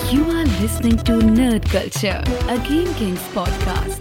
You are listening to Nerd Culture, a Game Kings podcast.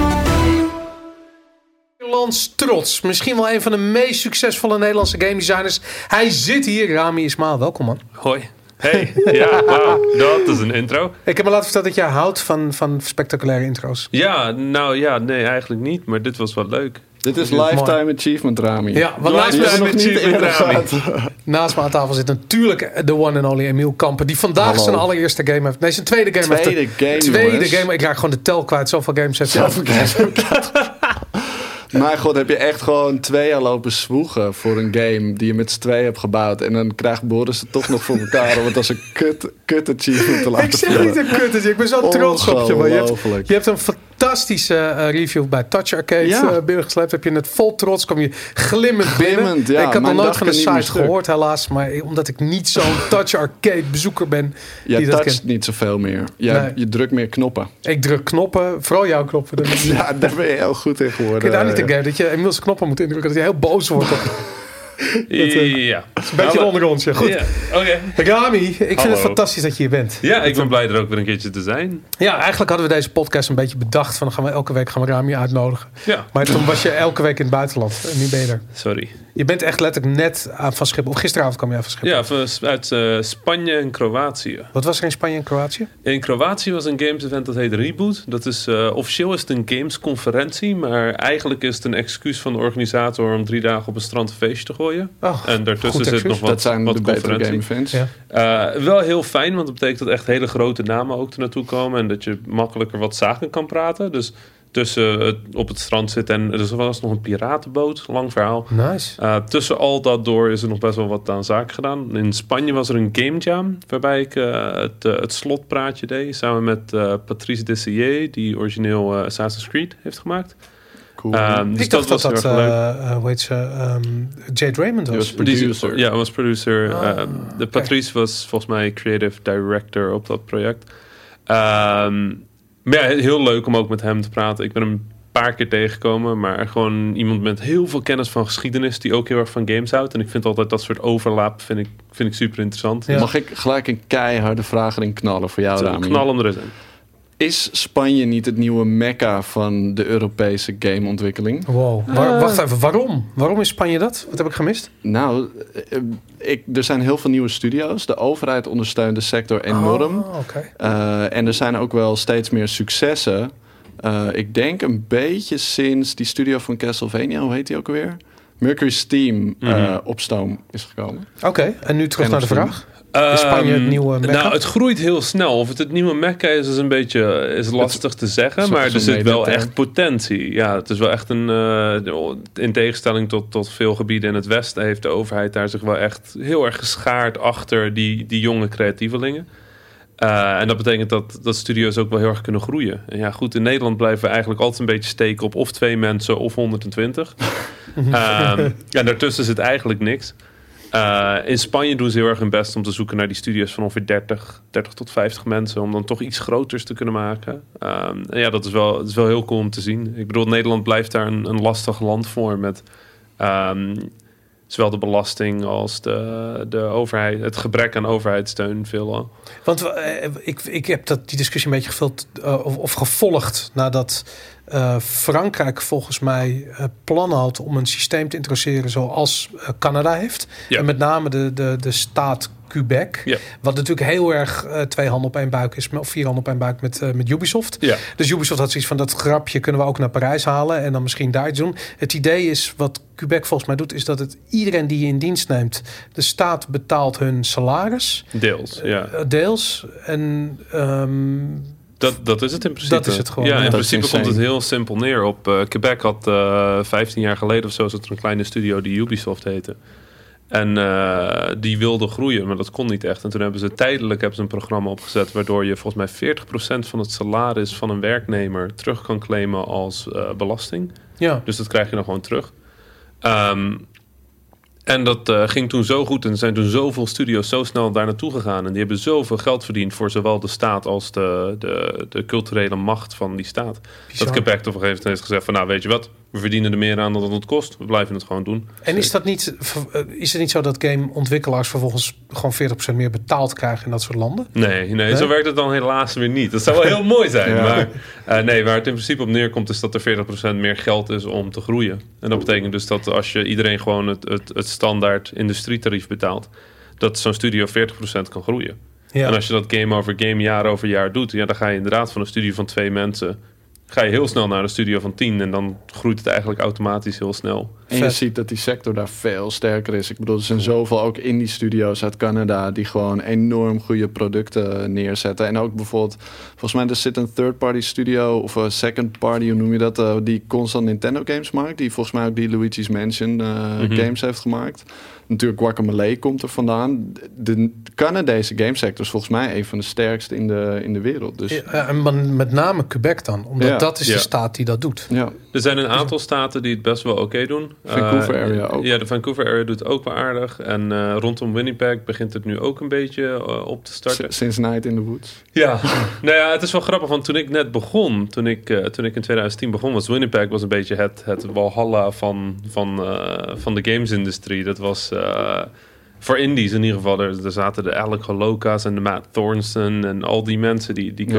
Nederlands trots. Misschien wel een van de meest succesvolle Nederlandse game designers. Hij zit hier. Rami Ismail, welkom man. Hoi. Hey, ja, wauw, dat is een intro. Ik heb me laten vertellen dat jij houdt van spectaculaire intro's. Ja, nou ja, nee, eigenlijk niet. Maar dit was wel leuk. Dit is Lifetime Achievement Rami. Ja, want Lifetime Achievement Rami. Naast me aan tafel zit natuurlijk de one and only Emiel Kampen. Die vandaag zijn allereerste game heeft. Nee, zijn tweede game heeft. Tweede game. Ik raak gewoon de tel kwijt. Zoveel games heeft hij. Maar god, heb je echt gewoon 2 jaar lopen zwoegen voor een game die je met z'n 2 hebt gebouwd. En dan krijgt Boris het toch nog voor elkaar om het als een kut achievement te laten voelen. Ik zeg niet een kut, ik ben zo trots op je. Maar je hebt een fantastische review bij Touch Arcade binnengesleept. Heb je het vol trots, kom je glimmend binnen. Ja, ik had nog nooit van de site gehoord helaas. Maar omdat ik niet zo'n Touch Arcade bezoeker ben. Jij toucht niet zoveel meer. Je drukt meer knoppen. Ik druk knoppen, vooral jouw knoppen. Ja, daar ben je heel goed in geworden. Kun je daar niet in game dat je Emiel's knoppen moet indrukken, dat hij heel boos wordt. Ja. Het is een beetje onder ons. Ja, goed. Ja, okay. Rami, ik vind het fantastisch dat je hier bent. Ja, ik ben blij er ook weer een keertje te zijn. Ja, eigenlijk hadden we deze podcast een beetje bedacht van elke week gaan we Rami uitnodigen. Ja. Maar toen was je elke week in het buitenland en nu ben je er. Sorry. Je bent echt letterlijk net van Schiphol. Of gisteravond kwam je van Schiphol. Ja, uit Spanje en Kroatië. Wat was er in Spanje en Kroatië? In Kroatië was een games event dat heet Reboot. Dat is officieel is het een gamesconferentie, maar eigenlijk is het een excuus van de organisator om 3 dagen op een strand een feestje te gooien. Oh, en daartussen zit nog dat zijn wat de betere game events. Ja. Wel heel fijn, want dat betekent dat echt hele grote namen ook er naartoe komen en dat je makkelijker wat zaken kan praten. Dus tussen op het strand zitten en er was nog een piratenboot, lang verhaal. Nice. Tussen al dat door is er nog best wel wat aan zaken gedaan. In Spanje was er een game jam waarbij ik het slotpraatje deed samen met Patrice Desilliers, die origineel Assassin's Creed heeft gemaakt. Cool. Dus ik dacht dat hoe heet ze? Jade Raymond was. Producer. Ja, was producer. De Patrice was volgens mij creative director op dat project. Maar ja, heel leuk om ook met hem te praten. Ik ben hem een paar keer tegengekomen, maar gewoon iemand met heel veel kennis van geschiedenis die ook heel erg van games houdt. En ik vind altijd dat soort overlap vind ik super interessant. Ja. Mag ik gelijk een keiharde vraag erin knallen voor jou, Rami? Knal hem er eens in. Is Spanje niet het nieuwe mekka van de Europese gameontwikkeling? Wow. Wacht even, waarom? Waarom is Spanje dat? Wat heb ik gemist? Nou, er zijn heel veel nieuwe studio's. De overheid ondersteunt de sector enorm. En er zijn ook wel steeds meer successen. Ik denk een beetje sinds die studio van Castlevania, hoe heet die ook alweer? Mercury Steam op stoom is gekomen. Oké, en nu terug naar de vraag. Is Spanje het nieuwe Mekka? Nou, het groeit heel snel. Of het nieuwe Mekka is een beetje lastig te zeggen. Maar er zit wel echt potentie. Ja, het is wel echt in tegenstelling tot veel gebieden in het Westen heeft de overheid daar zich wel echt heel erg geschaard achter die jonge creatievelingen. En dat betekent dat studio's ook wel heel erg kunnen groeien. En ja, goed, in Nederland blijven we eigenlijk altijd een beetje steken op of 2 mensen of 120. En daartussen zit eigenlijk niks. In Spanje doen ze heel erg hun best om te zoeken naar die studio's van ongeveer 30 tot 50 mensen. Om dan toch iets groters te kunnen maken. En ja, dat is wel heel cool om te zien. Ik bedoel, Nederland blijft daar een lastig land voor. Met zowel de belasting als de overheid. Het gebrek aan overheidssteun veelal. Want ik heb die discussie een beetje gevuld of gevolgd nadat Frankrijk volgens mij plannen had om een systeem te introduceren zoals Canada heeft. Ja. En met name de staat Quebec. Ja. Wat natuurlijk heel erg 2 handen op 1 buik is. Of 4 handen op 1 buik met Ubisoft. Ja. Dus Ubisoft had zoiets van dat grapje kunnen we ook naar Parijs halen. En dan misschien daar iets doen. Het idee is wat Quebec volgens mij doet. Is dat iedereen die je in dienst neemt. De staat betaalt hun salaris. Deels, ja. Deels. En dat is het in principe. Dat is het gewoon. Ja, in principe komt het heel simpel neer op. Quebec had 15 jaar geleden of zo zat er een kleine studio die Ubisoft heette. En die wilde groeien, maar dat kon niet echt. En toen hebben ze tijdelijk een programma opgezet waardoor je volgens mij 40% van het salaris van een werknemer terug kan claimen als belasting. Ja. Dus dat krijg je dan gewoon terug. En dat ging toen zo goed en er zijn toen zoveel studio's zo snel daar naartoe gegaan. En die hebben zoveel geld verdiend voor zowel de staat als de culturele macht van die staat. Bizar. Dat Quebec op een gegeven moment heeft gezegd van nou weet je wat, We verdienen er meer aan dan het kost. We blijven het gewoon doen. En is het niet zo dat gameontwikkelaars vervolgens gewoon 40% meer betaald krijgen in dat soort landen? Nee, zo werkt het dan helaas weer niet. Dat zou wel heel mooi zijn. Maar waar het in principe op neerkomt is dat er 40% meer geld is om te groeien. En dat betekent dus dat als je iedereen gewoon het standaard industrietarief betaalt, dat zo'n studio 40% kan groeien. Ja. En als je dat game over game, jaar over jaar doet, dan ga je inderdaad van een studio van 2 mensen, ga je heel snel naar een studio van 10 en dan groeit het eigenlijk automatisch heel snel. En je ziet dat die sector daar veel sterker is. Ik bedoel, er zijn zoveel ook indie studio's uit Canada die gewoon enorm goede producten neerzetten. En ook bijvoorbeeld, volgens mij er zit een third-party studio of een second-party, hoe noem je dat, die constant Nintendo games maakt. Die volgens mij ook die Luigi's Mansion games heeft gemaakt. Natuurlijk, Guacamelee komt er vandaan. De Canadese gamesector is volgens mij een van de sterkste in de wereld. Dus en met name Quebec dan. Omdat dat is de staat die dat doet. Ja. Er zijn een aantal staten die het best wel oké doen. Vancouver area ook. Ja, de Vancouver area doet ook wel aardig. En rondom Winnipeg begint het nu ook een beetje op te starten. Since Night in the Woods. Ja, nou ja, het is wel grappig. Want toen ik net begon, toen ik in 2010 begon, was Winnipeg een beetje het walhalla van de gamesindustrie. Dat was voor indies in ieder geval. Er zaten de Alec Holoca's en de Matt Thornton en al die mensen.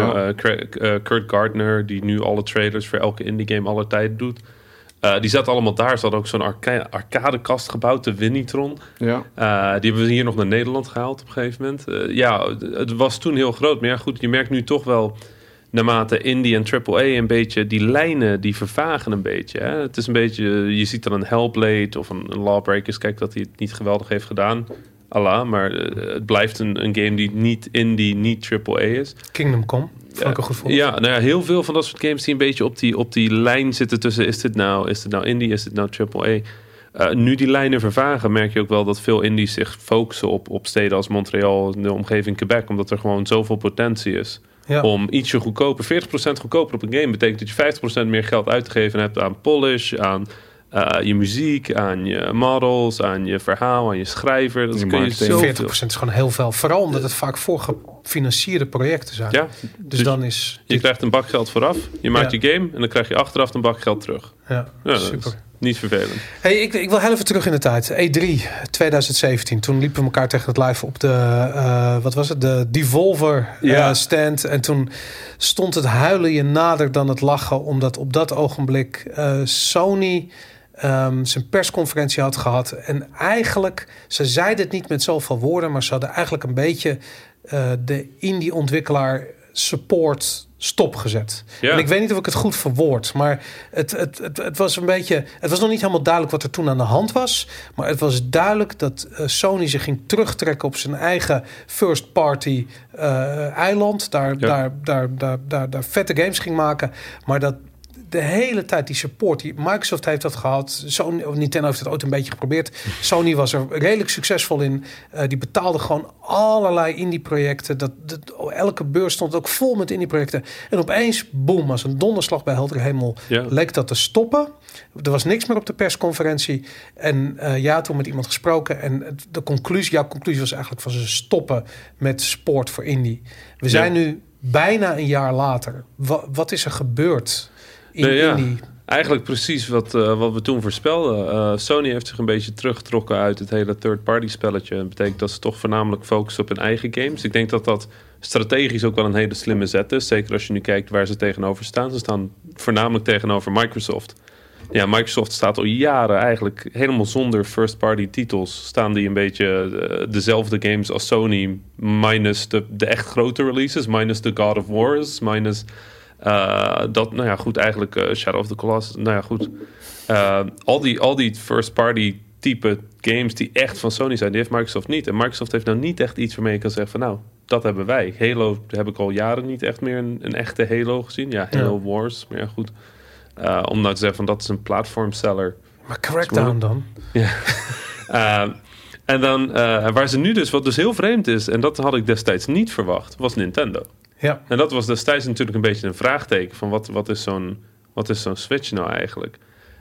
Kurt Gardner, die nu alle trailers voor elke indie game aller tijden doet. Die zaten allemaal daar. Ze hadden ook zo'n arcadekast gebouwd, de Winnitron. Ja. Die hebben we hier nog naar Nederland gehaald op een gegeven moment. Het was toen heel groot. Maar ja, goed, je merkt nu toch wel, naarmate indie en AAA een beetje, die lijnen die vervagen een beetje. Hè? Het is een beetje, je ziet dan een Hellblade of een Lawbreakers. Kijk, dat hij het niet geweldig heeft gedaan. Maar het blijft een game die niet indie, niet AAA is. Kingdom Come. Heel veel van dat soort games die een beetje op die lijn zitten tussen is dit nou indie, is dit nou AAA? Nu die lijnen vervagen, merk je ook wel dat veel indies zich focussen op steden als Montreal, de omgeving Quebec, omdat er gewoon zoveel potentie is. Ja. Om ietsje goedkoper, 40% goedkoper op een game betekent dat je 50% meer geld uit te geven hebt aan polish, aan je muziek, aan je models, aan je verhaal, aan je schrijver. Dat kun je 40% is gewoon heel veel. Vooral omdat het vaak voorgefinancierde projecten zijn. Ja, dus dan is je krijgt een bak geld vooraf, je maakt je game en dan krijg je achteraf een bak geld terug. Ja, super. Niet vervelend. Hey, ik wil heel even terug in de tijd. E3 2017. Toen liepen we elkaar tegen het lijf op de de Devolver stand. En toen stond het huilen je nader dan het lachen, omdat op dat ogenblik Sony zijn persconferentie had gehad. En eigenlijk, ze zeiden het niet met zoveel woorden, maar ze hadden eigenlijk een beetje de indie-ontwikkelaar support stopgezet. Ja. En ik weet niet of ik het goed verwoord, maar het was een beetje, het was nog niet helemaal duidelijk wat er toen aan de hand was, maar het was duidelijk dat Sony zich ging terugtrekken op zijn eigen first party eiland, daar vette games ging maken, maar dat de hele tijd die support, die Microsoft heeft dat gehad, Sony, of Nintendo heeft het ooit een beetje geprobeerd. Sony was er redelijk succesvol in. Die betaalde gewoon allerlei indie-projecten. Elke beurs stond ook vol met indie-projecten. En opeens, boom, als een donderslag bij heldere hemel, leek dat te stoppen. Er was niks meer op de persconferentie. En toen met iemand gesproken. En jouw conclusie was eigenlijk van ze stoppen met support voor indie. We zijn nu bijna een jaar later. Wat is er gebeurd? Eigenlijk precies wat we toen voorspelden. Sony heeft zich een beetje teruggetrokken uit het hele third-party spelletje. Dat betekent dat ze toch voornamelijk focussen op hun eigen games. Ik denk dat strategisch ook wel een hele slimme zet is. Zeker als je nu kijkt waar ze tegenover staan. Ze staan voornamelijk tegenover Microsoft. Ja, Microsoft staat al jaren eigenlijk helemaal zonder first-party titels. Staan die een beetje dezelfde games als Sony. Minus de echt grote releases. Minus de God of Wars. Minus eigenlijk Shadow of the Colossus. Al die first-party type games die echt van Sony zijn, die heeft Microsoft niet. En Microsoft heeft nou niet echt iets waarmee je kan zeggen van dat hebben wij. Halo heb ik al jaren niet echt meer een echte Halo gezien. Ja, Halo Wars, maar ja, goed. Om nou te zeggen van dat is een platformseller. Maar Crackdown dan? Ja. En dan waar ze nu dus, wat dus heel vreemd is, en dat had ik destijds niet verwacht, was Nintendo. Ja. En dat was destijds natuurlijk een beetje een vraagteken van wat is zo'n Switch nou eigenlijk?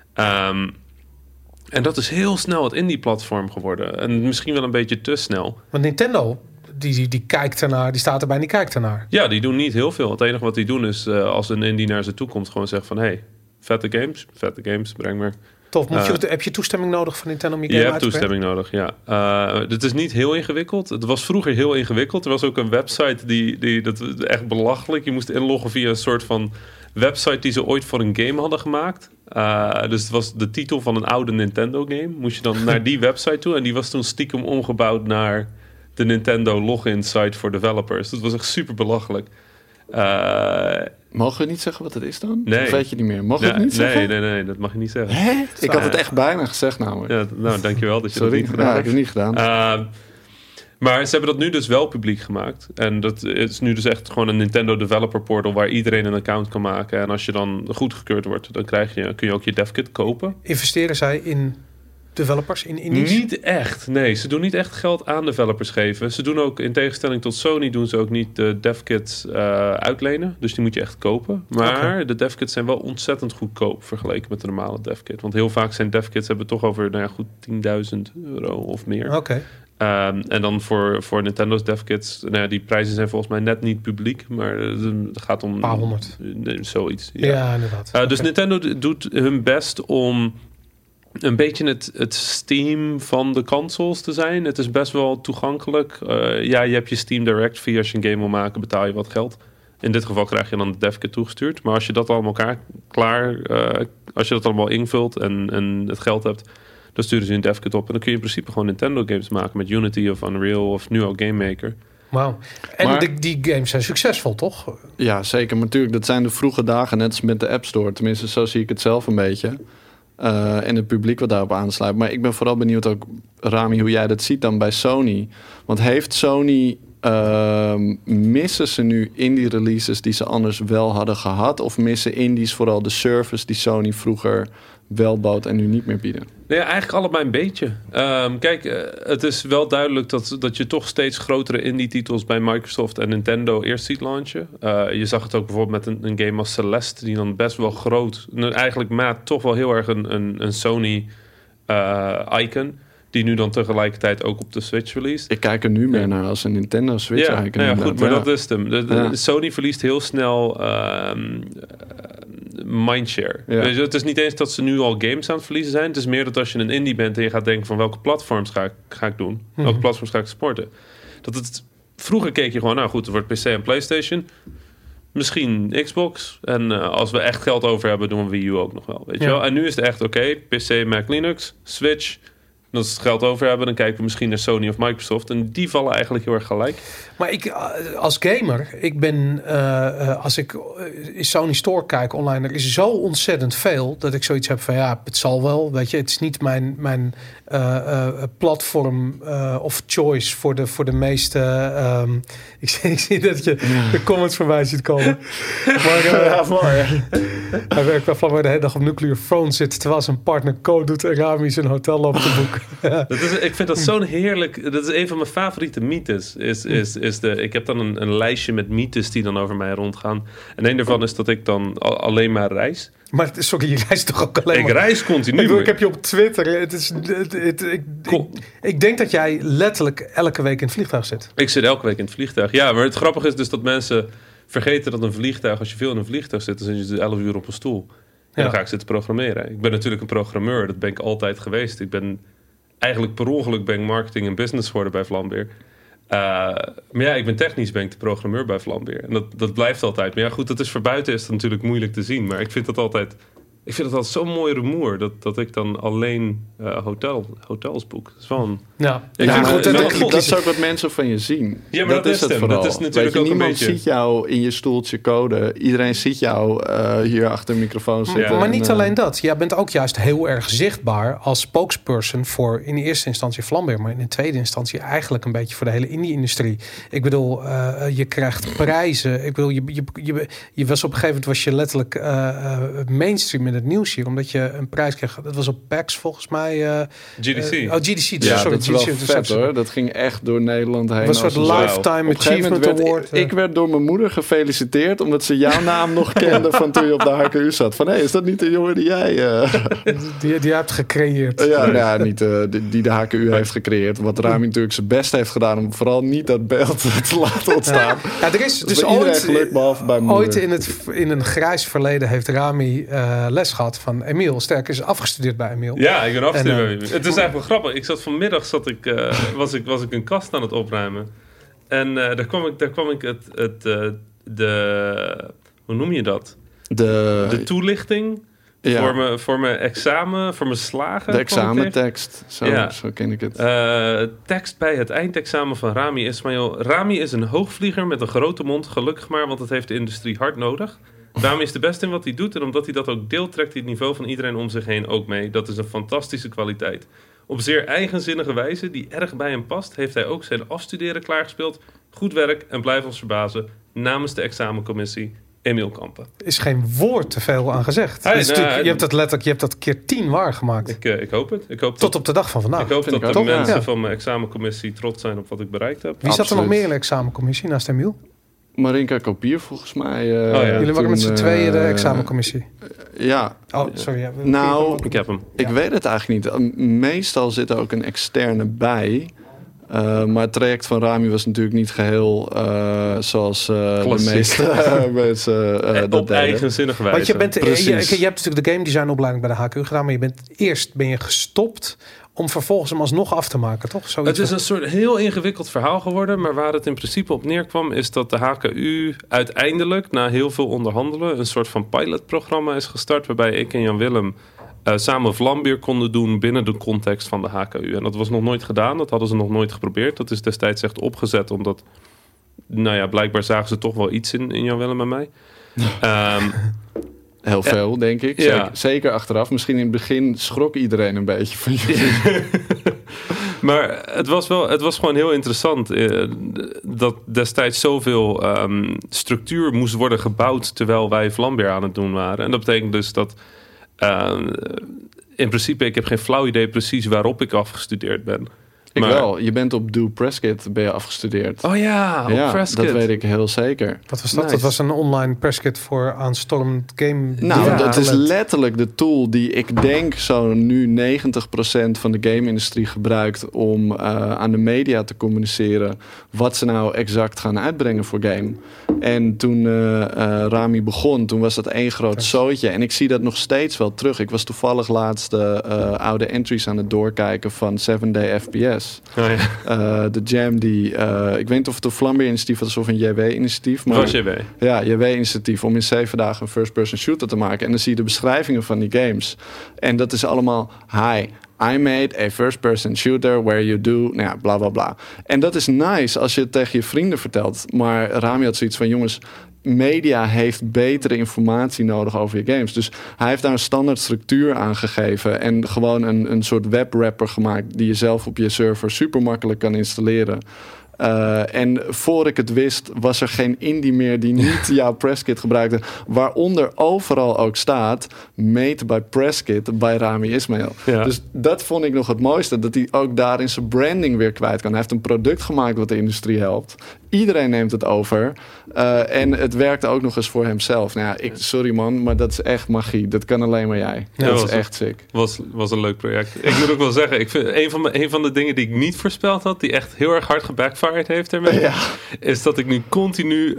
En dat is heel snel het indie-platform geworden. En misschien wel een beetje te snel. Want Nintendo, die kijkt ernaar, die staat erbij en die kijkt ernaar. Ja, die doen niet heel veel. Het enige wat die doen is, als een indie naar ze toe komt, gewoon zeggen van, hey, vette games, breng maar. Tof. Heb je toestemming nodig van Nintendo om je game uit te brengen? Je hebt toestemming nodig, ja. Dit is niet heel ingewikkeld. Het was vroeger heel ingewikkeld. Er was ook een website dat echt belachelijk. Je moest inloggen via een soort van website die ze ooit voor een game hadden gemaakt. Dus het was de titel van een oude Nintendo game. Moest je dan naar die website toe. En die was toen stiekem omgebouwd naar de Nintendo login site voor developers. Dat was echt super belachelijk. Mogen we niet zeggen wat het is dan? Nee. Of weet je niet meer? Mogen we het niet zeggen? Nee, dat mag je niet zeggen. Hè? Ik had het echt bijna gezegd namelijk. Ja, nou, dankjewel dat je dat niet gedaan hebt. Ik heb het niet gedaan. Maar ze hebben dat nu dus wel publiek gemaakt. En dat is nu dus echt gewoon een Nintendo developer portal waar iedereen een account kan maken. En als je dan goedgekeurd wordt, dan kun je ook je devkit kopen. Investeren zij in developers, in indies? Niet echt, nee. Ze doen niet echt geld aan developers geven. Ze doen ook, in tegenstelling tot Sony, doen ze ook niet de devkits uitlenen. Dus die moet je echt kopen. Maar de devkits zijn wel ontzettend goedkoop vergeleken met de normale devkit. Want heel vaak zijn devkits hebben toch over goed €10.000 of meer. Oké. En dan voor Nintendo's devkits, die prijzen zijn volgens mij net niet publiek, maar het gaat om... Een paar honderd. Zoiets. Ja inderdaad. Dus Nintendo doet hun best om een beetje het Steam van de consoles te zijn. Het is best wel toegankelijk. Je hebt je Steam Direct via. Als je een game wil maken, betaal je wat geld. In dit geval krijg je dan de devkit toegestuurd. Maar als je dat allemaal als je dat allemaal invult en het geld hebt, dan sturen ze een devkit op. En dan kun je in principe gewoon Nintendo games maken met Unity of Unreal of nu ook Game Maker. Wauw. En die games zijn succesvol, toch? Ja, zeker. Maar natuurlijk, dat zijn de vroege dagen, net als met de App Store. Tenminste, zo zie ik het zelf een beetje. En het publiek wat daarop aansluit. Maar ik ben vooral benieuwd ook, Rami, hoe jij dat ziet dan bij Sony. Want heeft Sony... missen ze nu indie releases die ze anders wel hadden gehad? Of missen indies vooral de service die Sony vroeger wel bood en nu niet meer bieden? Nee, eigenlijk allebei een beetje. Kijk, het is wel duidelijk dat je toch steeds grotere indie-titels bij Microsoft en Nintendo eerst ziet launchen. Je zag het ook bijvoorbeeld met een game als Celeste, die dan best wel groot... Eigenlijk maat toch wel heel erg een Sony icon... die nu dan tegelijkertijd ook op de Switch released. Ik kijk er nu meer naar als een Nintendo Switch icon. Ja, goed, maar dat is hem. Sony verliest heel snel mindshare. Ja. Dus het is niet eens dat ze nu al games aan het verliezen zijn. Het is meer dat als je een indie bent en je gaat denken van welke platforms ga ik doen? Welke platforms ga ik supporten? Vroeger keek je gewoon, het wordt PC en PlayStation. Misschien Xbox. En als we echt geld over hebben, doen we Wii U ook nog wel. Weet je wel? En nu is het echt PC, Mac, Linux, Switch. En als we het geld over hebben, dan kijken we misschien naar Sony of Microsoft. En die vallen eigenlijk heel erg gelijk. Maar ik als gamer, als ik in Sony Store kijk online, er is zo ontzettend veel dat ik zoiets heb van het zal wel. Weet je, het is niet mijn platform of choice voor de meeste. Ik zie dat je de comments voorbij ziet komen. Maar hij werkt bij Flammer de hele dag op Nuclear Phone zit terwijl zijn partner code doet en Rami zijn hotel loopt te boeken. Ik vind dat zo'n heerlijk... Dat is een van mijn favoriete mythes. Ik heb dan een lijstje met mythes die dan over mij rondgaan. En een daarvan is dat ik dan alleen maar reis. Maar sorry, je reist toch ook alleen maar... Ik reis continu. Ik heb je op Twitter. Ik denk dat jij letterlijk elke week in het vliegtuig zit. Ik zit elke week in het vliegtuig. Ja, maar het grappige is dus dat mensen vergeten dat een vliegtuig... Als je veel in een vliegtuig zit, dan zit je 11 uur op een stoel. En dan ga ik zitten programmeren. Ik ben natuurlijk een programmeur. Dat ben ik altijd geweest. Eigenlijk per ongeluk marketing en business geworden bij Vlambeer. Maar ik ben technisch de programmeur bij Vlambeer. En dat blijft altijd. Maar goed, dat is voor buiten is het natuurlijk moeilijk te zien. Maar ik vind het altijd zo'n mooi rumoer dat ik dan alleen hotels boek. Dat is van... dat is ook wat mensen van je zien. Ja, maar dat is het vooral. Dat is natuurlijk ook niemand een beetje... ziet jou in je stoeltje coden. Iedereen ziet jou hier achter een microfoon zitten. Maar niet alleen dat. Jij bent ook juist heel erg zichtbaar als spokesperson voor in de eerste instantie Vlambeer, maar in de tweede instantie eigenlijk een beetje voor de hele indie-industrie. Ik bedoel, je krijgt prijzen. Ik bedoel, je was op een gegeven moment was je letterlijk mainstream in het nieuws hier, omdat je een prijs kreeg. Dat was op PAX volgens mij. GDC. GDC. Ja, sorry, dat is wel vet hoor. Dat ging echt door Nederland heen. Het was een soort Lifetime Achievement Award. Ik werd door mijn moeder gefeliciteerd, omdat ze jouw naam nog kende van toen je op de HKU zat. Van, is dat niet de jongen die jij... Die hebt gecreëerd. Niet die de HKU heeft gecreëerd. Wat Rami natuurlijk zijn best heeft gedaan om vooral niet dat beeld te laten ontstaan. Er is dus ooit, geluk, behalve bij ooit in een grijs verleden heeft Rami les gehad van Emiel. Sterker is afgestudeerd bij Emiel. Ja, ik ben afgestudeerd bij Emiel. Het is eigenlijk wel grappig. Ik zat vanmiddag, was ik een kast aan het opruimen. En daar kwam ik hoe noem je dat? De toelichting voor mijn examen, voor mijn slagen. De examentekst, zo ken ik het. Tekst bij het eindexamen van Rami Ismail. Rami is een hoogvlieger met een grote mond, gelukkig maar, want dat heeft de industrie hard nodig. Rami is de beste in wat hij doet en omdat hij dat ook deelt, trekt hij het niveau van iedereen om zich heen ook mee. Dat is een fantastische kwaliteit. Op zeer eigenzinnige wijze, die erg bij hem past, heeft hij ook zijn afstuderen klaargespeeld. Goed werk en blijf ons verbazen namens de examencommissie Emiel Kampen. Er is geen woord te veel aan gezegd. Je hebt dat keer 10 waargemaakt. Ik hoop het. Tot op de dag van vandaag. Ik hoop dat de mensen van mijn examencommissie trots zijn op wat ik bereikt heb. Wie zat er nog meer in de examencommissie naast Emiel? Marinka Kopier volgens mij. Jullie waren met z'n tweeën de examencommissie. Ja. Oh, sorry. Ik heb hem. Ik weet het eigenlijk niet. Meestal zit er ook een externe bij. Maar het traject van Rami was natuurlijk niet geheel zoals de meeste mensen dat op eigenzinnige wijze. Want je hebt natuurlijk de game design opleiding bij de HKU gedaan, maar ben je gestopt om vervolgens hem alsnog af te maken, toch? Het is een soort heel ingewikkeld verhaal geworden, maar waar het in principe op neerkwam is dat de HKU uiteindelijk, na heel veel onderhandelen, een soort van pilotprogramma is gestart, waarbij ik en Jan Willem samen Vlambeer konden doen binnen de context van de HKU. En dat was nog nooit gedaan, dat hadden ze nog nooit geprobeerd. Dat is destijds echt opgezet, omdat, blijkbaar zagen ze toch wel iets in Jan Willem en mij. Heel veel, denk ik. Ja. Zeker achteraf. Misschien in het begin schrok iedereen een beetje van jullie. Maar het was gewoon heel interessant dat destijds zoveel structuur moest worden gebouwd terwijl wij Vlambeer aan het doen waren. En dat betekent dus dat in principe, ik heb geen flauw idee precies waarop ik afgestudeerd ben. Ik wel. Je bent op Do Presskit afgestudeerd. Oh ja, op Presskit. Dat weet ik heel zeker. Wat was dat? Nice. Dat was een online presskit voor aanstormend game. Dat is letterlijk de tool die ik denk zo nu 90% van de game-industrie gebruikt om aan de media te communiceren wat ze nou exact gaan uitbrengen voor game. En toen Rami begon, toen was dat één groot zootje. En ik zie dat nog steeds wel terug. Ik was toevallig laatst oude entries aan het doorkijken van 7-Day FPS. Oh, ja. De jam die... ik weet niet of het een Vlambeer-initiatief was of een JW-initiatief. Maar, was JW? Ja, JW-initiatief om in 7 dagen een first-person shooter te maken. En dan zie je de beschrijvingen van die games. En dat is allemaal... Hi, I made a first-person shooter where you do... Nou ja, bla, bla, bla. En dat is nice als je het tegen je vrienden vertelt. Maar Rami had zoiets van... Jongens, media heeft betere informatie nodig over je games. Dus hij heeft daar een standaard structuur aan gegeven en gewoon een soort webwrapper gemaakt die je zelf op je server super makkelijk kan installeren. En voor ik het wist, was er geen indie meer die niet jouw presskit gebruikte. Waaronder overal ook staat, made by presskit bij Rami Ismail. Ja. Dus dat vond ik nog het mooiste. Dat hij ook daarin zijn branding weer kwijt kan. Hij heeft een product gemaakt wat de industrie helpt. Iedereen neemt het over. En het werkte ook nog eens voor hemzelf. Nou ja, sorry man, maar dat is echt magie. Dat kan alleen maar jij. Ja, dat is echt sick. Was een leuk project. Ik moet ook wel zeggen, ik vind een van de dingen die ik niet voorspeld had, die echt heel erg hard gebackfired heeft ermee, is dat ik nu continu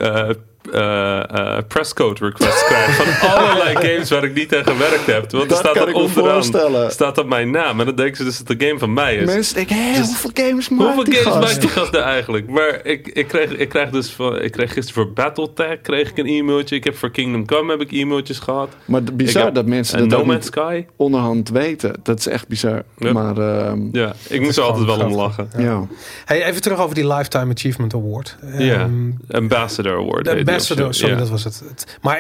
presscode requests krijg van allerlei games waar ik niet aan gewerkt heb. Want er staat er onderaan staat op mijn naam. En dan denken ze dus dat de game van mij is. Mensen denken, hoeveel games maakt die gast nou eigenlijk? Maar ik kreeg gisteren voor Battletech kreeg ik een e-mailtje. Ik heb voor Kingdom Come heb ik e-mailtjes gehad. Maar bizar dat mensen dat No Man's Sky onderhand weten. Dat is echt bizar. Yep. Maar ik moest er altijd wel om lachen. Ja. Hey, even terug over die Lifetime Achievement Award. Ambassador Award. Dat was het. Maar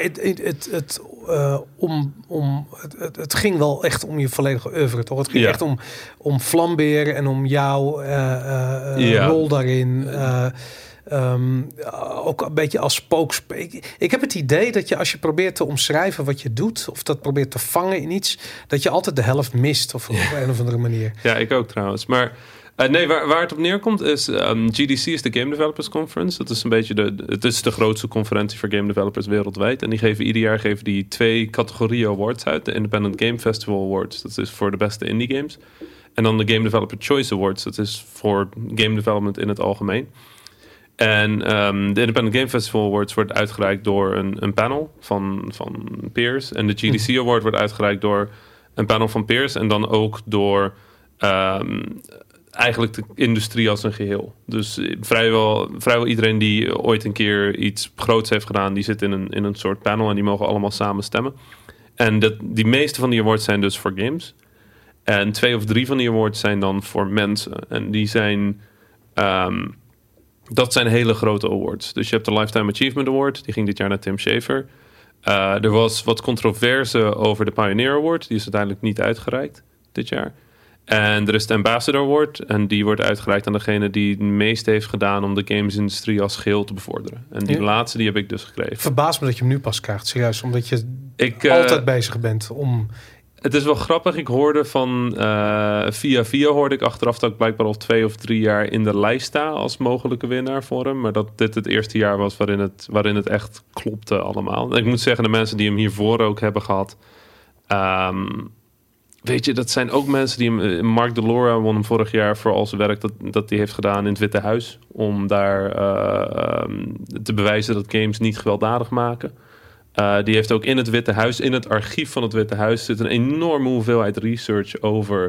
het ging wel echt om je volledige oeuvre, toch? Het ging echt om Vlambeer en om jouw rol daarin. Ook een beetje als spokespeler. Ik heb het idee dat je als je probeert te omschrijven wat je doet, of dat probeert te vangen in iets, dat je altijd de helft mist of op een of andere manier. Ja, ik ook trouwens. Maar waar het op neerkomt is... GDC is de Game Developers Conference. Dat is een beetje het is de grootste conferentie voor game developers wereldwijd. En die geven ieder jaar 2 categorieën awards uit. De Independent Game Festival Awards. Dat is voor de beste indie games. En dan de Game Developer Choice Awards. Dat is voor game development in het algemeen. En de Independent Game Festival Awards wordt uitgereikt door een panel van peers. En de GDC Award wordt uitgereikt door een panel van peers. En dan ook door eigenlijk de industrie als een geheel. Dus vrijwel iedereen die ooit een keer iets groots heeft gedaan, die zit in een soort panel en die mogen allemaal samen stemmen. En die meeste van die awards zijn dus voor games. En 2 of 3 van die awards zijn dan voor mensen. En die zijn dat zijn hele grote awards. Dus je hebt de Lifetime Achievement Award. Die ging dit jaar naar Tim Schafer. Er was wat controverse over de Pioneer Award. Die is uiteindelijk niet uitgereikt dit jaar. En er is de Ambassador Award. En die wordt uitgereikt aan degene die het meest heeft gedaan om de gamesindustrie als geheel te bevorderen. En die laatste, die heb ik dus gekregen. Verbaast me dat je hem nu pas krijgt. Serieus, omdat je altijd bezig bent om... Het is wel grappig. Ik hoorde via hoorde ik achteraf dat ik blijkbaar al 2 of 3 jaar in de lijst sta als mogelijke winnaar voor hem. Maar dat dit het eerste jaar was waarin het echt klopte allemaal. En ik moet zeggen, de mensen die hem hiervoor ook hebben gehad. Weet je, dat zijn ook mensen die hem... Mark Delora won hem vorig jaar voor al zijn werk dat hij heeft gedaan in het Witte Huis. Om daar te bewijzen dat games niet gewelddadig maken. Die heeft ook in het Witte Huis, in het archief van het Witte Huis, zit een enorme hoeveelheid research over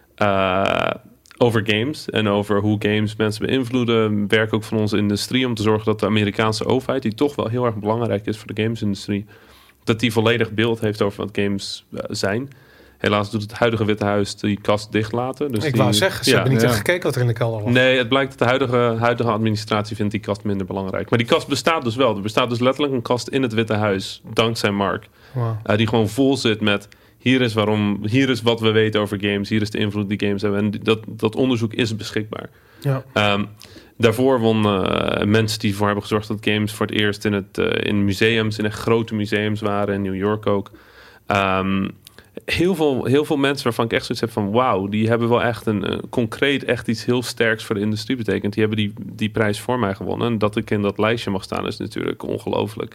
games. En over hoe games mensen beïnvloeden. Werk ook van onze industrie om te zorgen dat de Amerikaanse overheid, die toch wel heel erg belangrijk is voor de gamesindustrie, dat die volledig beeld heeft over wat games zijn. Helaas doet het huidige Witte Huis die kast dicht laten. Dus wou zeggen, ze hebben niet echt gekeken wat er in de kelder was. Nee, het blijkt dat de huidige administratie vindt die kast minder belangrijk. Maar die kast bestaat dus wel. Er bestaat dus letterlijk een kast in het Witte Huis, dankzij Mark. Wow. Die gewoon vol zit met, hier is wat we weten over games. Hier is de invloed die games hebben. En dat onderzoek is beschikbaar. Ja. Daarvoor won mensen die ervoor hebben gezorgd dat games voor het eerst in museums, in echt grote museums waren. In New York ook. Heel veel mensen waarvan ik echt zoiets heb van wauw, die hebben wel echt concreet echt iets heel sterks voor de industrie betekend. Die hebben die prijs voor mij gewonnen. En dat ik in dat lijstje mag staan is natuurlijk ongelooflijk.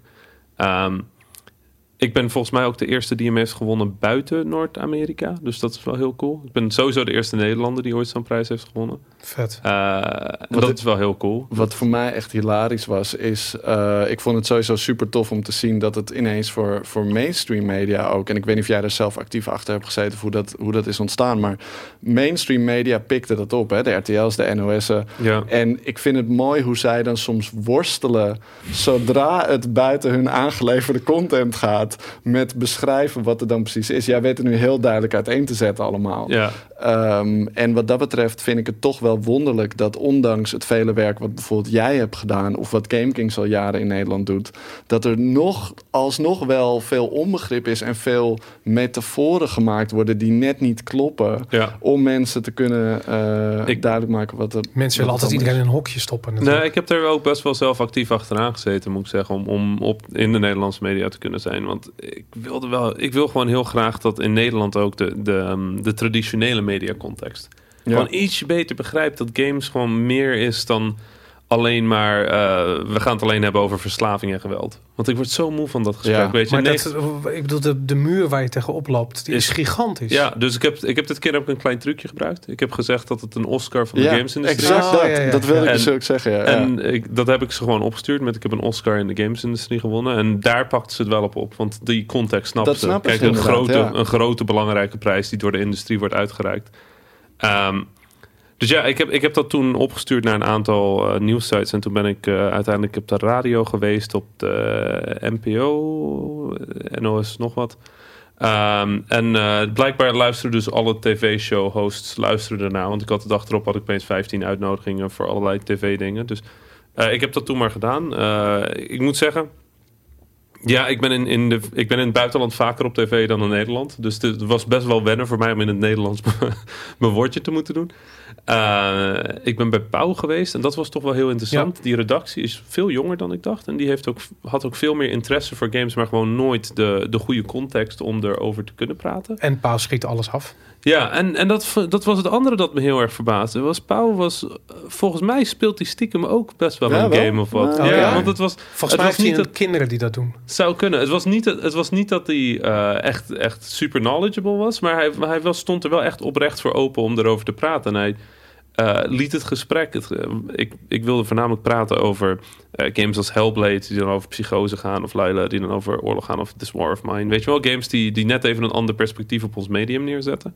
Ik ben volgens mij ook de eerste die hem heeft gewonnen buiten Noord-Amerika. Dus dat is wel heel cool. Ik ben sowieso de eerste Nederlander die ooit zo'n prijs heeft gewonnen. Vet. Dat is wel heel cool. Wat voor mij echt hilarisch was, is... ik vond het sowieso super tof om te zien dat het ineens voor mainstream media ook... en ik weet niet of jij er zelf actief achter hebt gezeten hoe dat is ontstaan... maar mainstream media pikte dat op, hè? De RTL's, de NOS'en. Ja. En ik vind het mooi hoe zij dan soms worstelen... zodra het buiten hun aangeleverde content gaat... met beschrijven wat er dan precies is. Jij weet het nu heel duidelijk uiteen te zetten allemaal. Ja. En wat dat betreft vind ik het toch wel wonderlijk... dat ondanks het vele werk wat bijvoorbeeld jij hebt gedaan... of wat GameKings al jaren in Nederland doet... dat er alsnog wel veel onbegrip is... en veel metaforen gemaakt worden die net niet kloppen... Ja. Om mensen te kunnen duidelijk maken wat er... Mensen willen altijd iedereen in een hokje stoppen. Natuurlijk. Nee, ik heb er ook best wel zelf actief achteraan gezeten... moet ik zeggen, om in de Nederlandse media te kunnen zijn... Want ik wil gewoon heel graag dat in Nederland ook de traditionele mediacontext gewoon ietsje beter begrijpt dat games gewoon meer is dan alleen maar we gaan het alleen hebben over verslaving en geweld. Want ik word zo moe van dat gesprek. Ja. Weet je, maar ik bedoel, de muur waar je tegenop loopt, die is gigantisch. Ja, dus ik heb dit keer ook een klein trucje gebruikt. Ik heb gezegd dat het een Oscar van de gamesindustrie is. Exact, dat wil ik dus ook zeggen. Ja. En dat heb ik ze gewoon opgestuurd ik heb een Oscar in de gamesindustrie gewonnen. En daar pakten ze het wel op. Want die context snappen ze. Kijk, een grote belangrijke prijs die door de industrie wordt uitgereikt. Dus ja, ik heb dat toen opgestuurd naar een aantal nieuwssites. En toen ben ik uiteindelijk op de radio geweest, op de NPO, NOS, nog wat. Blijkbaar luisterden dus alle tv-show-hosts ernaar. Want ik had de dag erop had ik opeens 15 uitnodigingen voor allerlei tv-dingen. Dus ik heb dat toen maar gedaan. Ik moet zeggen... Ja, ik ben in het buitenland vaker op tv dan in Nederland. Dus het was best wel wennen voor mij om in het Nederlands mijn woordje te moeten doen. Ik ben bij Pauw geweest en dat was toch wel heel interessant. Ja. Die redactie is veel jonger dan ik dacht. En die had ook veel meer interesse voor games, maar gewoon nooit de goede context om erover te kunnen praten. En Pauw schiet alles af. Ja, en dat was het andere dat me heel erg verbaasde. Pauw volgens mij speelt hij stiekem ook best wel een game of wat. Ja. Want volgens mij heeft hij kinderen die dat doen. Zou kunnen. Het was niet dat hij echt super knowledgeable was, maar hij stond er wel echt oprecht voor open om erover te praten. En liet het gesprek... Ik wilde voornamelijk praten over games als Hellblade... die dan over psychose gaan, of Layla die dan over oorlog gaan... of This War of Mine. Weet je wel, games die net even een ander perspectief op ons medium neerzetten.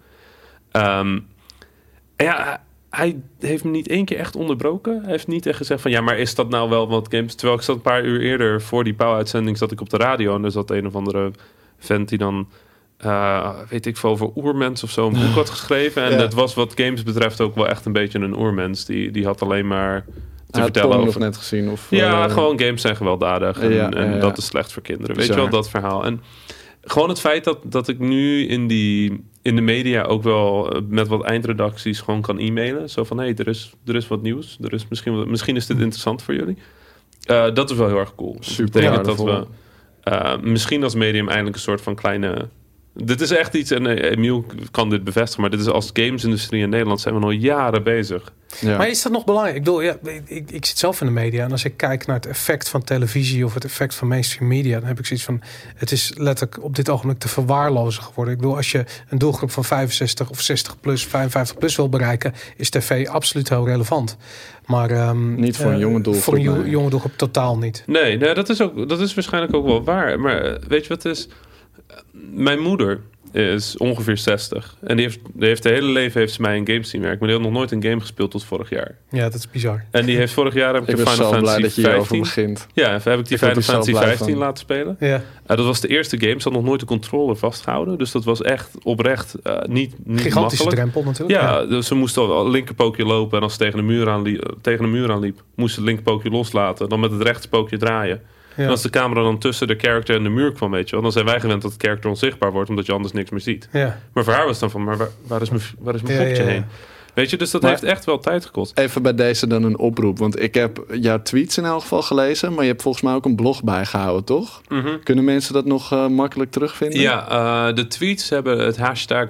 Hij heeft me niet één keer echt onderbroken. Hij heeft niet echt gezegd van... ja, maar is dat nou wel wat games... Terwijl ik zat een paar uur eerder voor die Pauw-uitzending... zat ik op de radio en er zat een of andere vent die dan... weet ik veel, over oermens of zo een boek had geschreven. En dat was wat games betreft ook wel echt een beetje een oermens. Die had alleen maar te vertellen over... nog net gezien. Of, gewoon games zijn gewelddadig. En dat is slecht voor kinderen. Weet je wel, dat verhaal. En gewoon het feit dat ik nu in de media ook wel met wat eindredacties gewoon kan e-mailen. Zo van, er is wat nieuws. Er is misschien is dit interessant voor jullie. Dat is wel heel erg cool. Super. Dat we misschien als medium eindelijk een soort van kleine... Dit is echt iets, en Emiel kan dit bevestigen... maar dit is als gamesindustrie in Nederland... zijn we al jaren bezig. Ja. Maar is dat nog belangrijk? Ik bedoel, ik zit zelf in de media... en als ik kijk naar het effect van televisie... of het effect van mainstream media... dan heb ik zoiets van... het is letterlijk op dit ogenblik te verwaarlozen geworden. Ik bedoel, als je een doelgroep van 65 of 60 plus, 55 plus wil bereiken... is tv absoluut heel relevant. Maar niet voor een jonge doelgroep. Voor een jonge doelgroep totaal niet. Nee, dat is waarschijnlijk ook wel waar. Maar weet je wat het is... Mijn moeder is ongeveer 60. En die heeft de hele leven heeft ze mij in games zien werken. Maar die had nog nooit een game gespeeld tot vorig jaar. Ja, dat is bizar. En die heeft vorig jaar... heb ik Final Fantasy 15 begint. Ja, heb ik die Final Fantasy 15 laten spelen. Ja. Dat was de eerste game. Ze had nog nooit de controller vastgehouden. Dus dat was echt oprecht niet gigantische makkelijk. Drempel natuurlijk. Ja, dus ze moest al linkerpookje lopen. En als ze tegen de muur aanliep... moest ze het linkerpookje loslaten. Dan met het rechtspookje draaien. Ja. En als de camera dan tussen de character en de muur kwam, weet je wel, dan zijn wij gewend dat het character onzichtbaar wordt, omdat je anders niks meer ziet. Ja. Maar voor haar was het dan van, maar waar is mijn kopje heen? Weet je, dus dat heeft echt wel tijd gekost. Even bij deze dan een oproep, want ik heb jouw tweets in elk geval gelezen, maar je hebt volgens mij ook een blog bijgehouden, toch? Mm-hmm. Kunnen mensen dat nog makkelijk terugvinden? Ja, de tweets hebben het hashtag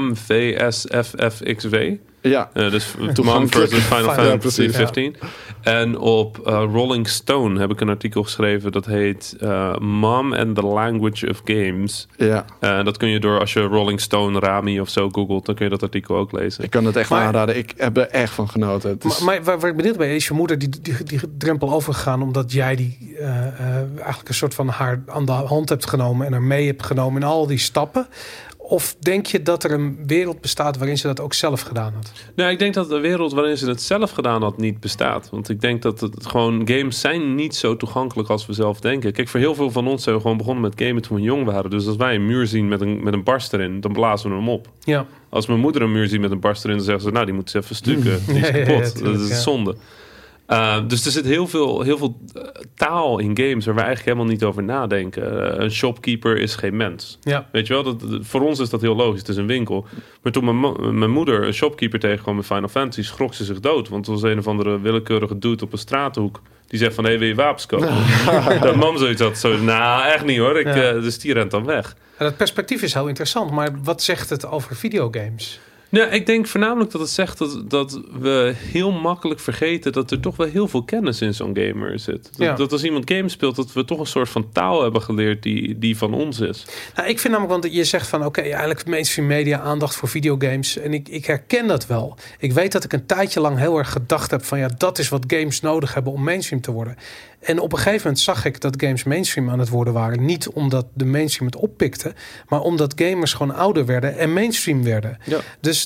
MomVSFFXW. Ja, dus Mom versus Final Fantasy 15. Ja. En op Rolling Stone heb ik een artikel geschreven dat heet Mom and the Language of Games. Ja. Dat kun je door, als je Rolling Stone Rami of zo googelt, dan kun je dat artikel ook lezen. Ik kan het echt aanraden. Ik heb er echt van genoten. Maar waar ik benieuwd ben, is je moeder die drempel overgegaan omdat jij die eigenlijk een soort van haar aan de hand hebt genomen en er mee hebt genomen in al die stappen? Of denk je dat er een wereld bestaat waarin ze dat ook zelf gedaan had? Nou, ik denk dat de wereld waarin ze het zelf gedaan had niet bestaat. Want ik denk dat het gewoon... Games zijn niet zo toegankelijk als we zelf denken. Kijk, voor heel veel van ons zijn we gewoon begonnen met gamen toen we jong waren. Dus als wij een muur zien met een barst erin, dan blazen we hem op. Ja. Als mijn moeder een muur ziet met een barst erin, dan zeggen ze, nou, die moet ze even stukken. Die is kapot. Ja, dat is zonde. Dus er zit heel veel taal in games waar we eigenlijk helemaal niet over nadenken. Een shopkeeper is geen mens. Ja. Weet je wel, voor ons is dat heel logisch. Het is een winkel. Maar toen mijn moeder een shopkeeper tegenkwam in Final Fantasy, schrok ze zich dood. Want het was een of andere willekeurige dude op een straathoek. Die zegt van, wil je wapens kopen? Dat mam zoiets had. Nou, echt niet hoor. Dus die rent dan weg. En dat perspectief is heel interessant. Maar wat zegt het over videogames? Ja, ik denk voornamelijk dat het zegt dat we heel makkelijk vergeten dat er toch wel heel veel kennis in zo'n gamer zit. Dat als iemand games speelt, dat we toch een soort van taal hebben geleerd die van ons is. Nou, ik vind namelijk, want je zegt van eigenlijk mainstream media aandacht voor videogames. En ik herken dat wel. Ik weet dat ik een tijdje lang heel erg gedacht heb van dat is wat games nodig hebben om mainstream te worden. En op een gegeven moment zag ik dat games mainstream aan het worden waren. Niet omdat de mainstream het oppikte, maar omdat gamers gewoon ouder werden en mainstream werden. Ja. Dus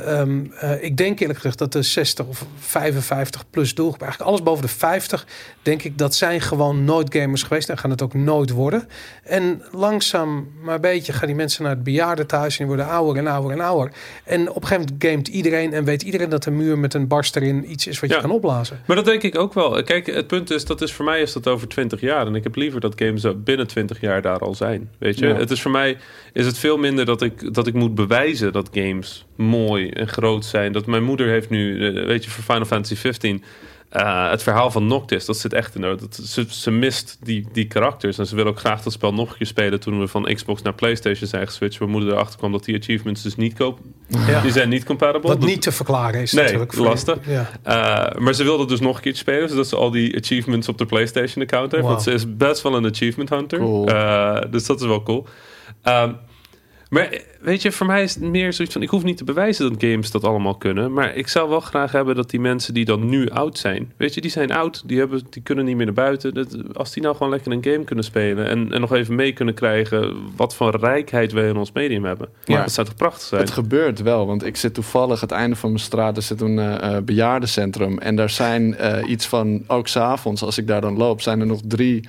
ik denk eerlijk gezegd dat de 60 of 55 plus doelgroep, eigenlijk alles boven de 50, denk ik dat zijn gewoon nooit gamers geweest en gaan het ook nooit worden. En langzaam maar een beetje gaan die mensen naar het bejaardentehuis en die worden ouder en ouder en ouder. En op een gegeven moment gamet iedereen en weet iedereen dat een muur met een barst erin iets is wat je kan opblazen. Maar dat denk ik ook wel. Kijk, het punt is, dat is voor mij is dat over 20 jaar. En ik heb liever dat games binnen 20 jaar daar al zijn. Weet je? Ja. Het is voor mij is het veel minder dat ik moet bewijzen dat games mooi en groot zijn. Dat mijn moeder heeft nu, weet je, voor Final Fantasy 15... het verhaal van Noctis, dat zit echt in haar. Ze mist die karakters. En ze wil ook graag dat spel nog een keer spelen. Toen we van Xbox naar PlayStation zijn geswitcht. Mijn moeder erachter kwam dat die achievements dus niet kopen. Ja. Die zijn niet compatible. Wat niet te verklaren is natuurlijk. Lastig. Ja. Maar ze wilde dus nog een keer spelen. Zodat ze al die achievements op de PlayStation account heeft. Wow. Want ze is best wel een achievement hunter. Cool. Dus dat is wel cool. Maar weet je, voor mij is het meer zoiets van... ik hoef niet te bewijzen dat games dat allemaal kunnen... maar ik zou wel graag hebben dat die mensen die dan nu oud zijn... weet je, die zijn oud, die kunnen niet meer naar buiten. Als die nou gewoon lekker een game kunnen spelen... en nog even mee kunnen krijgen... wat voor rijkheid wij in ons medium hebben. Ja. Dat zou toch prachtig zijn? Het gebeurt wel, want ik zit toevallig... het einde van mijn straat, er zit een bejaardencentrum... en daar zijn iets van... ook 's avonds, als ik daar dan loop... zijn er nog 3...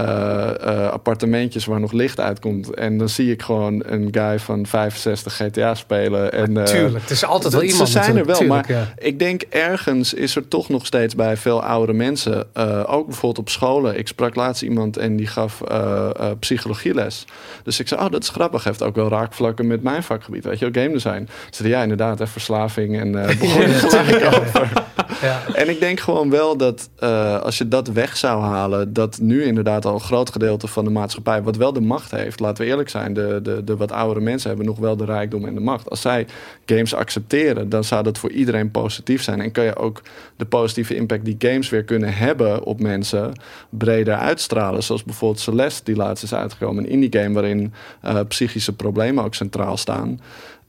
appartementjes waar nog licht uitkomt. En dan zie ik gewoon een guy van 65 GTA spelen. En, tuurlijk, het is altijd wel iemand. Ze zijn er wel, tuurlijk, maar ik denk ergens is er toch nog steeds bij veel oudere mensen. Ook bijvoorbeeld op scholen. Ik sprak laatst iemand en die gaf psychologieles. Dus ik zei, dat is grappig. Heeft ook wel raakvlakken met mijn vakgebied. Weet je, game design. Ze zei, ja, inderdaad, verslaving. En begon gelijk over. Ja. En ik denk gewoon wel dat als je dat weg zou halen... dat nu inderdaad al een groot gedeelte van de maatschappij... wat wel de macht heeft, laten we eerlijk zijn... de wat oudere mensen hebben nog wel de rijkdom en de macht. Als zij games accepteren, dan zou dat voor iedereen positief zijn. En kan je ook de positieve impact die games weer kunnen hebben... op mensen breder uitstralen. Zoals bijvoorbeeld Celeste, die laatst is uitgekomen. Een indie game waarin psychische problemen ook centraal staan...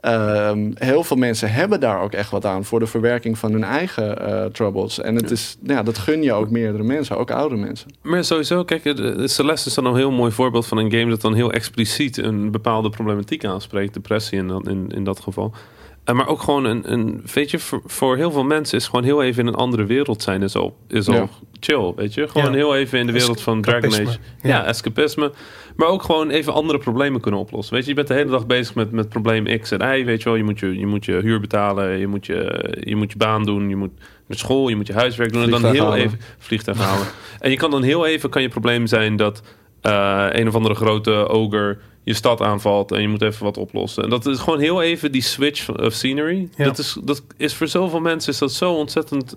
heel veel mensen hebben daar ook echt wat aan... voor de verwerking van hun eigen troubles. En het is, dat gun je ook meerdere mensen, ook oudere mensen. Maar sowieso, kijk, Celeste is dan een heel mooi voorbeeld van een game... dat dan heel expliciet een bepaalde problematiek aanspreekt. Depressie in dat geval. Maar ook gewoon weet je, voor heel veel mensen is gewoon heel even in een andere wereld zijn is al chill, weet je. Gewoon heel even in de wereld van Dragon Age. Ja, escapisme. Maar ook gewoon even andere problemen kunnen oplossen. Weet je, je bent de hele dag bezig met probleem X en Y, weet je wel. Je moet je huur betalen, je moet je baan doen, je moet naar school, je moet je huiswerk doen. En dan heel even vliegtuig halen. En je kan dan heel even, kan je probleem zijn dat een of andere grote ogre je stad aanvalt en je moet even wat oplossen. En dat is gewoon heel even die switch of scenery. Ja. Dat is voor zoveel mensen is dat zo ontzettend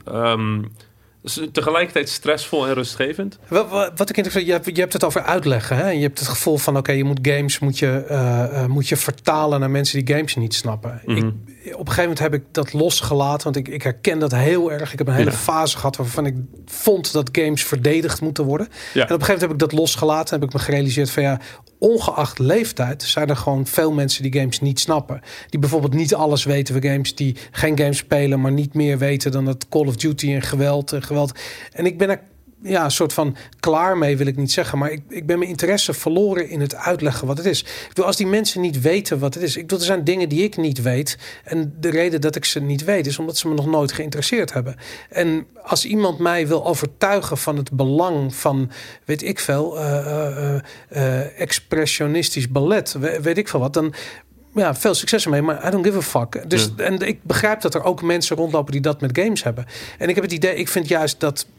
tegelijkertijd stressvol en rustgevend. Wat ik interessant, je hebt het over uitleggen. Hè? Je hebt het gevoel van je moet games moet je vertalen naar mensen die games niet snappen. Mm-hmm. Op een gegeven moment heb ik dat losgelaten, want ik herken dat heel erg. Ik heb een hele fase gehad waarvan ik vond dat games verdedigd moeten worden. Ja. En op een gegeven moment heb ik dat losgelaten en heb ik me gerealiseerd van ongeacht leeftijd zijn er gewoon veel mensen die games niet snappen. Die bijvoorbeeld niet alles weten van games, die geen games spelen, maar niet meer weten dan dat Call of Duty en geweld. En ik ben er een soort van klaar mee, wil ik niet zeggen. Maar ik ben mijn interesse verloren in het uitleggen wat het is. Ik bedoel, als die mensen niet weten wat het is. Er zijn dingen die ik niet weet. En de reden dat ik ze niet weet is omdat ze me nog nooit geïnteresseerd hebben. En als iemand mij wil overtuigen van het belang van, weet ik veel, expressionistisch ballet, weet ik veel wat, dan veel succes ermee, maar I don't give a fuck. Dus, en ik begrijp dat er ook mensen rondlopen die dat met games hebben. En ik heb het idee, ik vind juist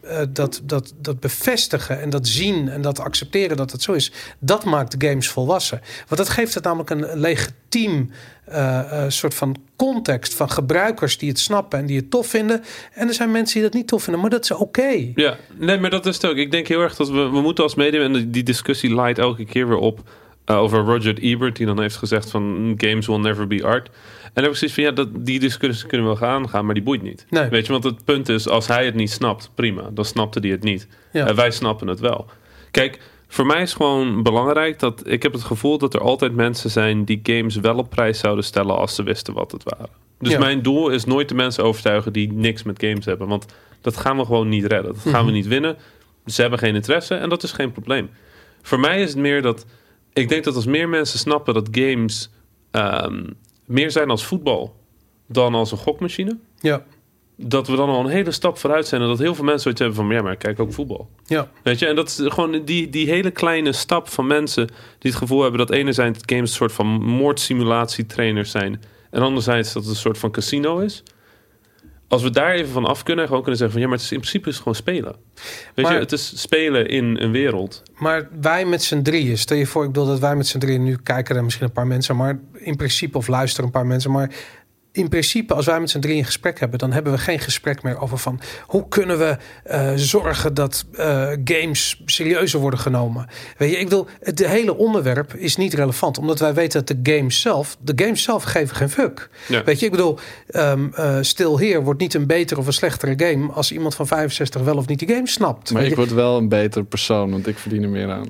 dat bevestigen en dat zien en dat accepteren dat het zo is, dat maakt de games volwassen. Want dat geeft het namelijk een legitiem soort van context van gebruikers die het snappen en die het tof vinden. En er zijn mensen die dat niet tof vinden, maar dat is oké. Ja, nee, maar dat is het ook. Ik denk heel erg dat we moeten als medium, en die discussie leidt elke keer weer op over Roger Ebert, die dan heeft gezegd van games will never be art. En dan heb ik zoiets van, die discussie kunnen we gaan, maar die boeit niet. Nee. Weet je, want het punt is, als hij het niet snapt, prima. Dan snapte hij het niet. Ja. Wij snappen het wel. Kijk, voor mij is gewoon belangrijk dat ik heb het gevoel dat er altijd mensen zijn die games wel op prijs zouden stellen als ze wisten wat het waren. Dus mijn doel is nooit de mensen overtuigen die niks met games hebben. Want dat gaan we gewoon niet redden. Dat gaan we niet winnen. Ze hebben geen interesse en dat is geen probleem. Voor mij is het meer dat ik denk dat als meer mensen snappen dat games meer zijn als voetbal dan als een gokmachine. Ja. Dat we dan al een hele stap vooruit zijn en dat heel veel mensen zoiets hebben van, ja, maar ik kijk ook voetbal. Ja. Weet je, en dat is gewoon die hele kleine stap van mensen die het gevoel hebben dat enerzijds games een soort van moordsimulatietrainers zijn en anderzijds dat het een soort van casino is. Als we daar even van af kunnen en gewoon kunnen zeggen van, ja, maar het is in principe gewoon spelen. Weet je, het is spelen in een wereld. Maar wij met z'n drieën, stel je voor, ik bedoel dat wij met z'n drieën nu kijken er misschien een paar mensen, maar in principe of luisteren een paar mensen, maar in principe, als wij met z'n drieën een gesprek hebben, dan hebben we geen gesprek meer over van hoe kunnen we zorgen dat games serieuzer worden genomen. Weet je, ik bedoel, het hele onderwerp is niet relevant, omdat wij weten dat de games zelf geven geen fuck. Ja. Weet je, ik bedoel, Still Here wordt niet een betere of een slechtere game als iemand van 65 wel of niet die game snapt. Maar ik word wel een betere persoon, want ik verdien er meer aan.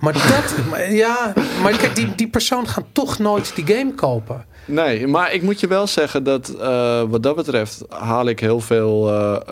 Maar kijk, die persoon gaat toch nooit die game kopen. Nee, maar ik moet je wel zeggen dat wat dat betreft haal ik heel veel...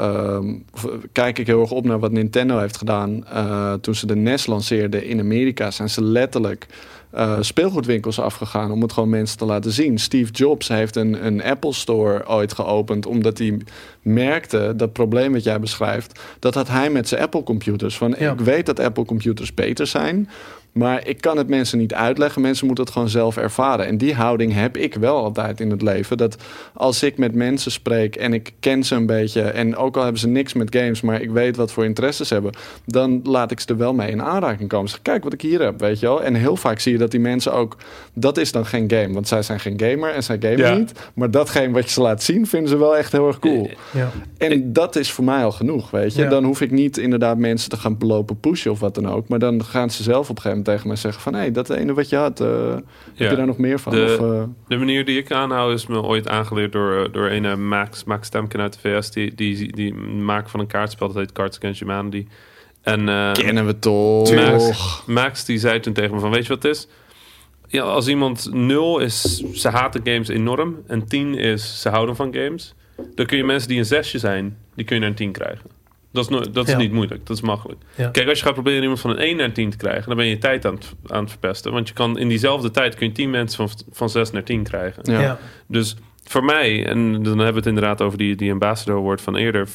kijk ik heel erg op naar wat Nintendo heeft gedaan. Toen ze de NES lanceerden in Amerika zijn ze letterlijk speelgoedwinkels afgegaan om het gewoon mensen te laten zien. Steve Jobs heeft een Apple Store ooit geopend omdat hij merkte dat probleem wat jij beschrijft, dat had hij met zijn Apple computers. Ik weet dat Apple computers beter zijn, maar ik kan het mensen niet uitleggen. Mensen moeten het gewoon zelf ervaren. En die houding heb ik wel altijd in het leven. Dat als ik met mensen spreek en ik ken ze een beetje, en ook al hebben ze niks met games, maar ik weet wat voor interesses hebben, dan laat ik ze er wel mee in aanraking komen. Zeg, kijk wat ik hier heb, weet je wel. En heel vaak zie je dat die mensen ook, dat is dan geen game. Want zij zijn geen gamer en zij gamen niet. Maar datgene wat je ze laat zien, vinden ze wel echt heel erg cool. Ja. En dat is voor mij al genoeg, weet je. Ja. Dan hoef ik niet inderdaad mensen te gaan lopen pushen of wat dan ook. Maar dan gaan ze zelf op een gegeven moment tegen mij zeggen van, hey, dat ene wat je had, heb je daar nog meer van? De manier die ik aanhoud is me ooit aangeleerd door een Max Stemken uit de VS. Die maakt van een kaartspel, dat heet Cards Against Humanity. En, kennen we toch. Max die zei toen tegen me van, weet je wat het is? Ja, als iemand 0 is, ze haten games enorm. En 10 is, ze houden van games. Dan kun je mensen die een 6 zijn, die kun je naar een 10 krijgen. Dat is niet moeilijk, dat is makkelijk. Ja. Kijk, als je gaat proberen iemand van een 1 naar een 10 te krijgen, dan ben je je tijd aan het verpesten. Want je kan in diezelfde tijd kun je 10 mensen van 6 naar 10 krijgen. Ja. Ja. Dus voor mij, en dan hebben we het inderdaad over die ambassador award van eerder.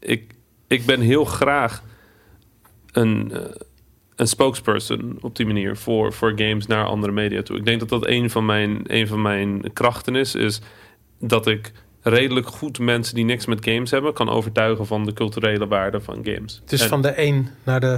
Ik ben heel graag een spokesperson op die manier voor games naar andere media toe. Ik denk dat dat een van mijn krachten is dat ik redelijk goed mensen die niks met games hebben kan overtuigen van de culturele waarde van games. Dus van de 1 naar de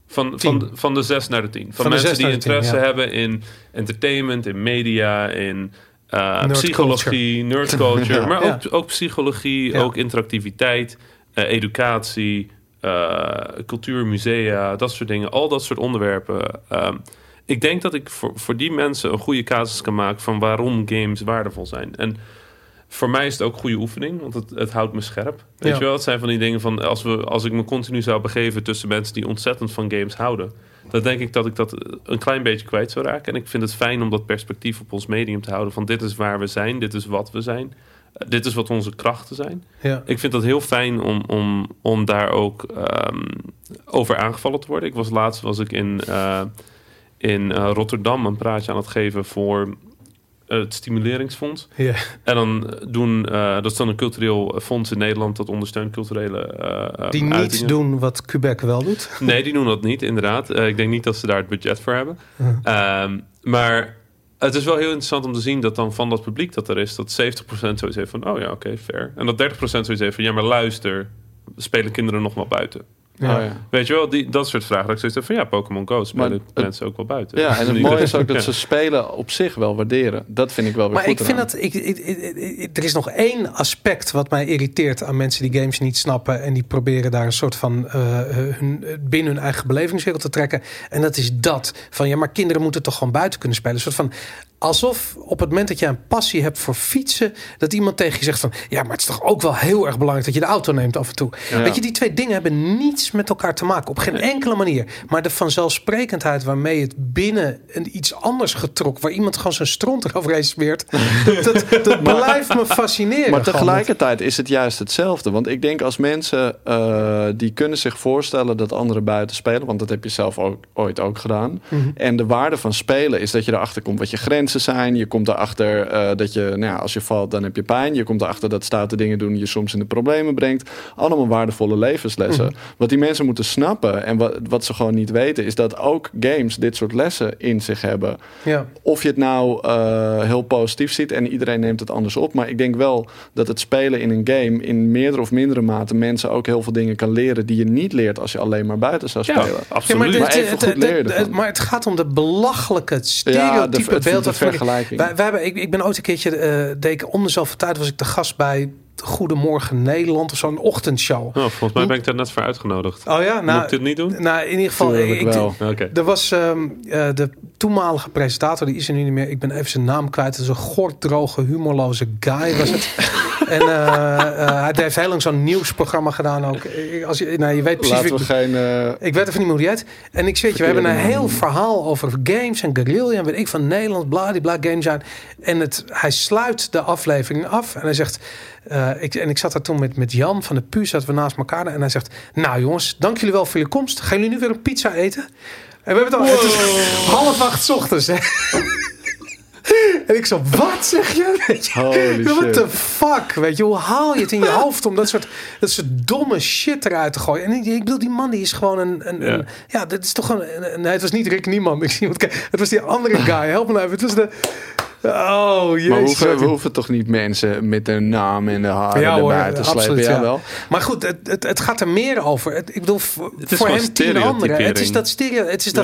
van de 6 naar de 10. Van mensen die interesse hebben in entertainment, in media, in psychologie, nerdculture, maar ook psychologie, ook interactiviteit, educatie, cultuur, musea, dat soort dingen. Al dat soort onderwerpen. Ik denk dat ik voor die mensen een goede casus kan maken van waarom games waardevol zijn. En voor mij is het ook goede oefening, want het houdt me scherp. Weet je wel, het zijn van die dingen van als ik me continu zou begeven tussen mensen die ontzettend van games houden, dan denk ik dat ik dat een klein beetje kwijt zou raken. En ik vind het fijn om dat perspectief op ons medium te houden van dit is waar we zijn, dit is wat we zijn. Dit is wat onze krachten zijn. Ja. Ik vind dat heel fijn om daar ook over aangevallen te worden. Laatst was ik in Rotterdam een praatje aan het geven voor het Stimuleringsfonds. Yeah. En dan dat is dan een cultureel fonds in Nederland dat ondersteunt culturele die niet uitingen doen wat Quebec wel doet? Nee, die doen dat niet, inderdaad. Ik denk niet dat ze daar het budget voor hebben. Maar het is wel heel interessant om te zien dat dan van dat publiek dat er is, dat 70% zoiets heeft van, oh ja, oké, fair. En dat 30% zoiets heeft van, ja, maar luister, spelen kinderen nog wel buiten? Ja. Weet je wel, dat soort vragen. Dat ik zoiets heb van, ja, Pokémon Go spelen mensen ook wel buiten. Ja, en het mooie is ook dat ze spelen op zich wel waarderen. Dat vind ik wel weer maar goed. Maar ik vind er is nog één aspect wat mij irriteert aan mensen die games niet snappen en die proberen daar een soort van binnen hun eigen belevingswereld te trekken. En dat is dat van, ja, maar kinderen moeten toch gewoon buiten kunnen spelen. Een soort van, alsof op het moment dat je een passie hebt voor fietsen, dat iemand tegen je zegt van, ja, maar het is toch ook wel heel erg belangrijk dat je de auto neemt af en toe. Ja. Weet je, die twee dingen hebben niets met elkaar te maken. Op geen enkele manier. Maar de vanzelfsprekendheid waarmee het binnen iets anders getrokken, waar iemand gewoon zijn stront eroverheen smeert, dat blijft me fascineren. Maar tegelijkertijd is het juist hetzelfde. Want ik denk als mensen die kunnen zich voorstellen dat anderen buiten spelen, want dat heb je zelf ooit ook gedaan. Mm-hmm. En de waarde van spelen is dat je erachter komt wat je grenzen zijn. Je komt erachter dat je, nou ja, als je valt, dan heb je pijn. Je komt erachter dat stoute dingen doen je soms in de problemen brengt. Allemaal waardevolle levenslessen. Mm-hmm. Wat die mensen moeten snappen en wat ze gewoon niet weten, is dat ook games dit soort lessen in zich hebben. Ja. Of je het nou heel positief ziet en iedereen neemt het anders op. Maar ik denk wel dat het spelen in een game in meerdere of mindere mate mensen ook heel veel dingen kan leren die je niet leert als je alleen maar buiten zou spelen. Ja, absoluut. Maar het gaat om de belachelijke stereotype beeld dat vergelijking. Ik ben ooit een keertje, om dezelfde tijd was ik de gast bij Goedemorgen Nederland of zo'n ochtendshow. Volgens mij ben ik daar net voor uitgenodigd. Oh ja? Moet ik dit niet doen? Nou, in ieder geval... Er was de toenmalige presentator, die is er nu niet meer. Ik ben even zijn naam kwijt. Het is een gorddroge, humorloze guy was het. En hij heeft heel lang zo'n nieuwsprogramma gedaan ook. Je weet precies... Ik weet even niet meer hoe die heet. En ik weet je, we hebben een heel verhaal over games en guerrilla en weet ik van Nederland, bladibla, games zijn. En hij sluit de aflevering af en hij zegt... ik zat daar toen met Jan van de Pu, zaten we naast elkaar en hij zegt, nou jongens, dank jullie wel voor jullie komst. Gaan jullie nu weer een pizza eten? En we hebben het al, het is 7:30 ochtends. Hè? En ik zo, wat zeg je? What the fuck? Weet je, hoe haal je het in je hoofd om dat soort domme shit eruit te gooien? En ik bedoel, die man die is gewoon dat is toch een... Nee, het was niet Rick Niemann. Het was die andere guy. Help me even. Het was de... Oh, jezus. Maar we hoeven toch niet mensen met hun naam en de haren erbij te slepen? Ja, wel. Maar goed, het gaat er meer over. Ik bedoel, voor hem 10 anderen. Het is dat stereo. Het is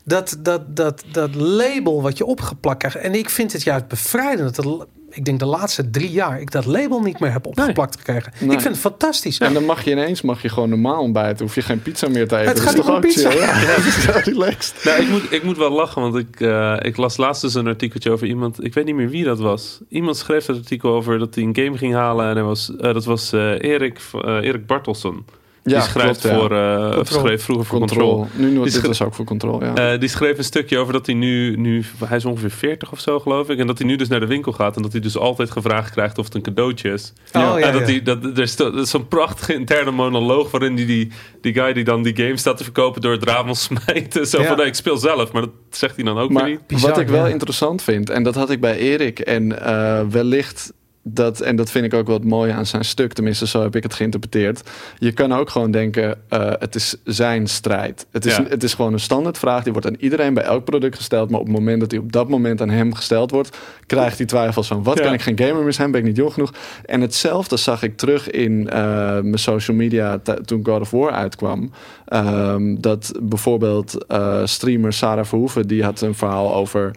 dat label wat je opgeplakt krijgt. En ik vind het juist bevrijdend. Ik denk de laatste 3 jaar ik dat label niet meer heb opgeplakt gekregen. Nee. Ik vind het fantastisch. En dan mag je gewoon normaal ontbijten. Hoef je geen pizza meer te eten. Het gaat niet om pizza. Relaxed. Nou, ik moet wel lachen, want ik las laatst dus een artikeltje over iemand. Ik weet niet meer wie dat was. Iemand schreef dat artikel over dat hij een game ging halen. En dat was Erik Bartelsson. Die schrijft schreef vroeger voor Control. Nu dit was ook voor Control, ja. Die schreef een stukje over dat hij nu... Hij is ongeveer 40 of zo, geloof ik. En dat hij nu dus naar de winkel gaat. En dat hij dus altijd gevraagd krijgt of het een cadeautje is. Er is zo'n prachtige interne monoloog waarin die guy die dan die game staat te verkopen door het raam smijt. Zo van, ik speel zelf. Maar dat zegt hij dan ook weer niet. Bizar, wat ik wel interessant vind, en dat had ik bij Erik. En wellicht... En dat vind ik ook wel het mooie aan zijn stuk. Tenminste, zo heb ik het geïnterpreteerd. Je kan ook gewoon denken, het is zijn strijd. Het is gewoon een standaardvraag. Die wordt aan iedereen bij elk product gesteld. Maar op het moment dat die op dat moment aan hem gesteld wordt... krijgt hij twijfels van, wat kan ik geen gamer meer zijn? Ben ik niet jong genoeg? En hetzelfde zag ik terug in mijn social media toen God of War uitkwam. Dat bijvoorbeeld streamer Sarah Verhoeven... die had een verhaal over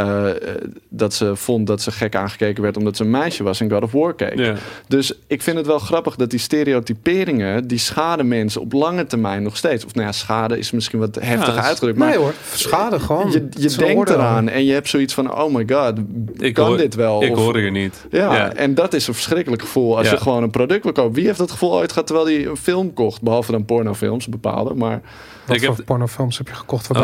dat ze vond dat ze gek aangekeken werd... omdat ze een meisje was en God of War keek. Yeah. Dus ik vind het wel grappig dat die stereotyperingen... die schaden mensen op lange termijn nog steeds. Of schade is misschien wat heftig uitgedrukt. Maar nee hoor, schade gewoon. Je denkt eraan en je hebt zoiets van... oh my god, dit wel? Ik hoor hier niet. Ja, en dat is een verschrikkelijk gevoel... als je gewoon een product wil kopen. Wie heeft dat gevoel ooit gehad terwijl hij een film kocht? Behalve dan pornofilms, bepaalde, maar... Wat voor pornofilms heb je gekocht? Ik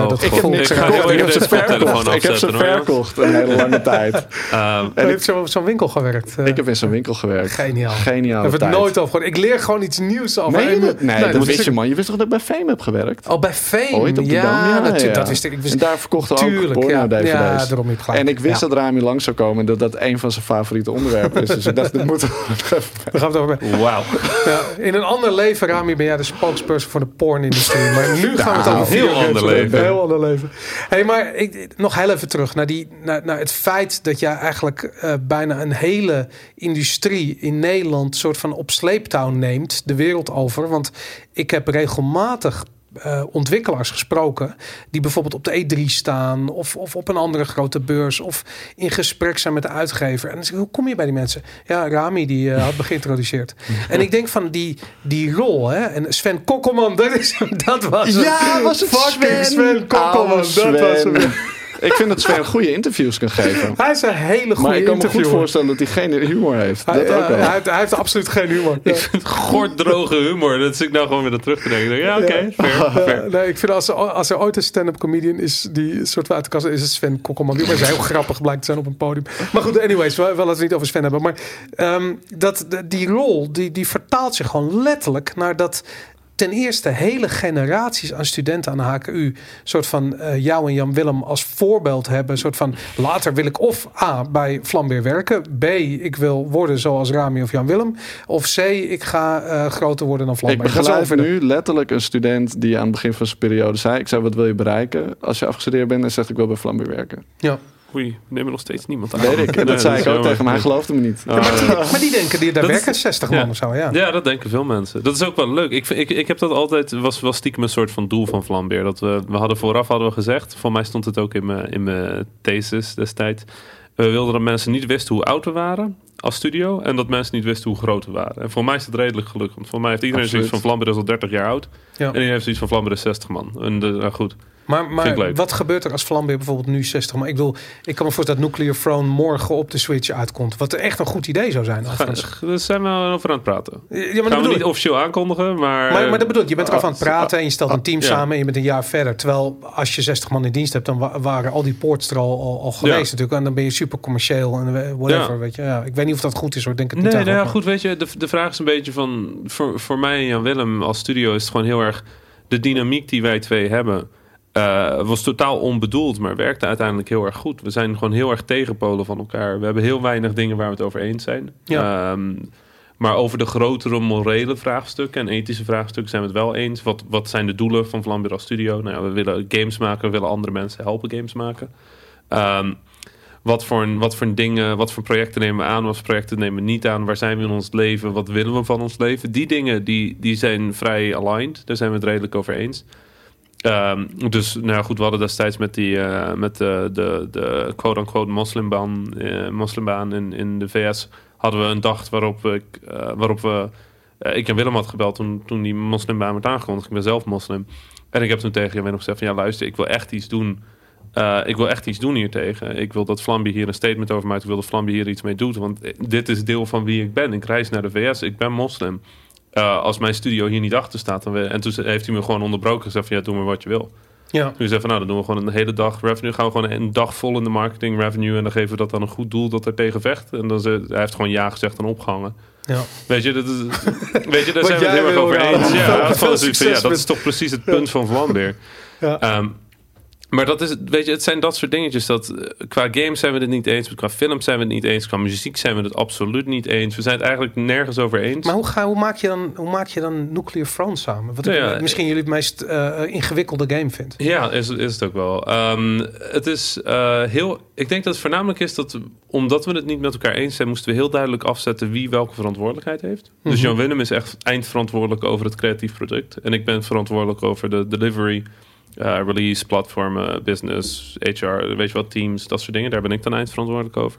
heb ze verkocht een hele lange tijd. En ik heb zo'n winkel gewerkt. Ik heb in zo'n winkel gewerkt. Geniaal. Ik heb het nooit over. Ik leer gewoon iets nieuws over. Nee, dat wist je, man. Je wist toch dat ik bij Fame heb gewerkt? Oh, bij Fame? Ooit op de Dam? Dat wist ik. En daar verkochten ook porno-dvd's. Ja, daarom niet gelijk. En ik wist dat Rami langs zou komen en dat een van zijn favoriete onderwerpen is. Dus ik dacht, dit moet... We gaan het over. Wauw. In een ander leven, Rami, ben jij de spokesperson voor de porn-industrie. Maar nu gaan we het over heel ander leven. Hey, maar nog heel even terug naar het feit dat jij eigenlijk bijna een hele industrie in Nederland soort van op sleeptouw neemt, de wereld over. Want ik heb regelmatig ontwikkelaars gesproken die bijvoorbeeld op de E3 staan of op een andere grote beurs of in gesprek zijn met de uitgever. En dan zeg ik, hoe kom je bij die mensen? Ja, Rami die had me geïntroduceerd. En ik denk van die rol, hè? En Sven Kokkelman, dat was het. Ja, was het Sven Kokkelman, dat was hem. Ik vind dat Sven goede interviews kan geven. Hij is een hele goede interviewer. Maar ik kan me goed voorstellen dat hij geen humor heeft. Hij heeft absoluut geen humor. Ik vind gorddroge humor. Dat zit ik nou gewoon weer terug te denken. Ja, oké. Fair. Nee, ik vind als er ooit een stand-up comedian is die soort van uit de kast is het Sven Kokkelman. Die is heel grappig blijkt te zijn op een podium. Maar goed, anyways, we laten het niet over Sven hebben. Maar die rol, die vertaalt zich gewoon letterlijk naar dat... Ten eerste hele generaties aan studenten aan de HKU... soort van jou en Jan Willem als voorbeeld hebben. Soort van, later wil ik of A, bij Vlambeer werken. B, ik wil worden zoals Rami of Jan Willem. Of C, ik ga groter worden dan Vlambeer. Ik begeleid nu letterlijk een student die aan het begin van zijn periode zei... ik zei, wat wil je bereiken als je afgestudeerd bent? En zegt, ik wil bij Vlambeer werken. Ja. Oei, we nemen nog steeds niemand aan. Weet ik, dat zei ik ook tegen hem. Hij geloofde me niet. Maar die denken, daar werken 60 man of zo, ja. Ja, dat denken veel mensen. Dat is ook wel leuk. Ik heb dat altijd, was wel stiekem een soort van doel van Vlambeer. Dat we hadden vooraf gezegd, voor mij stond het ook in mijn thesis destijds. We wilden dat mensen niet wisten hoe oud we waren als studio. En dat mensen niet wisten hoe groot we waren. En voor mij is het redelijk gelukt. Want voor mij heeft iedereen zoiets van Vlambeer is al 30 jaar oud. Ja. En iedereen heeft zoiets van Vlambeer is 60 man. En goed. Maar wat gebeurt er als Vlambeer bijvoorbeeld nu 60 man? Ik kan me voorstellen dat Nuclear Throne morgen op de Switch uitkomt. Wat echt een goed idee zou zijn. Daar zijn we over aan het praten. Ja, maar gaan we niet officieel aankondigen. Maar dat bedoel ik. Je bent eraf aan het praten en je stelt een team samen en je bent een jaar verder. Terwijl als je 60 man in dienst hebt, dan waren al die ports er al geweest natuurlijk. En dan ben je super commercieel en whatever. Weet je. Ja, ik weet niet of dat goed is hoor. Denk het niet. Nee, goed. Weet je, de vraag is een beetje van voor mij en Jan Willem als studio is het gewoon heel erg de dynamiek die wij twee hebben. Was totaal onbedoeld, maar werkte uiteindelijk heel erg goed. We zijn gewoon heel erg tegenpolen van elkaar. We hebben heel weinig dingen waar we het over eens zijn. Ja. Maar over de grotere morele vraagstukken en ethische vraagstukken zijn we het wel eens. Wat zijn de doelen van Vlambeer als studio? Nou ja, we willen games maken, we willen andere mensen helpen games maken. Wat voor dingen, wat voor projecten nemen we aan, wat voor projecten nemen we niet aan? Waar zijn we in ons leven? Wat willen we van ons leven? Die dingen die zijn vrij aligned. Daar zijn we het redelijk over eens. Dus nou goed, we hadden destijds met de quote-unquote moslimbaan in de VS hadden we een dag waarop ik en Willem had gebeld toen die moslimbaan werd aangekondigd. Ik ben zelf moslim. En ik heb toen tegen Willem gezegd van ja luister, ik wil echt iets doen. Ik wil echt iets doen hiertegen. Ik wil dat Vlambeer hier een statement over maakt. Ik wil dat Vlambeer hier iets mee doet. Want dit is deel van wie ik ben. Ik reis naar de VS. Ik ben moslim. Als mijn studio hier niet achter staat. En toen heeft hij me gewoon onderbroken. Gezegd van ja, doe maar wat je wil. Ja. Toen zei van nou, dan doen we gewoon een hele dag revenue. Gaan we gewoon een dag vol in de marketing revenue. En dan geven we dat dan een goed doel dat er tegen vecht. En dan hij heeft gewoon ja gezegd en opgehangen. Ja. Weet je, daar zijn we het heel erg over eens. Ja, dat is toch precies het punt van Vlambeer. Ja. Maar dat is, weet je, het zijn dat soort dingetjes. Dat qua games zijn we het niet eens. Qua films zijn we het niet eens. Qua muziek zijn we het absoluut niet eens. We zijn het eigenlijk nergens over eens. Maar hoe maak je dan Nuclear Throne samen? Wat ik misschien jullie het meest ingewikkelde game vindt. Ja, is het ook wel. Het is ik denk dat het voornamelijk is dat omdat we het niet met elkaar eens zijn, moesten we heel duidelijk afzetten wie welke verantwoordelijkheid heeft. Mm-hmm. Dus Jan Willem is echt eindverantwoordelijk over het creatief product. En ik ben verantwoordelijk over de delivery. Release, platformen, business, HR, weet je wat, teams, dat soort dingen. Daar ben ik dan eindverantwoordelijk over.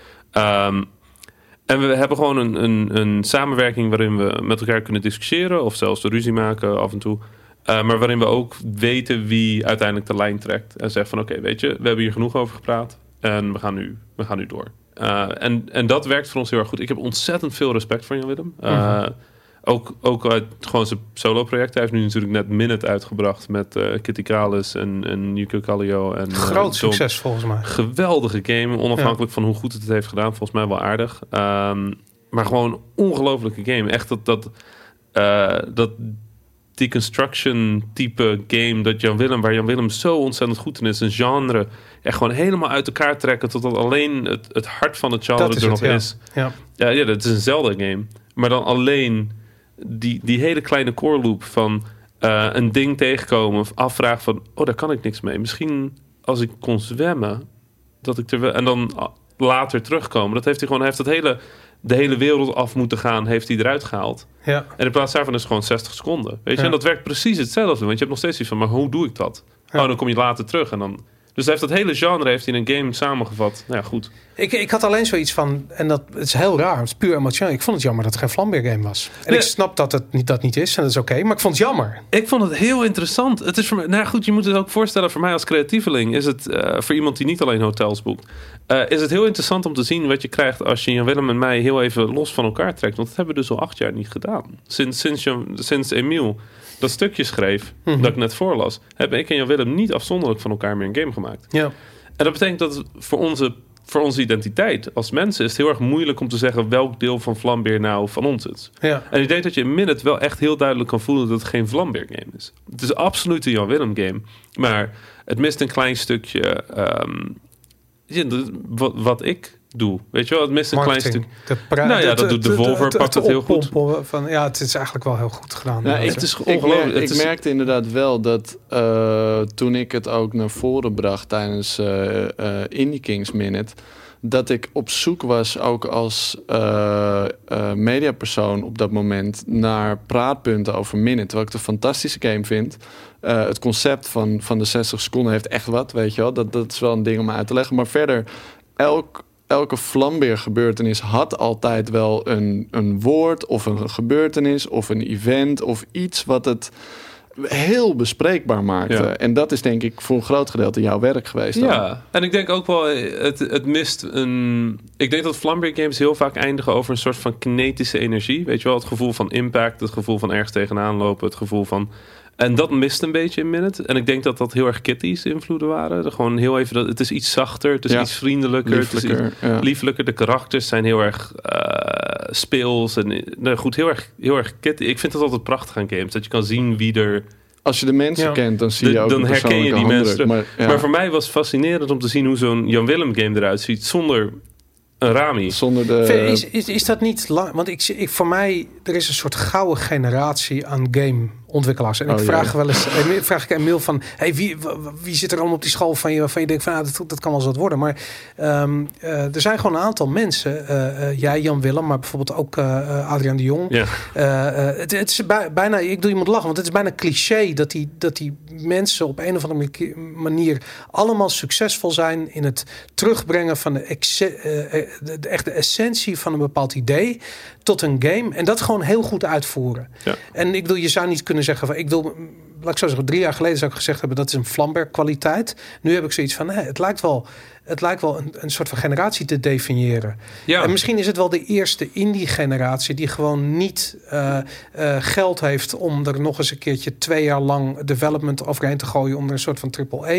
En we hebben gewoon een samenwerking waarin we met elkaar kunnen discussiëren of zelfs de ruzie maken af en toe. Maar waarin we ook weten wie uiteindelijk de lijn trekt. En zegt van oké, weet je, we hebben hier genoeg over gepraat en we gaan nu door. En dat werkt voor ons heel erg goed. Ik heb ontzettend veel respect voor Jan Willem. Ook uit gewoon zijn solo-project. Hij heeft nu natuurlijk net Minute uitgebracht met Kitty Kalis en Yuko Kallio. Groot succes volgens mij. Geweldige game. Onafhankelijk van hoe goed het heeft gedaan. Volgens mij wel aardig. Maar gewoon ongelofelijke game. Echt dat deconstruction type game waar Jan Willem zo ontzettend goed in is. Een genre echt gewoon helemaal uit elkaar trekken totdat alleen het hart van het genre er nog is. Ja, dat is een Zelda-game. Maar dan alleen die hele kleine core loop van een ding tegenkomen of afvragen van daar kan ik niks mee. Misschien als ik kon zwemmen dat ik en dan later terugkomen. Dat heeft hij gewoon, de hele wereld af moeten gaan, heeft hij eruit gehaald. Ja. En in plaats daarvan is het gewoon 60 seconden. Weet je? Ja. En dat werkt precies hetzelfde. Want je hebt nog steeds iets van, maar hoe doe ik dat? Ja. Dan kom je later terug en dan. Dus hij heeft dat hele genre heeft in een game samengevat. Nou ja, goed. Ik had alleen zoiets van, en dat het is heel raar, het is puur emotioneel. Ik vond het jammer dat het geen Vlambeer game was. En ik snap dat het niet is en dat is oké, maar ik vond het jammer. Ik vond het heel interessant. Het is voor mij, nou goed, je moet het ook voorstellen voor mij als creatieveling. Is het voor iemand die niet alleen hotels boekt, is het heel interessant om te zien wat je krijgt als je Jan Willem en mij heel even los van elkaar trekt. Want dat hebben we dus al 8 jaar niet gedaan. Sinds Emiel dat stukje schreef, dat ik net voorlas, hebben ik en Jan Willem niet afzonderlijk van elkaar meer een game gemaakt. Ja. En dat betekent dat voor onze identiteit als mensen is het heel erg moeilijk om te zeggen welk deel van Vlambeer nou van ons is. Ja. En ik denk dat je in Minute wel echt heel duidelijk kan voelen dat het geen Vlambeer game is. Het is absoluut een Jan Willem game, maar het mist een klein stukje wat ik doe. Weet je wel, het mist een klein stuk. Dat doet Devolver, pakt het heel goed. Het is eigenlijk wel heel goed gedaan. Ja, ik merkte inderdaad wel dat toen ik het ook naar voren bracht tijdens Indie Kings Minute, dat ik op zoek was ook als mediapersoon op dat moment naar praatpunten over Minute, terwijl ik het een fantastische game vind. Het concept van de 60 seconden heeft echt wat, weet je wel. Dat is wel een ding om uit te leggen. Maar verder, elke Vlambeer gebeurtenis had altijd wel een woord of een gebeurtenis of een event of iets wat het heel bespreekbaar maakte. Ja. En dat is denk ik voor een groot gedeelte jouw werk geweest. Ja, dan. En ik denk ook wel, het mist een... Ik denk dat Vlambeer games heel vaak eindigen over een soort van kinetische energie. Weet je wel, het gevoel van impact, het gevoel van ergens tegenaan lopen, het gevoel van... En dat mist een beetje in Minute. En ik denk dat dat heel erg Kitty's invloeden waren. Gewoon heel even, het is iets zachter, het is iets vriendelijker, lieflijker, het is iets lieflijker. De karakters zijn heel erg speels. En, heel erg Kitty. Ik vind het altijd prachtig aan games. Dat je kan zien wie er... Als je de mensen kent, dan zie je ook dan herken je die mensen. Maar voor mij was het fascinerend om te zien hoe zo'n Jan Willem game eruit ziet zonder... een Rami. Zonder de... Is dat niet lang? Want voor mij, er is een soort gouden generatie aan gameontwikkelaars. En ik vraag ik Emil van, hey, wie zit er allemaal op die school van je denkt van, dat kan wel eens wat worden. Maar er zijn gewoon een aantal mensen, jij, Jan Willem, maar bijvoorbeeld ook Adriaan de Jong. Ja. Het is bijna, ik doe iemand lachen, want het is bijna cliché dat die mensen op een of andere manier allemaal succesvol zijn in het terugbrengen van de echte essentie van een bepaald idee tot een game en dat gewoon heel goed uitvoeren. Ja. En ik bedoel, je zou niet kunnen zeggen van laat ik zo zeggen, 3 jaar geleden zou ik gezegd hebben dat is een Vlambeer kwaliteit. Nu heb ik zoiets van, het lijkt wel een soort van generatie te definiëren. Ja. En misschien is het wel de eerste indie generatie die gewoon niet geld heeft om er nog eens een keertje 2 jaar lang development overheen te gooien om er een soort van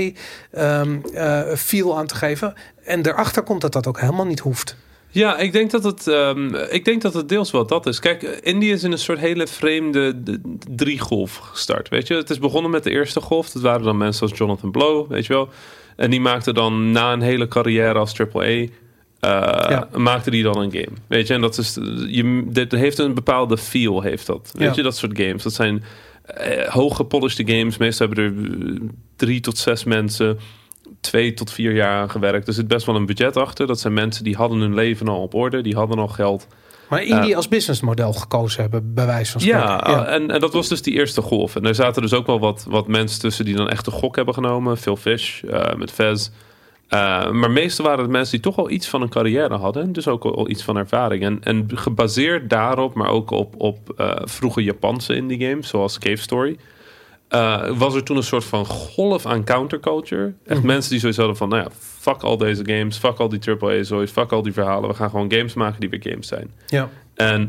AAA feel aan te geven. En daarachter komt dat ook helemaal niet hoeft. Ja, ik denk dat het deels wel dat is. Kijk, Indie is in een soort hele vreemde 3-golf gestart, weet je. Het is begonnen met de eerste golf. Dat waren dan mensen als Jonathan Blow, weet je wel. En die maakte dan na een hele carrière als AAA... maakte die dan een game, weet je. En dat is... dit heeft een bepaalde feel, heeft dat. Weet je, dat soort games. Dat zijn hoog gepolished games. Meestal hebben er 3 tot 6 mensen... 2 tot 4 jaar aan gewerkt. Er zit best wel een budget achter. Dat zijn mensen die hadden hun leven al op orde. Die hadden al geld. Maar Indie als businessmodel gekozen hebben, bij wijze van spreken. Ja. En dat was dus die eerste golf. En er zaten dus ook wel wat mensen tussen die dan echt een gok hebben genomen. Phil Fish, met Fez. Maar meestal waren het mensen die toch al iets van een carrière hadden. En dus ook al iets van ervaring. En gebaseerd daarop, maar ook op vroege Japanse indie games. Zoals Cave Story. Was er toen een soort van golf aan counterculture. Echt mensen die zoiets hadden van... fuck al deze games, fuck al die AAA-zooi, fuck al die verhalen. We gaan gewoon games maken die weer games zijn. Ja. En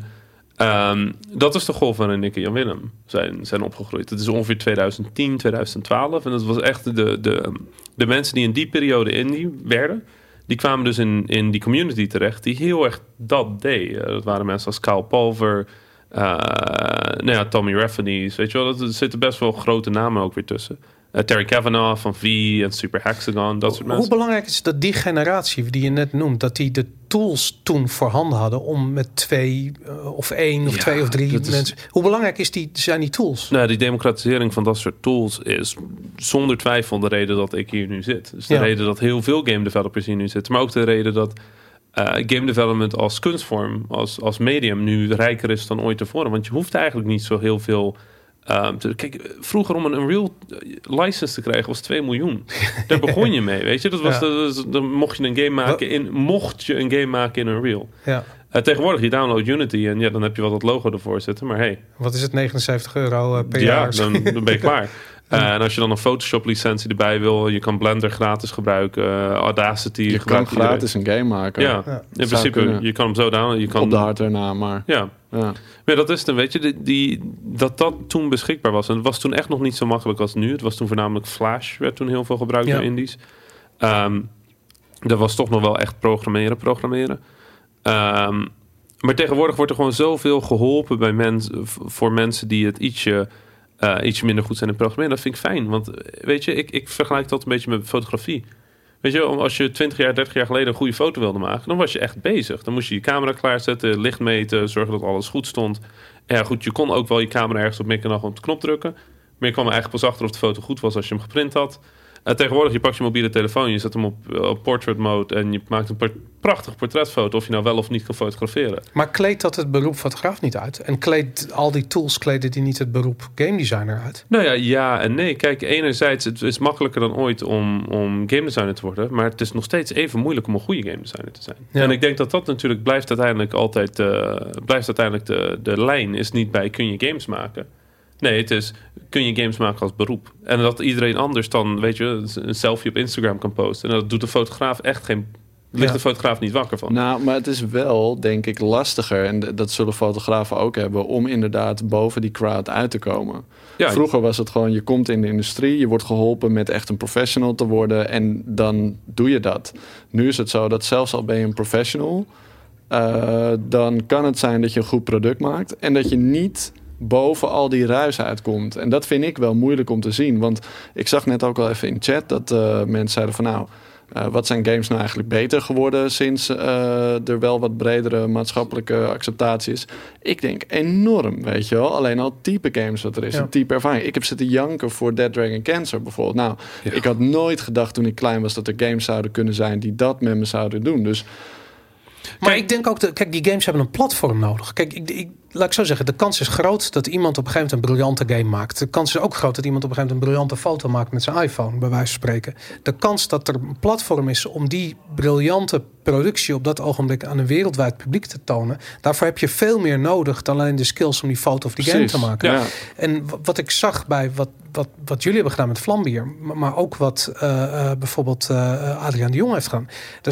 dat is de golf waarin Nick en Jan Willem zijn opgegroeid. Het is ongeveer 2010, 2012. En dat was echt de mensen die in die periode indie werden... die kwamen dus in die community terecht... die heel erg dat deed. Dat waren mensen als Kyle Pulver... Tommy Rafferty's, weet je wel, er zitten best wel grote namen ook weer tussen. Terry Kavanagh van V en Super Hexagon, dat soort mensen. Hoe belangrijk is dat die generatie die je net noemt, dat die de tools toen voorhanden hadden om met 2 of 1 of 2 of 3 mensen... Hoe belangrijk zijn die tools? Nou, die democratisering van dat soort tools is zonder twijfel de reden dat ik hier nu zit. Dus de reden dat heel veel game developers hier nu zitten, maar ook de reden dat game development als kunstvorm, als medium nu rijker is dan ooit tevoren. Want je hoeft eigenlijk niet zo heel veel... Kijk, vroeger om een Unreal license te krijgen was 2 miljoen. Daar begon je mee, weet je. Dat was dan mocht je een game maken in Unreal. Ja. Tegenwoordig, je download Unity en dan heb je wel dat logo ervoor zitten. Maar hey. Wat is het, €79 per jaar? Ja, dan ben je klaar. En als je dan een Photoshop licentie erbij wil, je kan Blender gratis gebruiken, Audacity. Je kan gratis een game maken. Ja. In principe, je kan hem zo downloaden. Je kan op de hardware na, maar... Ja. Maar dat is dan, weet je, dat toen beschikbaar was. En het was toen echt nog niet zo makkelijk als nu. Het was toen voornamelijk Flash, werd toen heel veel gebruikt door indies. Dat was toch nog wel echt programmeren. Maar tegenwoordig wordt er gewoon zoveel geholpen voor mensen die het ietsje minder goed zijn in programmeren. Dat vind ik fijn. Want weet je, ik vergelijk dat een beetje met fotografie. Weet je, als je 20 jaar, 30 jaar geleden een goede foto wilde maken, dan was je echt bezig. Dan moest je je camera klaarzetten, licht meten, zorgen dat alles goed stond. En ja, goed, je kon ook wel je camera ergens op mikken en op de knop drukken. Maar je kwam er eigenlijk pas achter of de foto goed was als je hem geprint had. Tegenwoordig, je pakt je mobiele telefoon, je zet hem op portrait mode en je maakt een prachtige portretfoto of je nou wel of niet kan fotograferen. Maar kleedt dat het beroep fotograaf niet uit? En kleedt al die tools kleden die niet het beroep game designer uit? Nou ja en nee. Kijk, enerzijds, het is makkelijker dan ooit om game designer te worden, maar het is nog steeds even moeilijk om een goede game designer te zijn. Ja. En ik denk dat natuurlijk blijft uiteindelijk altijd de lijn is niet bij kun je games maken. Nee, het is, kun je games maken als beroep? En dat iedereen anders dan, weet je, een selfie op Instagram kan posten. En dat doet de fotograaf echt geen... Ligt de fotograaf niet wakker van. Nou, maar het is wel, denk ik, lastiger. En dat zullen fotografen ook hebben, om inderdaad boven die crowd uit te komen. Ja, vroeger was het gewoon, je komt in de industrie, je wordt geholpen met echt een professional te worden en dan doe je dat. Nu is het zo dat zelfs al ben je een professional, dan kan het zijn dat je een goed product maakt en dat je niet boven al die ruis uitkomt. En dat vind ik wel moeilijk om te zien. Want ik zag net ook al even in chat dat mensen zeiden van nou, wat zijn games nou eigenlijk beter geworden sinds er wel wat bredere maatschappelijke acceptatie is? Ik denk enorm, weet je wel. Alleen al type games wat er is, een type ervaring. Ik heb zitten janken voor Dead Dragon Cancer bijvoorbeeld. Nou, ik had nooit gedacht toen ik klein was dat er games zouden kunnen zijn die dat met me zouden doen. Dus maar ik denk ook, kijk, die games hebben een platform nodig. Kijk, laat ik zo zeggen, de kans is groot dat iemand op een gegeven moment een briljante game maakt. De kans is ook groot dat iemand op een gegeven moment een briljante foto maakt met zijn iPhone, bij wijze van spreken. De kans dat er een platform is om die briljante productie op dat ogenblik aan een wereldwijd publiek te tonen, daarvoor heb je veel meer nodig dan alleen de skills om die foto of die game te maken. Ja. En wat ik zag bij wat jullie hebben gedaan met Vlambeer, maar ook wat bijvoorbeeld Adriaan de Jong heeft gedaan,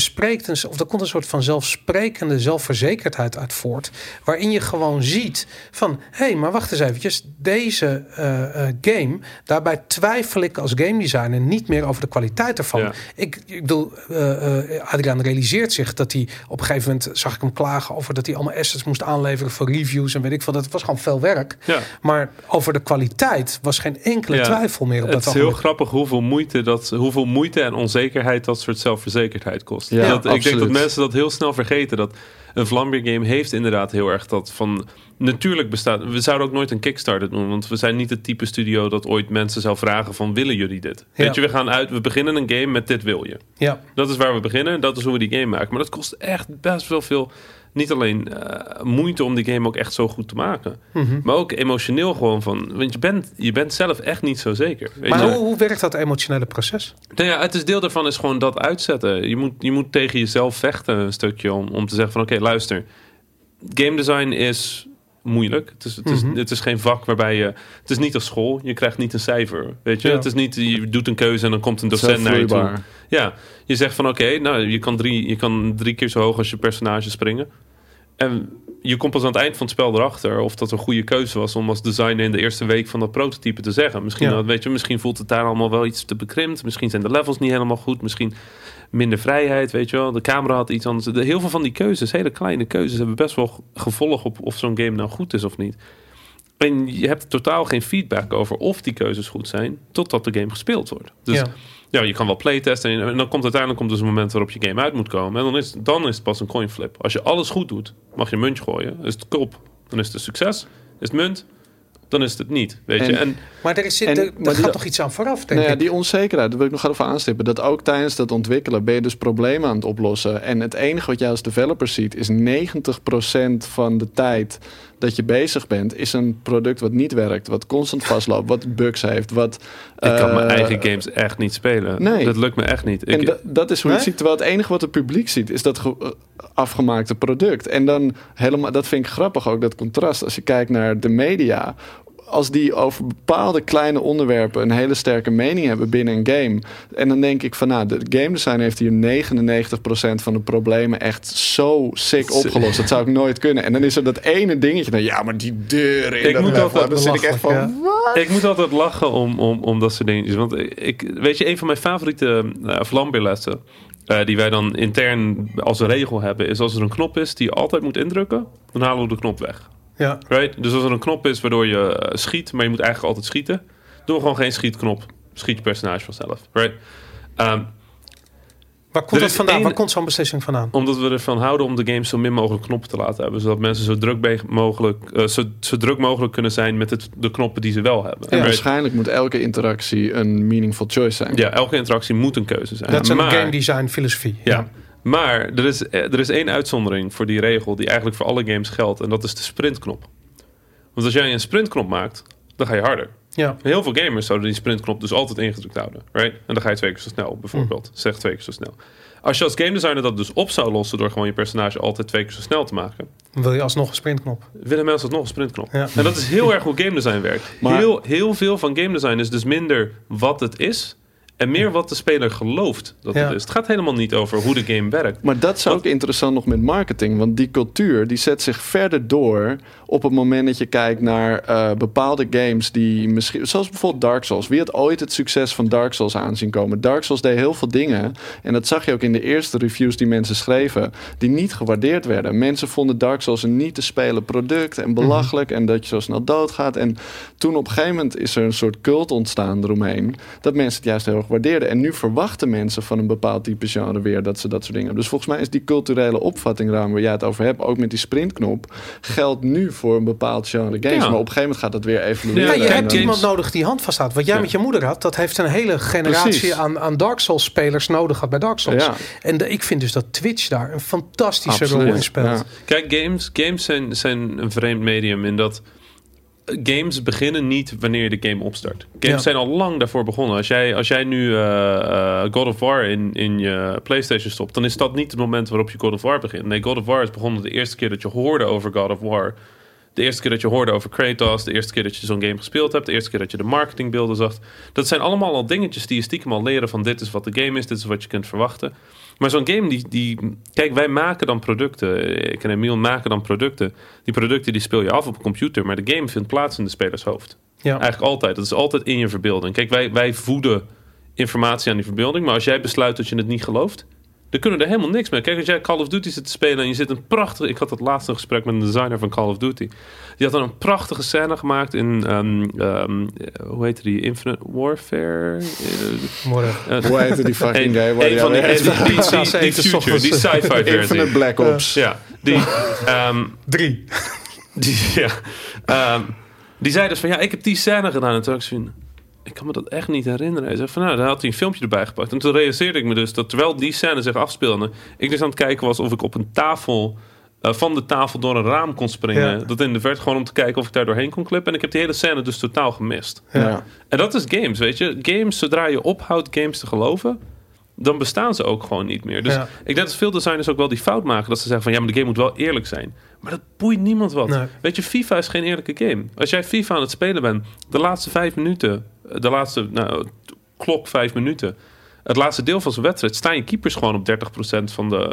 daar komt een soort van zelfsprekende zelfverzekerdheid uit voort, waarin je gewoon ziet van, hé, maar wacht eens eventjes, deze game, daarbij twijfel ik als game designer niet meer over de kwaliteit ervan. Ja. Ik bedoel, Adriaan realiseert zich dat hij op een gegeven moment, zag ik hem klagen over dat hij allemaal assets moest aanleveren voor reviews en weet ik veel. Dat was gewoon veel werk. Ja. Maar over de kwaliteit was geen enkele twijfel meer op dat. Het is heel grappig hoeveel moeite en onzekerheid dat soort zelfverzekerdheid kost. Ja, ik denk dat mensen dat heel snel vergeten. Dat een Vlambeer game heeft inderdaad heel erg dat van. Natuurlijk bestaat. We zouden ook nooit een Kickstarter doen, want we zijn niet het type studio dat ooit mensen zou vragen van, willen jullie dit? Ja. Weet je, we beginnen een game met dit wil je. Ja. Dat is waar we beginnen. Dat is hoe we die game maken. Maar dat kost echt best wel veel. Niet alleen moeite om die game ook echt zo goed te maken. Mm-hmm. Maar ook emotioneel gewoon van. Want je bent zelf echt niet zo zeker. Maar hoe werkt dat emotionele proces? Nou ja, het deel daarvan is gewoon dat uitzetten. Je moet tegen jezelf vechten een stukje om te zeggen van oké, luister. Game design is moeilijk. Het is geen vak waarbij je. Het is niet als school. Je krijgt niet een cijfer. Weet je? Ja. Het is niet. Je doet een keuze en dan komt een docent naar je toe. Ja, je zegt van oké, nou je kan 3 keer zo hoog als je personage springen. En je komt pas aan het eind van het spel erachter of dat een goede keuze was om als designer in de eerste week van dat prototype te zeggen. Misschien voelt het daar allemaal wel iets te bekrimpt. Misschien zijn de levels niet helemaal goed. Misschien minder vrijheid, weet je wel. De camera had iets anders. Heel veel van die keuzes, hele kleine keuzes, hebben best wel gevolg op of zo'n game nou goed is of niet. En je hebt totaal geen feedback over of die keuzes goed zijn, totdat de game gespeeld wordt. Dus ja, je kan wel playtesten en dan komt uiteindelijk dus een moment waarop je game uit moet komen. En dan is het pas een coin flip. Als je alles goed doet, mag je een muntje gooien. Is het kop, dan is het succes. Is het munt, dan is het niet. Weet je? Maar er gaat toch iets aan vooraf, denk ik. Die onzekerheid, dat wil ik nog even aanstippen. Dat ook tijdens dat ontwikkelen ben je dus problemen aan het oplossen. En het enige wat jij als developer ziet is 90% van de tijd dat je bezig bent, is een product wat niet werkt, wat constant vastloopt, wat bugs heeft. Ik kan mijn eigen games echt niet spelen. Nee. Dat lukt me echt niet. Dat is hoe je het ziet. Terwijl het enige wat het publiek ziet, is dat afgemaakte product. En dan helemaal, dat vind ik grappig ook, dat contrast. Als je kijkt naar de media, als die over bepaalde kleine onderwerpen een hele sterke mening hebben binnen een game. En dan denk ik van, de game design heeft hier 99% van de problemen echt zo sick opgelost. Dat zou ik nooit kunnen. En dan is er dat ene dingetje. Maar die deuren. Dan zit ik echt van, wat? Ik moet altijd lachen om dat soort dingetjes. Want weet je, een van mijn favoriete Vlambeerlessen, die wij dan intern als een regel hebben, is als er een knop is die je altijd moet indrukken, dan halen we de knop weg. Ja. Right? Dus als er een knop is waardoor je schiet, maar je moet eigenlijk altijd schieten, doe gewoon geen schietknop. Schiet je personage vanzelf. Right? Waar komt dat vandaan? Waar komt zo'n beslissing vandaan? Omdat we ervan houden om de games zo min mogelijk knoppen te laten hebben. Zodat mensen zo druk mogelijk kunnen zijn met de knoppen die ze wel hebben. En waarschijnlijk moet elke interactie een meaningful choice zijn. Ja, elke interactie moet een keuze zijn. Dat is een game design filosofie. Ja. Maar er is één uitzondering voor die regel die eigenlijk voor alle games geldt. En dat is de sprintknop. Want als jij een sprintknop maakt, dan ga je harder. Ja. Heel veel gamers zouden die sprintknop dus altijd ingedrukt houden. Right? En dan ga je 2 keer zo snel, bijvoorbeeld. Zeg 2 keer zo snel. Als je als game designer dat dus op zou lossen door gewoon je personage altijd 2 keer zo snel te maken, wil je alsnog een sprintknop. Willen mensen alsnog een sprintknop. Ja. En dat is heel erg hoe game design werkt. Maar heel veel van game design is dus minder wat het is en meer wat de speler gelooft dat het is. Het gaat helemaal niet over hoe de game werkt. Maar dat is ook interessant nog met marketing. Want die cultuur die zet zich verder door op het moment dat je kijkt naar bepaalde games die misschien, zoals bijvoorbeeld Dark Souls. Wie had ooit het succes van Dark Souls aanzien komen? Dark Souls deed heel veel dingen. En dat zag je ook in de eerste reviews die mensen schreven, die niet gewaardeerd werden. Mensen vonden Dark Souls een niet te spelen product en belachelijk en dat je zo snel doodgaat. En toen op een gegeven moment is er een soort cult ontstaan eromheen, dat mensen het juist heel erg waardeerden. En nu verwachten mensen van een bepaald type genre weer dat ze dat soort dingen hebben. Dus volgens mij is die culturele opvatting waar jij het over hebt, ook met die sprintknop, geldt nu voor een bepaald genre games. Ja. Maar op een gegeven moment gaat dat weer evolueren. Ja, je hebt iemand nodig die handvast staat. Wat jij met je moeder had, dat heeft een hele generatie aan Dark Souls spelers nodig gehad bij Dark Souls. Ja. En ik vind dus dat Twitch daar een fantastische rol in speelt. Ja. Kijk, games zijn een vreemd medium in dat games beginnen niet wanneer je de game opstart. Games zijn al lang daarvoor begonnen. Als jij nu God of War in je PlayStation stopt, dan is dat niet het moment waarop je God of War begint. Nee, God of War is begonnen de eerste keer dat je hoorde over God of War. De eerste keer dat je hoorde over Kratos, de eerste keer dat je zo'n game gespeeld hebt, de eerste keer dat je de marketingbeelden zag. Dat zijn allemaal al dingetjes die je stiekem al leren van dit is wat de game is, dit is wat je kunt verwachten. Maar zo'n game kijk, wij maken dan producten. Ik en Emiel maken dan producten. Die producten die speel je af op een computer, maar de game vindt plaats in de spelershoofd. Ja. Eigenlijk altijd. Dat is altijd in je verbeelding. Kijk, wij voeden informatie aan die verbeelding, maar als jij besluit dat je het niet gelooft, dan kunnen er helemaal niks mee. Kijk, als jij Call of Duty zit te spelen en je zit een prachtige... Ik had het laatste gesprek met een designer van Call of Duty. Die had dan een prachtige scène gemaakt in... hoe heette die? Infinite Warfare? Hoe heette die fucking game? Een van die sci-fi versie. Infinite Black Ops. Ja. Die 3. Die zei dus van, ik heb die scène gedaan. En toen had ik kan me dat echt niet herinneren. Hij zei van, dan had hij een filmpje erbij gepakt. En toen realiseerde ik me dus dat terwijl die scène zich afspeelde, ik dus aan het kijken was of ik op een tafel, van de tafel door een raam kon springen. Ja. Dat in de verte, gewoon om te kijken of ik daar doorheen kon klippen. En ik heb die hele scène dus totaal gemist. Ja. En dat is games, weet je. Games, zodra je ophoudt games te geloven, dan bestaan ze ook gewoon niet meer. Dus ik denk dat veel designers ook wel die fout maken, dat ze zeggen van, maar de game moet wel eerlijk zijn. Maar dat boeit niemand wat. Nee. Weet je, FIFA is geen eerlijke game. Als jij FIFA aan het spelen bent, de laatste 5 minuten, de laatste klok 5 minuten, het laatste deel van zijn wedstrijd, staan je keepers gewoon op 30%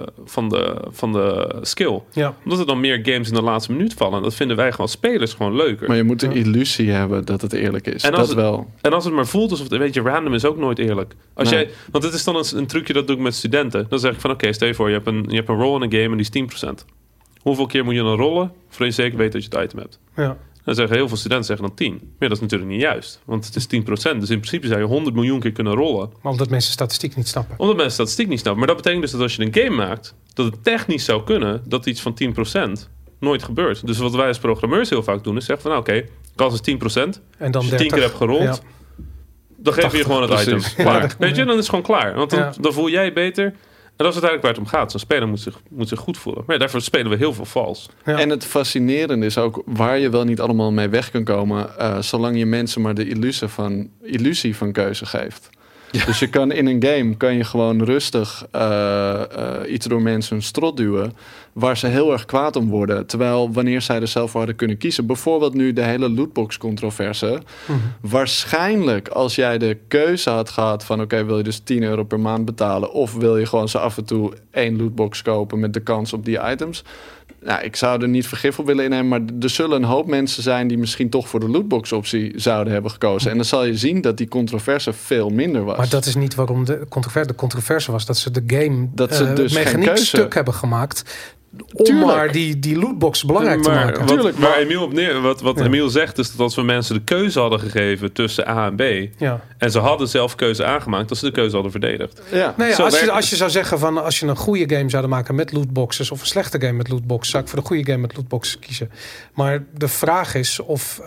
van de skill. Ja. Omdat er dan meer games in de laatste minuut vallen. Dat vinden wij gewoon spelers gewoon leuker. Maar je moet de illusie hebben dat het eerlijk is. En als het maar voelt alsof, weet je, random is ook nooit eerlijk. Want het is dan een trucje dat doe ik met studenten. Dan zeg ik van, oké, stel je voor, je hebt een roll in een game en die is 10%. Hoeveel keer moet je dan rollen voordat je zeker weet dat je het item hebt? Ja. Dan zeggen heel veel studenten dan 10. Maar dat is natuurlijk niet juist. Want het is 10%. Dus in principe zou je 100 miljoen keer kunnen rollen. Maar omdat mensen statistiek niet snappen. Maar dat betekent dus dat als je een game maakt, dat het technisch zou kunnen dat iets van 10% nooit gebeurt. Dus wat wij als programmeurs heel vaak doen, is zeggen van, oké, kans is 10%. En dan als je 10 keer hebt gerold, dan geef je gewoon het item. Klaar. Weet je, dan is het gewoon klaar. Want dan voel jij beter. En dat is uiteindelijk waar het om gaat. Zo'n speler moet zich goed voelen. Maar daarvoor spelen we heel veel vals. Ja. En het fascinerende is ook waar je wel niet allemaal mee weg kan komen, zolang je mensen maar de illusie van keuze geeft. Ja. Dus je kan in een game gewoon rustig iets door mensen hun strot duwen, waar ze heel erg kwaad om worden. Terwijl wanneer zij er zelf voor hadden kunnen kiezen, bijvoorbeeld nu de hele lootbox-controverse. Waarschijnlijk als jij de keuze had gehad van oké, wil je dus €10 per maand betalen, of wil je gewoon zo af en toe 1 lootbox kopen met de kans op die items. Nou, ik zou er niet vergif op willen innemen, maar er zullen een hoop mensen zijn die misschien toch voor de lootbox-optie zouden hebben gekozen. En dan zal je zien dat die controverse veel minder was. Maar dat is niet waarom de controverse was. Dat ze de game mechaniek stuk hebben gemaakt om maar die lootbox belangrijk te maken. Waar Emiel op neer, wat Emiel zegt is dat als we mensen de keuze hadden gegeven tussen A en B, en ze hadden zelf keuze aangemaakt, dat ze de keuze hadden verdedigd. Ja. Nee, als je zou zeggen van als je een goede game zouden maken met lootboxes of een slechte game met lootboxes, zou ik voor de goede game met lootboxes kiezen. Maar de vraag is of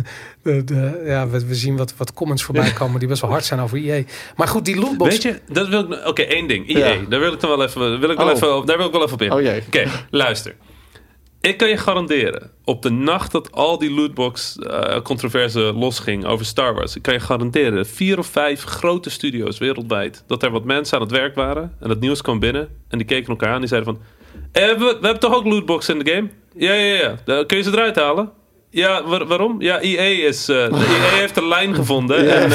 we zien wat comments voorbij komen die best wel hard zijn over EA. Maar goed, die lootbox. Weet je, dat wil ik. Oké, één ding. EA, daar wil ik dan wel even. Daar wil ik wel even op in. Oké, luister. Ik kan je garanderen, op de nacht dat al die lootbox controverse losging over Star Wars, ik kan je garanderen 4 of 5 grote studio's wereldwijd, dat er wat mensen aan het werk waren en dat nieuws kwam binnen en die keken elkaar aan die zeiden van, we hebben toch ook lootbox in de game? Ja. Kun je ze eruit halen? Ja, waarom? Ja, EA heeft een lijn gevonden. En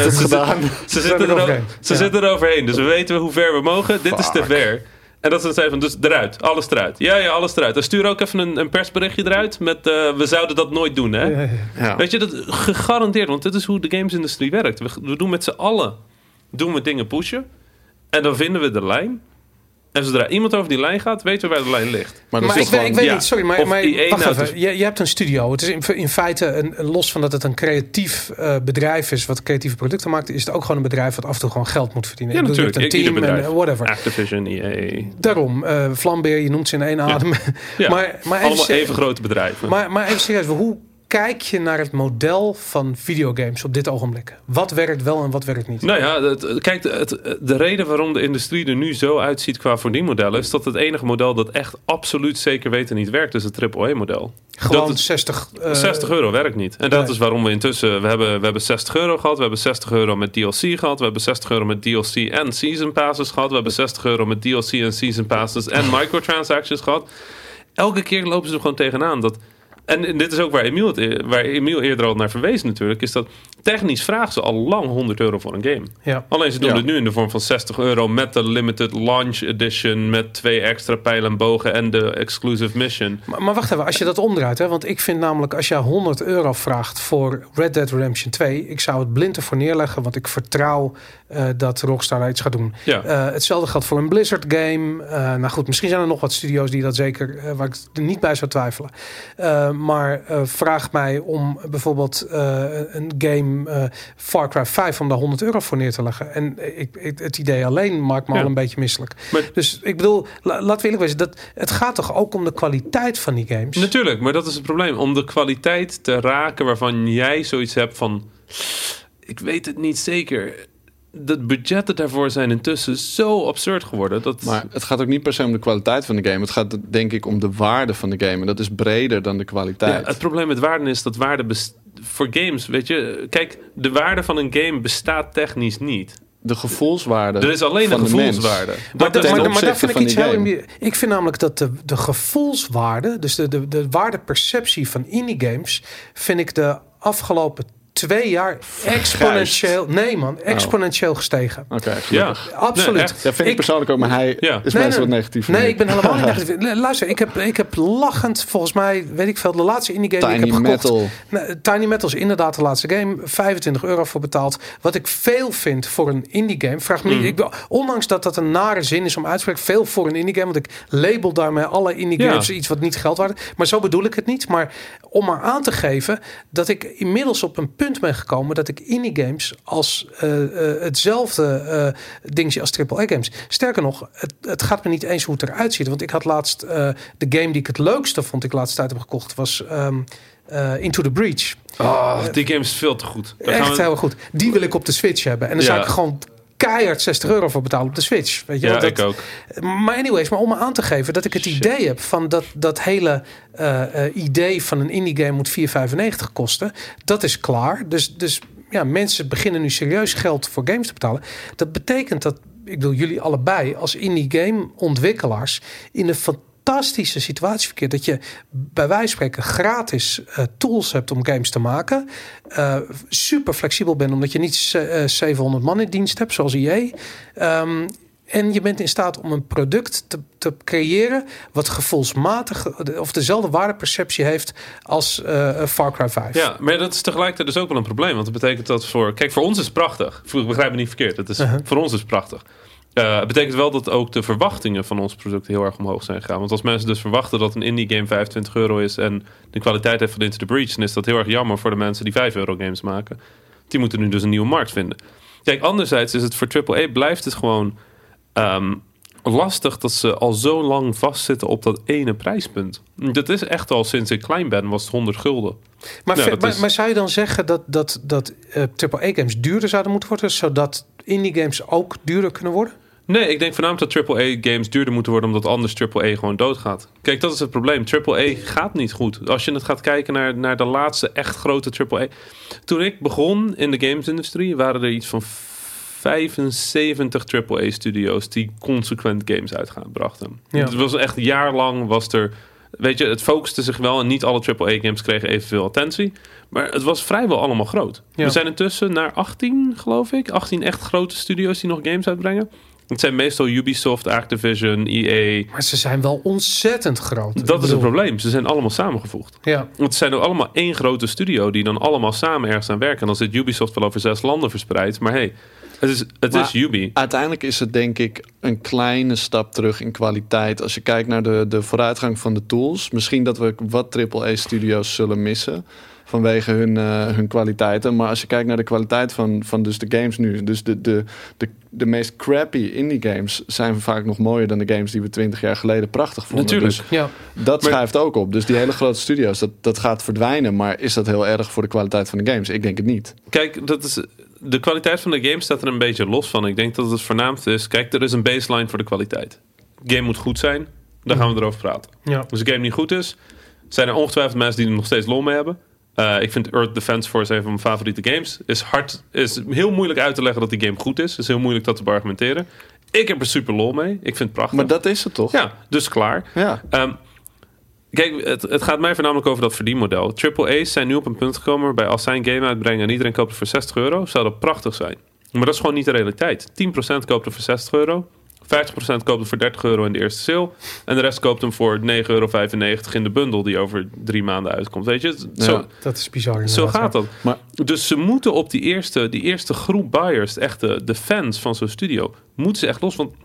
ze zitten eroverheen. Dus we weten hoe ver we mogen. Dit is te ver. En dat ze zeiden van, dus eruit. Alles eruit. Ja, alles eruit. Dan stuur ook even een persberichtje eruit met, we zouden dat nooit doen, hè? Ja. Weet je, dat gegarandeerd. Want dit is hoe de gamesindustrie werkt. We doen met z'n allen dingen pushen. En dan vinden we de lijn. En zodra iemand over die lijn gaat, weten we waar de lijn ligt. Maar ik weet niet, sorry, maar wacht even. Je hebt een studio. Het is in feite, los van dat het een creatief bedrijf is, wat creatieve producten maakt, is het ook gewoon een bedrijf wat af en toe gewoon geld moet verdienen. Ja, natuurlijk. Je hebt een team en whatever. Activision, EA. Daarom, Vlambeer, je noemt ze in één adem. Ja. maar allemaal even grote bedrijven. Maar even serieus, hoe kijk je naar het model van videogames op dit ogenblik? Wat werkt wel en wat werkt niet? Nou ja, de reden waarom de industrie er nu zo uitziet qua verdienmodellen is dat het enige model dat echt absoluut zeker weten niet werkt, is het AAA-model. Gewoon 60 euro werkt niet. En dat is waarom we intussen, we hebben 60 euro gehad, we hebben 60 euro met DLC gehad, we hebben 60 euro met DLC en Season Passes gehad, we hebben 60 euro met DLC en Season Passes en microtransactions gehad. Elke keer lopen ze er gewoon tegenaan en dit is ook waar Emiel eerder al naar verwees natuurlijk, is dat technisch vragen ze al lang 100 euro voor een game. Ja. Alleen ze doen het nu in de vorm van 60 euro met de limited launch edition, met 2 extra pijlen en bogen en de exclusive mission. Maar wacht even, als je dat omdraait, hè, want ik vind namelijk als je 100 euro vraagt voor Red Dead Redemption 2, ik zou het blind ervoor neerleggen, want ik vertrouw dat Rockstar iets gaat doen. Ja. Hetzelfde geldt voor een Blizzard game. Nou goed, misschien zijn er nog wat studio's die dat zeker, waar ik er niet bij zou twijfelen. Maar vraag mij om bijvoorbeeld een game Far Cry 5 om daar 100 euro voor neer te leggen. En het idee alleen maakt me al een beetje misselijk. Maar, dus ik bedoel, laten we eerlijk wezen, het gaat toch ook om de kwaliteit van die games? Natuurlijk, maar dat is het probleem. Om de kwaliteit te raken waarvan jij zoiets hebt van, ik weet het niet zeker. De budgetten daarvoor zijn intussen zo absurd geworden. Maar het gaat ook niet per se om de kwaliteit van de game. Het gaat denk ik om de waarde van de game. En dat is breder dan de kwaliteit. Ja, het probleem met waarde is dat waarde voor games, weet je, kijk, de waarde van een game bestaat technisch niet. De gevoelswaarde. Er is alleen een gevoelswaarde. Maar daar vind ik iets heel. Ik vind namelijk dat de gevoelswaarde, dus de waardeperceptie van indie games, vind ik de afgelopen 2 jaar exponentieel gestegen. Oké, absoluut. Nee, dat vind ik persoonlijk ook, maar hij is meestal wat negatief. Nee, ik ben helemaal niet negatief. Luister, ik heb lachend, volgens mij, weet ik veel, de laatste indie game die ik heb gekocht. Tiny Metal is inderdaad de laatste game. 25 euro voor betaald. Wat ik veel vind voor een indie game. Vraag me niet. Ondanks dat een nare zin is om uit te spreken, veel voor een indie game. Want ik label daarmee alle indie games iets wat niet geld waard is. Maar zo bedoel ik het niet. Maar om maar aan te geven dat ik inmiddels op een punt ben gekomen dat ik indie games als hetzelfde dingetje als AAA games. Sterker nog, het gaat me niet eens hoe het eruit ziet. Want ik had laatst de game die ik het leukste vond ik laatste tijd heb gekocht was Into the Breach. Die game is veel te goed. Echt heel goed. Die wil ik op de Switch hebben. En dan zou ik gewoon keihard 60 euro voor betalen op de Switch. Weet je, ik ook. Maar anyways, maar om me aan te geven dat ik het idee heb van dat hele idee van een indie game moet $4,95 kosten. Dat is klaar. Dus ja, mensen beginnen nu serieus geld voor games te betalen. Dat betekent dat, ik bedoel, jullie allebei als indie game ontwikkelaars in een fantastische situatie verkeerd. Dat je bij wijze van spreken gratis tools hebt om games te maken. Super flexibel bent, omdat je niet 700 man in dienst hebt, zoals EA. En je bent in staat om een product te creëren wat gevoelsmatig of dezelfde waardeperceptie heeft als Far Cry 5. Ja, maar dat is tegelijkertijd dus ook wel een probleem. Want dat betekent dat voor ons is het prachtig. Ik begrijp me niet verkeerd. Voor ons is het prachtig. Het betekent wel dat ook de verwachtingen van ons product heel erg omhoog zijn gegaan. Want als mensen dus verwachten dat een indie game €25 is en de kwaliteit heeft van Into the Breach, dan is dat heel erg jammer voor de mensen die €5 games maken. Die moeten nu dus een nieuwe markt vinden. Kijk, anderzijds is het voor AAA blijft het gewoon lastig dat ze al zo lang vastzitten op dat ene prijspunt. Dat is echt al sinds ik klein ben, was het €100. Maar zou je dan zeggen dat AAA games duurder zouden moeten worden, zodat indie games ook duurder kunnen worden? Nee, ik denk voornamelijk dat AAA-games duurder moeten worden, omdat anders AAA gewoon doodgaat. Kijk, dat is het probleem. AAA gaat niet goed. Als je het gaat kijken naar de laatste echt grote AAA. Toen ik begon in de gamesindustrie, waren er iets van 75 AAA-studio's die consequent games uitbrachten. Ja. Het was echt jaarlang was er... Weet je, het focuste zich wel en niet alle AAA-games kregen evenveel attentie. Maar het was vrijwel allemaal groot. Ja. We zijn intussen naar 18, geloof ik. 18 echt grote studio's die nog games uitbrengen. Het zijn meestal Ubisoft, Activision, EA. Maar ze zijn wel ontzettend groot. Dat is het probleem. Ze zijn allemaal samengevoegd. Ja. Het zijn ook allemaal één grote studio die dan allemaal samen ergens aan werken. En dan zit Ubisoft wel over 6 landen verspreid. Maar hey, het is Ubi. Uiteindelijk is het denk ik een kleine stap terug in kwaliteit. Als je kijkt naar de vooruitgang van de tools. Misschien dat we wat AAA-studio's zullen missen vanwege hun kwaliteiten. Maar als je kijkt naar de kwaliteit van dus de games nu. Dus de meest crappy indie games zijn vaak nog mooier dan de games die we 20 jaar geleden prachtig vonden. Natuurlijk. Dus dat schuift ook op. Dus die hele grote studio's, dat gaat verdwijnen. Maar is dat heel erg voor de kwaliteit van de games? Ik denk het niet. Kijk, de kwaliteit van de game staat er een beetje los van. Ik denk dat het voornaamste is... Kijk, er is een baseline voor de kwaliteit. De game moet goed zijn. Daar gaan we erover praten. Ja. Als de game niet goed is... zijn er ongetwijfeld mensen die er nog steeds lol mee hebben. Ik vind Earth Defense Force een van mijn favoriete games. Is heel moeilijk uit te leggen dat die game goed is. Is heel moeilijk dat te beargumenteren. Ik heb er super lol mee. Ik vind het prachtig. Maar dat is het toch? Ja, dus klaar. Ja. Kijk, het gaat mij voornamelijk over dat verdienmodel. AAA's zijn nu op een punt gekomen waarbij als zij een game uitbrengen en iedereen koopt het voor €60, zou dat prachtig zijn. Maar dat is gewoon niet de realiteit. 10% koopt het voor €60, 50% koopt het voor €30 in de eerste sale en de rest koopt hem voor €9,95 in de bundel die over 3 maanden uitkomt. Weet je? Dat is bizar. Zo gaat dat. Maar, dus ze moeten op die eerste groep buyers, echt de fans van zo'n studio, moeten ze echt los. Want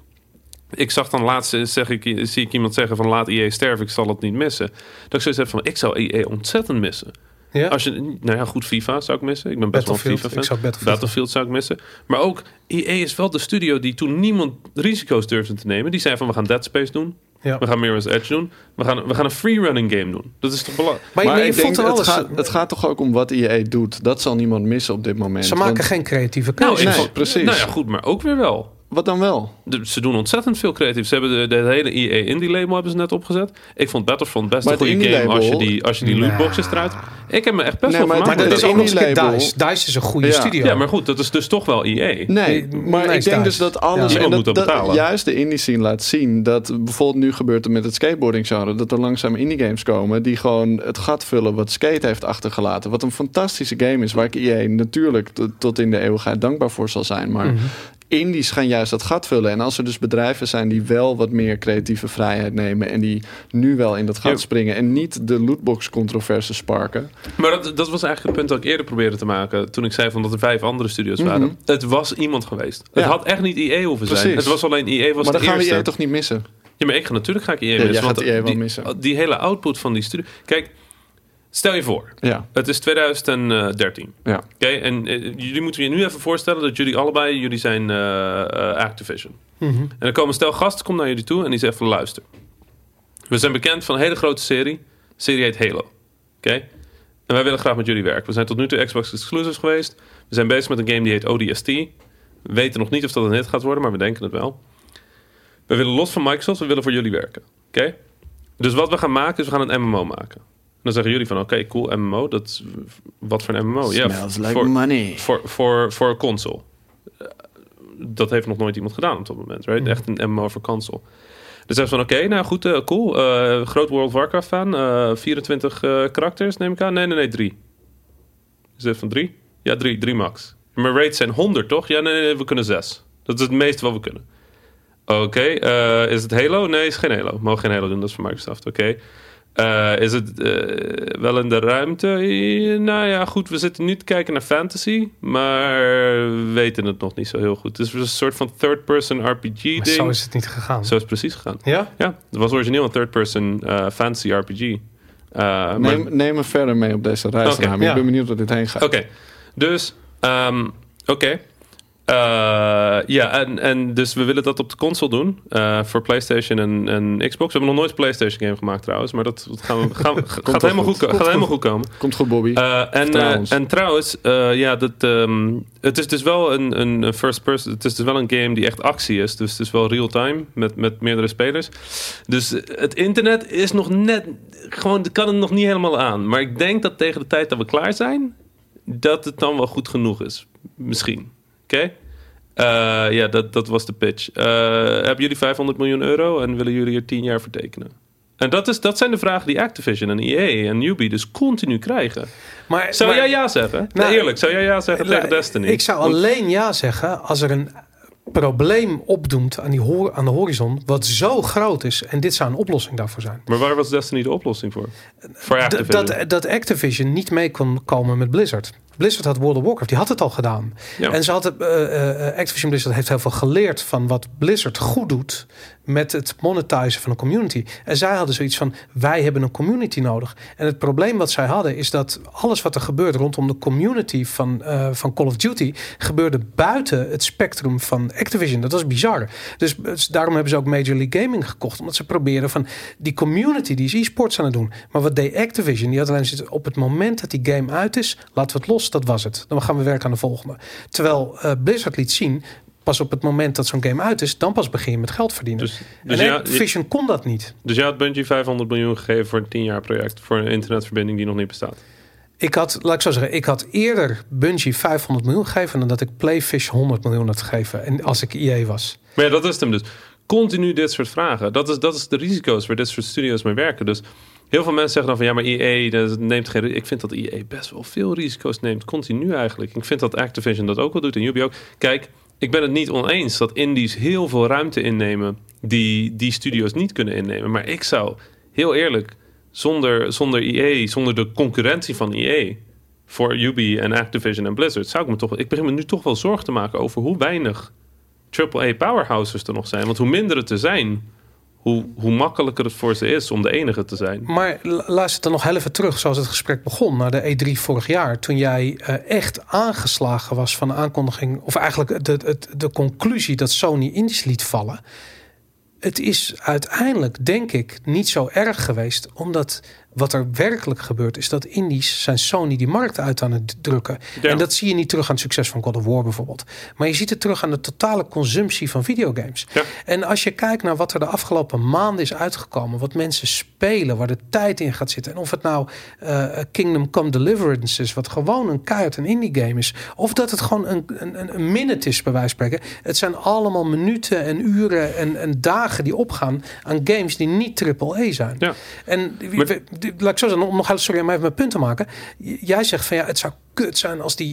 ik zag dan laatst, zie ik iemand zeggen van laat EA sterven, ik zal het niet missen. Dat ik zoiets heb van, ik zou EA ontzettend missen. Ja? Als je, nou ja, goed, FIFA zou ik missen. Ik ben best wel een FIFA-fan. Battlefield zou ik missen. Maar ook, EA is wel de studio die toen niemand risico's durfde te nemen. Die zei van, we gaan Dead Space doen. Ja. We gaan Mirror's Edge doen. We gaan een free-running game doen. Dat is toch belangrijk. Maar ik denk, het gaat toch ook om wat EA doet. Dat zal niemand missen op dit moment. Ze maken geen creatieve keuzes. Nee, precies. Nou ja, goed, maar ook weer wel. Wat dan wel? Ze doen ontzettend veel creatief. Ze hebben de hele EA Indie label hebben ze net opgezet. Ik vond Battlefront best een goede game label, als je die lootboxes eruit... Ik heb me echt best wel vermaakt. Maar dat is ook nog eens een keer DICE. DICE is een goede studio. Ja, maar goed, dat is dus toch wel EA. Nee, maar ik denk dus dat alles... en dat juist de indie scene laat zien dat bijvoorbeeld nu gebeurt het met het skateboarding genre, dat er langzaam indie games komen die gewoon het gat vullen wat Skate heeft achtergelaten. Wat een fantastische game is, waar ik EA natuurlijk tot in de eeuwigheid dankbaar voor zal zijn. Maar indies gaan juist dat gat vullen. En als er dus bedrijven zijn die wel wat meer creatieve vrijheid nemen en die nu wel in dat gat springen en niet de lootbox-controverse sparken. Maar dat was eigenlijk het punt dat ik eerder probeerde te maken toen ik zei van dat er 5 andere studios waren. Het was iemand geweest. Het had echt niet EA hoeven zijn. Het was alleen EA was maar dan gaan we EA toch niet missen? Ja, maar natuurlijk ga ik EA missen. Jij gaat EA wel missen. Die hele output van die studio. Kijk, stel je voor, het is 2013. Ja. Okay? En jullie moeten je nu even voorstellen dat jullie zijn Activision. En dan komen stel gasten, komt naar jullie toe en die zegt van luister. We zijn bekend van een hele grote serie. De serie heet Halo. Okay? En wij willen graag met jullie werken. We zijn tot nu toe Xbox exclusives geweest. We zijn bezig met een game die heet ODST. We weten nog niet of dat een hit gaat worden, maar we denken het wel. We willen los van Microsoft, we willen voor jullie werken. Okay? Dus wat we gaan maken is, we gaan een MMO maken. Dan zeggen jullie van, oké, cool, MMO. Wat voor een MMO? Smells like money. Voor een console. Dat heeft nog nooit iemand gedaan op dat moment. Right? Echt een MMO voor console. Dus zeggen ze van, oké, nou goed, cool. Groot World of Warcraft fan. 24 karakters, neem ik aan. Nee, 3. Is het van 3? Ja, 3 max. Maar rates zijn 100, toch? Ja, nee, we kunnen 6. Dat is het meeste wat we kunnen. Oké, is het Halo? Nee, is geen Halo. We mogen geen Halo doen, dat is van Microsoft. Oké. Is het wel in de ruimte? Nou ja, goed. We zitten nu te kijken naar fantasy. Maar we weten het nog niet zo heel goed. Het is een soort van third-person RPG-ding. Maar zo is het niet gegaan. Zo is het precies gegaan. Ja? Ja, het was origineel een third-person fantasy RPG. Neem me verder mee op deze reis. Okay. Ik ben benieuwd waar dit heen gaat. Oké. Dus, oké. En dus we willen dat op de console doen. Voor PlayStation en Xbox. We hebben nog nooit een PlayStation game gemaakt trouwens. Maar dat gaat helemaal goed komen. Komt goed, Bobby. En trouwens, het is dus wel een first person. Het is dus wel een game die echt actie is. Dus het is wel real time met meerdere spelers. Dus het internet is nog net... Gewoon, kan het nog niet helemaal aan. Maar ik denk dat tegen de tijd dat we klaar zijn... dat het dan wel goed genoeg is. Misschien. Oké? Dat was de pitch. Hebben jullie €500 miljoen en willen jullie er 10 jaar voor tekenen? En dat zijn de vragen die Activision en EA en Ubi dus continu krijgen. Zou jij ja zeggen? Nou, eerlijk, zou jij ja zeggen tegen Destiny? Ik zou alleen ja zeggen als er een probleem opdoemt aan de horizon wat zo groot is en dit zou een oplossing daarvoor zijn. Maar waar was Destiny de oplossing voor? Voor Activision? Dat Activision niet mee kon komen met Blizzard. Blizzard had World of Warcraft, die had het al gedaan. Ja. En Activision Blizzard heeft heel veel geleerd van wat Blizzard goed doet met het monetizen van een community. En zij hadden zoiets van, wij hebben een community nodig. En het probleem wat zij hadden is dat alles wat er gebeurt rondom de community van Call of Duty gebeurde buiten het spectrum van Activision. Dat was bizar. Dus daarom hebben ze ook Major League Gaming gekocht. Omdat ze proberen van die community, die is e-sports aan het doen. Maar wat deed Activision? Die had alleen zitten op het moment dat die game uit is, laten we het los, dat was het. Dan gaan we werken aan de volgende. Terwijl Blizzard liet zien, pas op het moment dat zo'n game uit is, dan pas begin je met geld verdienen. Dus en Activision kon dat niet. Dus jij had Bungie €500 miljoen gegeven voor een 10-jaar project, voor een internetverbinding die nog niet bestaat? Ik had eerder Bungie €500 miljoen gegeven dan dat ik Playfish €100 miljoen had gegeven. En als ik EA was. Maar ja, dat is hem dus. Continu dit soort vragen. Dat is de risico's waar dit soort studio's mee werken. Dus heel veel mensen zeggen dan van ja, maar EA neemt geen... Ik vind dat EA best wel veel risico's neemt. Continu eigenlijk. Ik vind dat Activision dat ook wel doet en Ubi ook. Kijk, ik ben het niet oneens dat indies heel veel ruimte innemen die studio's niet kunnen innemen. Maar ik zou, heel eerlijk, zonder EA, zonder de concurrentie van EA voor Ubi en Activision en Blizzard, ik begin me nu toch wel zorgen te maken over hoe weinig AAA powerhouses er nog zijn. Want hoe minder het er zijn, hoe makkelijker het voor ze is om de enige te zijn. Maar luister dan nog heel even terug, zoals het gesprek begon, naar de E3 vorig jaar. Toen jij echt aangeslagen was van de aankondiging, of eigenlijk de conclusie dat Sony indies liet vallen. Het is uiteindelijk, denk ik, niet zo erg geweest, omdat wat er werkelijk gebeurt is dat indies zijn Sony die markt uit aan het drukken. Ja. En dat zie je niet terug aan het succes van God of War bijvoorbeeld. Maar je ziet het terug aan de totale consumptie van videogames. Ja. En als je kijkt naar wat er de afgelopen maanden is uitgekomen, wat mensen spelen, waar de tijd in gaat zitten. En of het nou Kingdom Come Deliverance is, wat gewoon een keihard een indie game is. Of dat het gewoon een minute is, bij wijze van spreken. Het zijn allemaal minuten en uren en dagen die opgaan aan games die niet AAA zijn. Ja. En laat ik zo zeggen, om nog even mijn punt te maken. Jij zegt van ja, het zou kut zijn als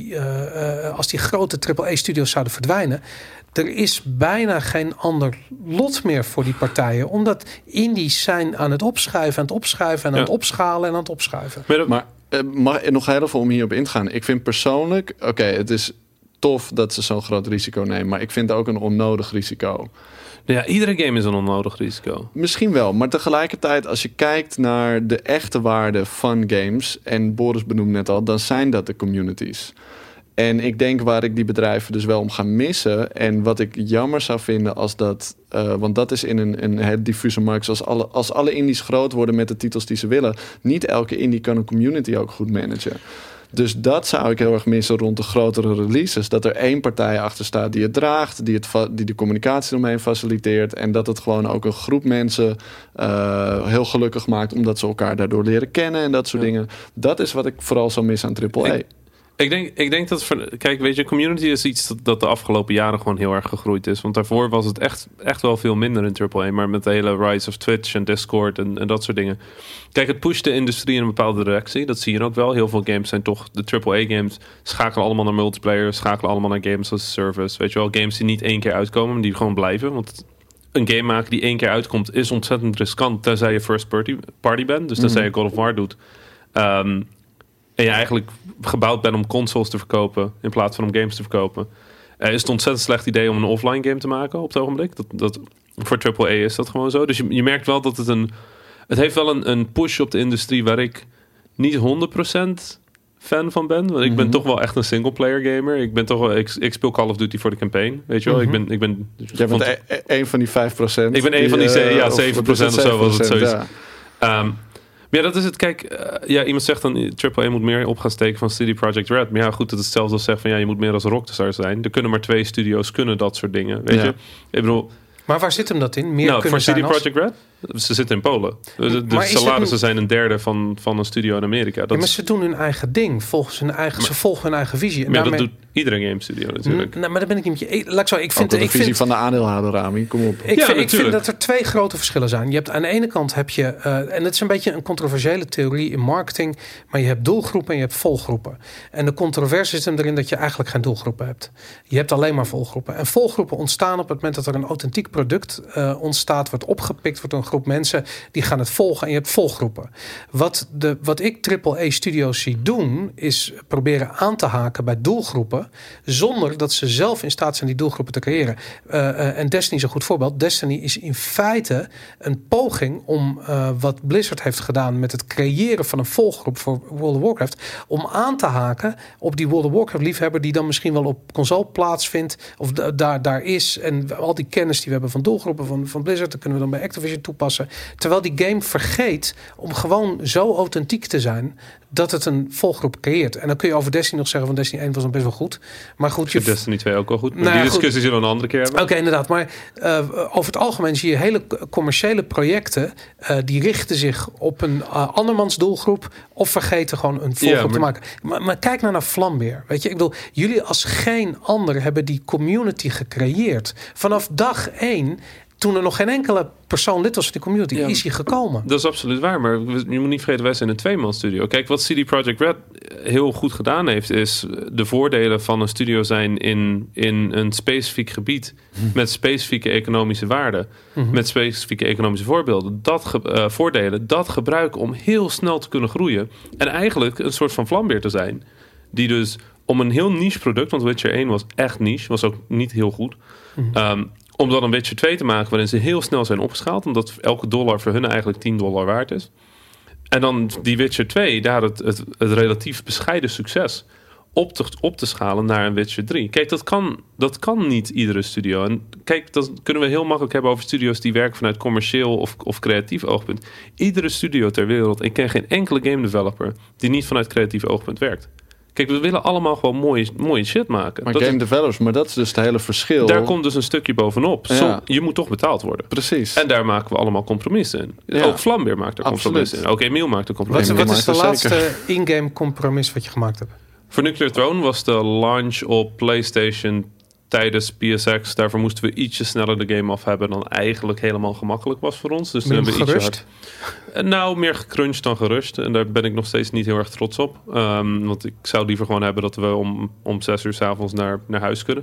die grote AAA-studio's zouden verdwijnen. Er is bijna geen ander lot meer voor die partijen. Omdat indies zijn aan het opschuiven en aan het opschalen en aan het opschuiven. Maar nog heel even om hierop in te gaan. Ik vind persoonlijk, het is tof dat ze zo'n groot risico nemen. Maar ik vind het ook een onnodig risico. Ja, iedere game is een onnodig risico. Misschien wel, maar tegelijkertijd als je kijkt naar de echte waarde van games, en Boris benoemde net al, dan zijn dat de communities. En ik denk waar ik die bedrijven dus wel om ga missen, en wat ik jammer zou vinden als dat, want dat is in een hele diffuse markt, als alle indies groot worden met de titels die ze willen, niet elke indie kan een community ook goed managen. Dus dat zou ik heel erg missen rond de grotere releases. Dat er één partij achter staat die het draagt, die de communicatie eromheen faciliteert. En dat het gewoon ook een groep mensen heel gelukkig maakt, omdat ze elkaar daardoor leren kennen en dat soort dingen. Dat is wat ik vooral zou missen aan AAA. Ik denk dat... Kijk, weet je, community is iets dat de afgelopen jaren gewoon heel erg gegroeid is. Want daarvoor was het echt wel veel minder in AAA. Maar met de hele rise of Twitch en Discord en dat soort dingen. Kijk, het pusht de industrie in een bepaalde directie. Dat zie je ook wel. Heel veel games zijn toch... De AAA-games schakelen allemaal naar multiplayer. Schakelen allemaal naar games as a service. Weet je wel, games die niet één keer uitkomen, maar die gewoon blijven. Want een game maken die 1 keer uitkomt is ontzettend riskant, tenzij je first party bent. Dus tenzij je God of War doet. En je eigenlijk gebouwd bent om consoles te verkopen in plaats van om games te verkopen. Is het ontzettend slecht idee om een offline game te maken op het ogenblik. Dat voor AAA is dat gewoon zo. Dus je merkt wel dat het heeft wel een push op de industrie waar ik niet 100% fan van ben. Want ik ben toch wel echt een single-player gamer. Ik speel Call of Duty voor de campaign. Weet je wel? Jij bent een van die 5%. Ik ben een van die 7% of zo was het zoiets. Ja. Maar ja, dat is het. Kijk, iemand zegt dan AAA moet meer op gaan steken van CD Projekt Red. Maar ja, goed, dat is hetzelfde als zeggen van je moet meer als Rockstar zijn. Er kunnen maar 2 studio's kunnen dat soort dingen. Weet je? Ik bedoel, maar waar zit hem dat in? Meer kunnen voor CD Projekt Red? Ze zitten in Polen. De salarissen zijn een derde van een studio in Amerika. Maar ze doen hun eigen ding. Ze volgen hun eigen visie. En maar daarmee, dat doet iedere game studio natuurlijk. Maar daar ben ik niet met je. Ik vind de visie van de aandeelhouder, Rami. Kom op. Ik vind dat er 2 grote verschillen zijn. Je hebt aan de ene kant en het is een beetje een controversiële theorie in marketing, maar je hebt doelgroepen en je hebt volgroepen. En de controversie zit erin dat je eigenlijk geen doelgroepen hebt. Je hebt alleen maar volgroepen. En volgroepen ontstaan op het moment dat er een authentiek product ontstaat, wordt opgepikt, wordt door een groep mensen die gaan het volgen en je hebt volgroepen. Wat ik AAA-studio's zie doen, is proberen aan te haken bij doelgroepen, zonder dat ze zelf in staat zijn die doelgroepen te creëren. En Destiny is een goed voorbeeld. Destiny is in feite een poging om wat Blizzard heeft gedaan met het creëren van een volgroep voor World of Warcraft, om aan te haken op die World of Warcraft-liefhebber die dan misschien wel op console plaatsvindt, of daar is. En al die kennis die we hebben van doelgroepen van Blizzard, dat kunnen we dan bij Activision toepassen. Terwijl die game vergeet om gewoon zo authentiek te zijn dat het een volgroep creëert. En dan kun je over Destiny nog zeggen van Destiny 1 was dan best wel goed. Maar goed, Destiny 2 ook wel goed. Maar die discussie zullen we een andere keer hebben. Oké, inderdaad. Maar over het algemeen zie je hele commerciële projecten die richten zich op een andermans doelgroep of vergeten gewoon een volgroep te maken. Maar kijk nou naar Vlambeer. Weet je, ik bedoel, jullie als geen ander hebben die community gecreëerd. Vanaf dag 1, toen er nog geen enkele persoon lid was van die community, is hij gekomen. Dat is absoluut waar, maar je moet niet vergeten, wij zijn een 2-man studio. Kijk, wat CD Projekt Red heel goed gedaan heeft, is de voordelen van een studio zijn in een specifiek gebied met specifieke economische waarden, met specifieke economische voorbeelden. Voordelen, dat gebruiken om heel snel te kunnen groeien. En eigenlijk een soort van Vlambeer te zijn, die dus om een heel niche product, want Witcher 1 was echt niche, was ook niet heel goed, om dan een Witcher 2 te maken waarin ze heel snel zijn opgeschaald, omdat elke dollar voor hun eigenlijk $10 waard is. En dan die Witcher 2, daar het relatief bescheiden succes op te schalen naar een Witcher 3. Kijk, dat kan niet iedere studio. En kijk, dat kunnen we heel makkelijk hebben over studio's die werken vanuit commercieel of creatief oogpunt. Iedere studio ter wereld, ik ken geen enkele game developer die niet vanuit creatief oogpunt werkt. Kijk, we willen allemaal gewoon mooie shit maken. Maar game developers, maar dat is dus het hele verschil. Daar komt dus een stukje bovenop. Ja. Je moet toch betaald worden. Precies. En daar maken we allemaal compromissen in. Ja. Ook Vlambeer maakt er compromissen in. Ook Emiel maakt er compromissen in. Wat is de laatste in-game compromis wat je gemaakt hebt? Voor Nuclear Throne was de launch op PlayStation tijdens PSX. Daarvoor moesten we ietsje sneller de game af hebben dan eigenlijk helemaal gemakkelijk was voor ons. Dus toen hebben we ietsje hard. Nou, meer gecrunched dan gerust. En daar ben ik nog steeds niet heel erg trots op. Want ik zou liever gewoon hebben dat we om 6 uur 's avonds naar huis kunnen.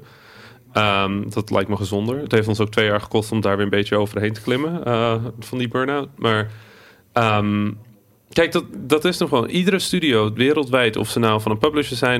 Dat lijkt me gezonder. Het heeft ons ook 2 jaar gekost om daar weer een beetje overheen te klimmen. Van die burn-out. Maar kijk, dat is nog gewoon. Iedere studio wereldwijd, of ze nou van een publisher zijn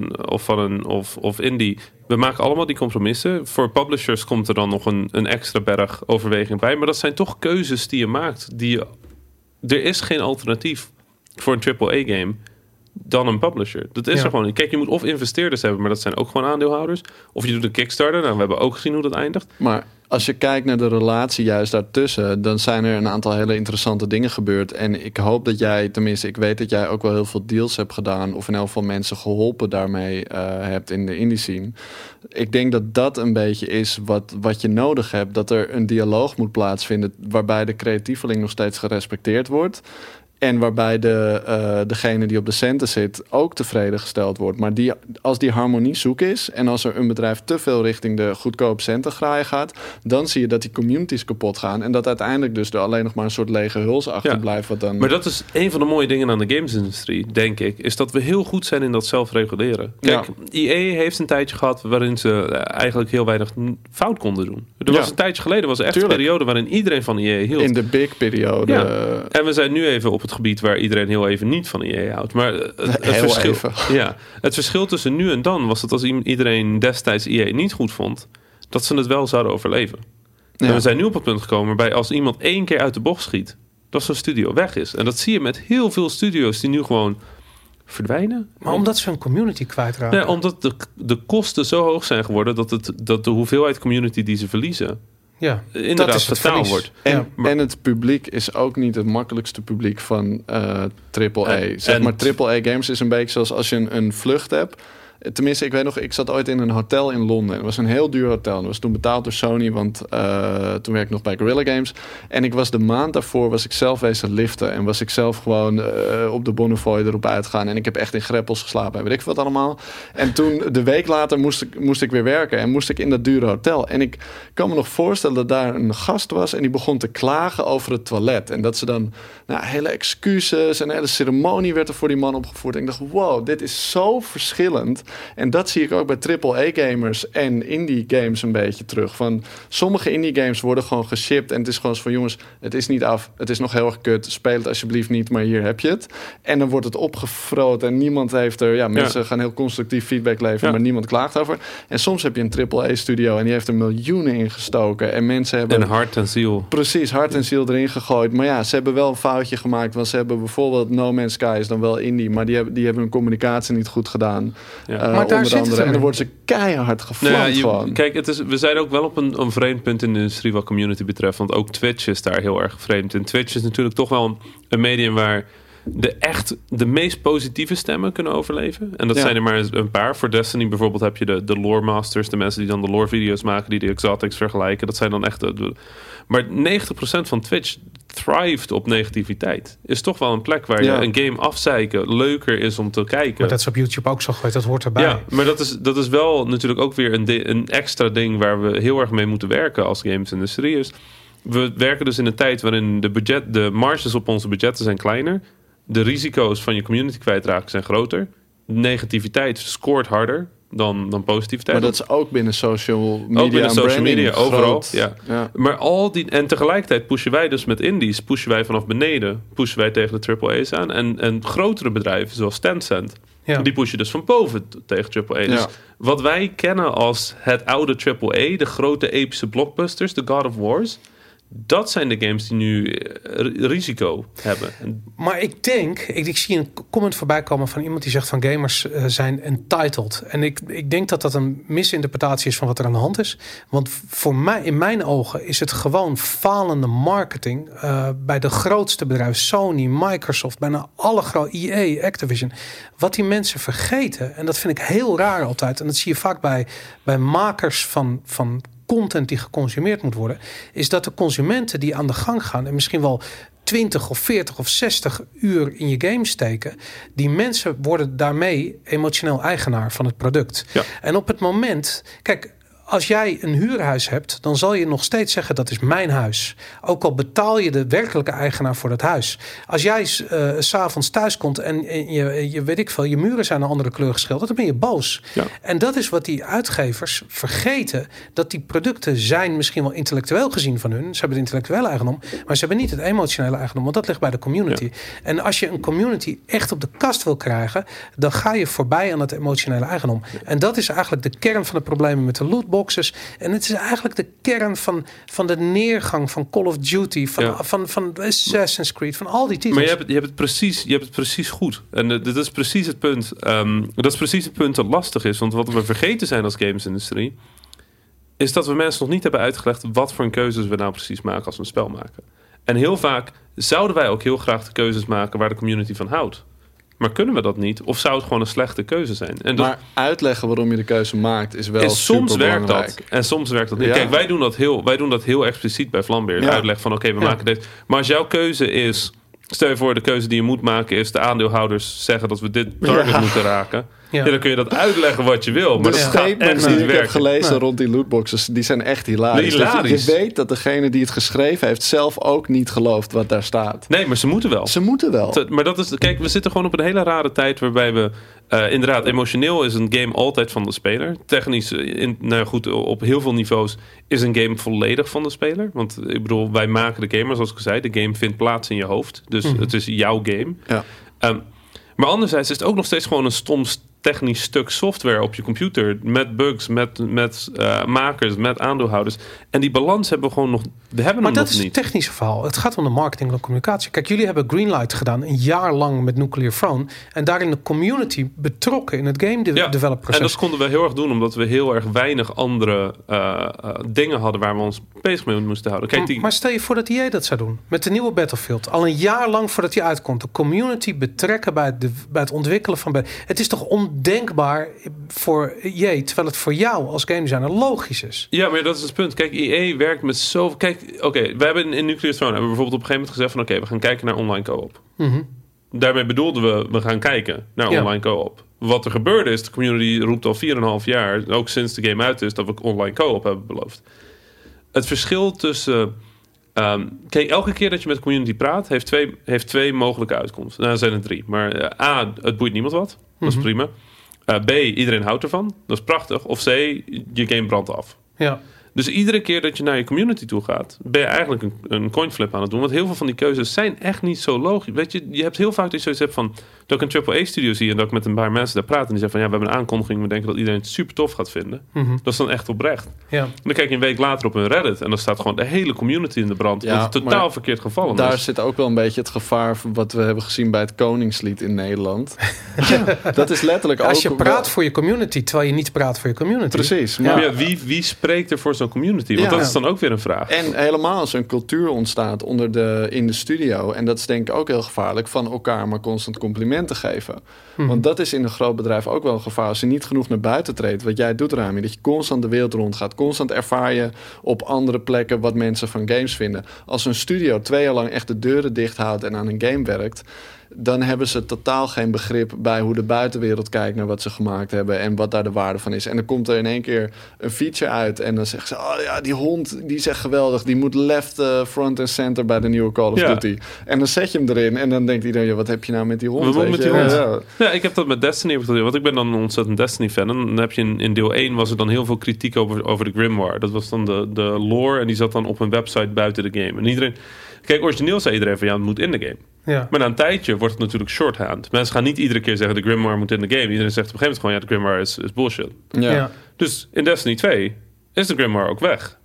of indie, we maken allemaal die compromissen. Voor publishers komt er dan nog een extra berg overweging bij. Maar dat zijn toch keuzes die je maakt. Er is geen alternatief voor een AAA-game dan een publisher. Dat is er gewoon niet. Kijk, je moet of investeerders hebben, maar dat zijn ook gewoon aandeelhouders. Of je doet een Kickstarter. Nou, we hebben ook gezien hoe dat eindigt. Maar als je kijkt naar de relatie juist daartussen, dan zijn er een aantal hele interessante dingen gebeurd. En ik hoop dat jij, tenminste, ik weet dat jij ook wel heel veel deals hebt gedaan, of in elk geval mensen geholpen daarmee hebt in de indie scene. Ik denk dat dat een beetje is wat je nodig hebt. Dat er een dialoog moet plaatsvinden waarbij de creatieveling nog steeds gerespecteerd wordt. En waarbij degene die op de centen zit ook tevreden gesteld wordt. Maar als die harmonie zoek is en als er een bedrijf te veel richting de goedkope centen graaien gaat, dan zie je dat die communities kapot gaan. En dat uiteindelijk dus er alleen nog maar een soort lege huls achterblijft. Wat dan... Maar dat is een van de mooie dingen aan de gamesindustrie, denk ik. Is dat we heel goed zijn in dat zelfreguleren. Kijk, EA heeft een tijdje gehad waarin ze eigenlijk heel weinig fout konden doen. Er was een tijdje geleden was echt een periode waarin iedereen van EA hield. In de big periode. Ja. En we zijn nu even op het gebied waar iedereen heel even niet van EA houdt. Maar het verschil tussen nu en dan was dat als iedereen destijds EA niet goed vond, dat ze het wel zouden overleven. Ja. En we zijn nu op het punt gekomen waarbij als iemand 1 keer uit de bocht schiet, dat zo'n studio weg is. En dat zie je met heel veel studio's die nu gewoon verdwijnen. Maar omdat ze hun community kwijtraken. Nee, omdat de kosten zo hoog zijn geworden dat de hoeveelheid community die ze verliezen inderdaad fataal wordt. En het publiek is ook niet het makkelijkste publiek van AAA. Maar AAA games is een beetje zoals als je een vlucht hebt. Tenminste, ik weet nog, ik zat ooit in een hotel in Londen. Het was een heel duur hotel. Dat was toen betaald door Sony, want toen werkte ik nog bij Guerrilla Games. En ik was de maand daarvoor was ik zelf wezen liften. En was ik zelf gewoon op de Bonnefoy erop uitgaan. En ik heb echt in greppels geslapen en weet ik wat allemaal. En toen, de week later, moest ik weer werken. En moest ik in dat dure hotel. En ik kan me nog voorstellen dat daar een gast was. En die begon te klagen over het toilet. En dat ze dan hele excuses en een hele ceremonie werd er voor die man opgevoerd. En ik dacht, wow, dit is zo verschillend. En dat zie ik ook bij AAA-gamers en indie-games een beetje terug. Van sommige indie-games worden gewoon geshipped en het is gewoon van jongens, het is niet af, het is nog heel erg kut, speel het alsjeblieft niet, maar hier heb je het. En dan wordt het opgefroot en niemand heeft er, mensen gaan heel constructief feedback leveren, maar niemand klaagt over. En soms heb je een AAA-studio en die heeft er miljoenen in gestoken en mensen hebben... En hart en ziel. Precies, hart en ziel erin gegooid. Maar ze hebben wel een foutje gemaakt, want ze hebben bijvoorbeeld No Man's Sky is dan wel indie, maar die hebben hun communicatie niet goed gedaan. Ja. Maar daar zit het en dan worden ze keihard gevlamd gewoon. Kijk, we zijn ook wel op een vreemd punt in de industrie wat community betreft. Want ook Twitch is daar heel erg vreemd. En Twitch is natuurlijk toch wel een medium waar de meest positieve stemmen kunnen overleven. En dat zijn er maar een paar. Voor Destiny bijvoorbeeld heb je de lore masters, de mensen die dan de lore video's maken, die de exotics vergelijken. Dat zijn dan echt maar 90% van Twitch thrived op negativiteit. Is toch wel een plek waar je een game afzeiken leuker is om te kijken. Maar dat is op YouTube ook zo geweest, dat hoort erbij. Ja, maar dat is wel natuurlijk ook weer een extra ding waar we heel erg mee moeten werken als gamesindustrie is. We werken dus in een tijd waarin de marges op onze budgetten zijn kleiner. De risico's van je community kwijtraken zijn groter. De negativiteit scoort harder dan positiviteit. Maar dat is ook binnen social media. Ook binnen social media, overal. Ja. Maar en tegelijkertijd pushen wij dus met indies, pushen wij vanaf beneden, pushen wij tegen de AAA's aan. En grotere bedrijven zoals Tencent, die pushen dus van boven tegen AAA. Dus wat wij kennen als het oude AAA, de grote epische blockbusters, de God of Wars, dat zijn de games die nu risico hebben. Maar ik denk, ik zie een comment voorbij komen van iemand die zegt van gamers zijn entitled. En ik denk dat dat een misinterpretatie is van wat er aan de hand is. Want voor mij, in mijn ogen, is het gewoon falende marketing bij de grootste bedrijven, Sony, Microsoft, bijna alle grote, EA, Activision. Wat die mensen vergeten, en dat vind ik heel raar altijd, en dat zie je vaak bij makers van content die geconsumeerd moet worden, is dat de consumenten die aan de gang gaan en misschien wel 20 of 40 of 60 uur in je game steken, die mensen worden daarmee emotioneel eigenaar van het product. Ja. En op het moment, kijk, als jij een huurhuis hebt, dan zal je nog steeds zeggen dat is mijn huis. Ook al betaal je de werkelijke eigenaar voor dat huis. Als jij 's avonds thuis komt en je weet ik veel, je muren zijn een andere kleur geschilderd, dan ben je boos. Ja. En dat is wat die uitgevers vergeten, dat die producten zijn misschien wel intellectueel gezien van hun. Ze hebben de intellectuele eigendom, maar ze hebben niet het emotionele eigendom, want dat ligt bij de community. Ja. En als je een community echt op de kast wil krijgen, dan ga je voorbij aan het emotionele eigendom. Ja. En dat is eigenlijk de kern van de problemen met de lootbox. En het is eigenlijk de kern van de neergang van Call of Duty, van Assassin's Creed, van al die titels. Maar je hebt het precies goed. En dat is precies het punt. Dat is precies het punt dat lastig is. Want wat we vergeten zijn als gamesindustrie, is dat we mensen nog niet hebben uitgelegd wat voor keuzes we nou precies maken als we een spel maken. En heel vaak zouden wij ook heel graag de keuzes maken waar de community van houdt. Maar kunnen we dat niet? Of zou het gewoon een slechte keuze zijn? Maar uitleggen waarom je de keuze maakt is wel superbelangrijk. En soms werkt dat niet. Ja. Kijk, wij doen dat heel expliciet bij Vlambeer. Ja. Uitleg van oké, we maken dit. Maar als jouw keuze is, Stel je voor, de keuze die je moet maken is... de aandeelhouders zeggen dat we dit target moeten raken. Ja, dan kun je dat uitleggen wat je wil. Maar dat gaat echt niet die ik heb gelezen rond die lootboxes... die zijn echt hilarisch. Je weet dat degene die het geschreven heeft... zelf ook niet gelooft wat daar staat. Nee, maar ze moeten wel. Ze moeten wel. Maar dat is... Kijk, we zitten gewoon op een hele rare tijd... waarbij we... inderdaad, emotioneel is een game altijd van de speler. Technisch, op heel veel niveaus... is een game volledig van de speler. Want ik bedoel, wij maken de game... maar zoals ik al zei, de game vindt plaats in je hoofd. Dus het is jouw game. Ja. Maar anderzijds is het ook nog steeds gewoon een stom technisch stuk software op je computer. Met bugs, met makers, met aandeelhouders. En die balans hebben we gewoon nog. Maar dat is het technische verhaal. Het gaat om de marketing en de communicatie. Kijk, jullie hebben Greenlight gedaan een jaar lang met Nuclear Throne. En daarin de community betrokken in het game develop proces. En dat konden we heel erg doen, omdat we heel erg weinig andere dingen hadden waar we ons bezig mee moesten houden. Kijk, maar stel je voor dat EA dat zou doen. Met de nieuwe Battlefield. Al een jaar lang voordat die uitkomt. De community betrekken bij het ontwikkelen van... Het is toch ondenkbaar voor EA, terwijl het voor jou als game designer logisch is. Ja, maar dat is het punt. Kijk, EA werkt met zoveel... Kijk, we hebben in Nuclear Throne hebben we bijvoorbeeld op een gegeven moment gezegd van we gaan kijken naar online co-op. Daarmee bedoelden we gaan kijken naar online co-op. Wat er gebeurde is, de community roept al 4,5 jaar, ook sinds de game uit is, dat we online co-op hebben beloofd. Het verschil tussen... kijk, elke keer dat je met de community praat, heeft twee mogelijke uitkomsten. Nou, er zijn er 3. Maar A, het boeit niemand wat. Dat is prima. B, iedereen houdt ervan. Dat is prachtig. Of C, je game brandt af. Ja. Dus iedere keer dat je naar je community toe gaat, ben je eigenlijk een coinflip aan het doen. Want heel veel van die keuzes zijn echt niet zo logisch. Weet je hebt heel vaak dat je zoiets hebt van... dat ik een AAA-studio zie en dat ik met een paar mensen daar praat... en die zeggen van, we hebben een aankondiging... we denken dat iedereen het super tof gaat vinden. Dat is dan echt oprecht. Ja. En dan kijk je een week later op een Reddit... en dan staat gewoon de hele community in de brand... wat het totaal verkeerd gevallen is. Daar zit ook wel een beetje het gevaar... van wat we hebben gezien bij het Koningslied in Nederland. Dat is letterlijk als je praat voor je community... terwijl je niet praat voor je community. Precies. Maar wie spreekt er voor zo'n community? Want dat is dan ook weer een vraag. En helemaal als er een cultuur ontstaat in de studio... en dat is denk ik ook heel gevaarlijk... van elkaar maar constant complimenten geven. Want dat is in een groot bedrijf ook wel een gevaar... als je niet genoeg naar buiten treedt. Wat jij doet, Rami, dat je constant de wereld rondgaat. Constant ervaar je op andere plekken... wat mensen van games vinden. Als een studio 2 jaar lang echt de deuren dicht houdt... en aan een game werkt... dan hebben ze totaal geen begrip bij hoe de buitenwereld kijkt... naar wat ze gemaakt hebben en wat daar de waarde van is. En dan komt er in één keer een feature uit... en dan zeggen ze, die hond, die is echt geweldig... die moet left, front en center bij de nieuwe Call of Duty. En dan zet je hem erin en dan denkt iedereen... wat heb je nou met die hond? Ja, ik heb dat met Destiny. Want ik ben dan een ontzettend Destiny-fan. En dan heb je in deel 1 was er dan heel veel kritiek over de Grimoire. Dat was dan de lore en die zat dan op een website buiten de game. En iedereen... Kijk, origineel zei iedereen van het moet in de game. Ja. Maar na een tijdje wordt het natuurlijk shorthand. Mensen gaan niet iedere keer zeggen de Grimoire moet in de game. Iedereen zegt op een gegeven moment gewoon de Grimoire is bullshit. Ja. Dus in Destiny 2 is de Grimoire ook weg.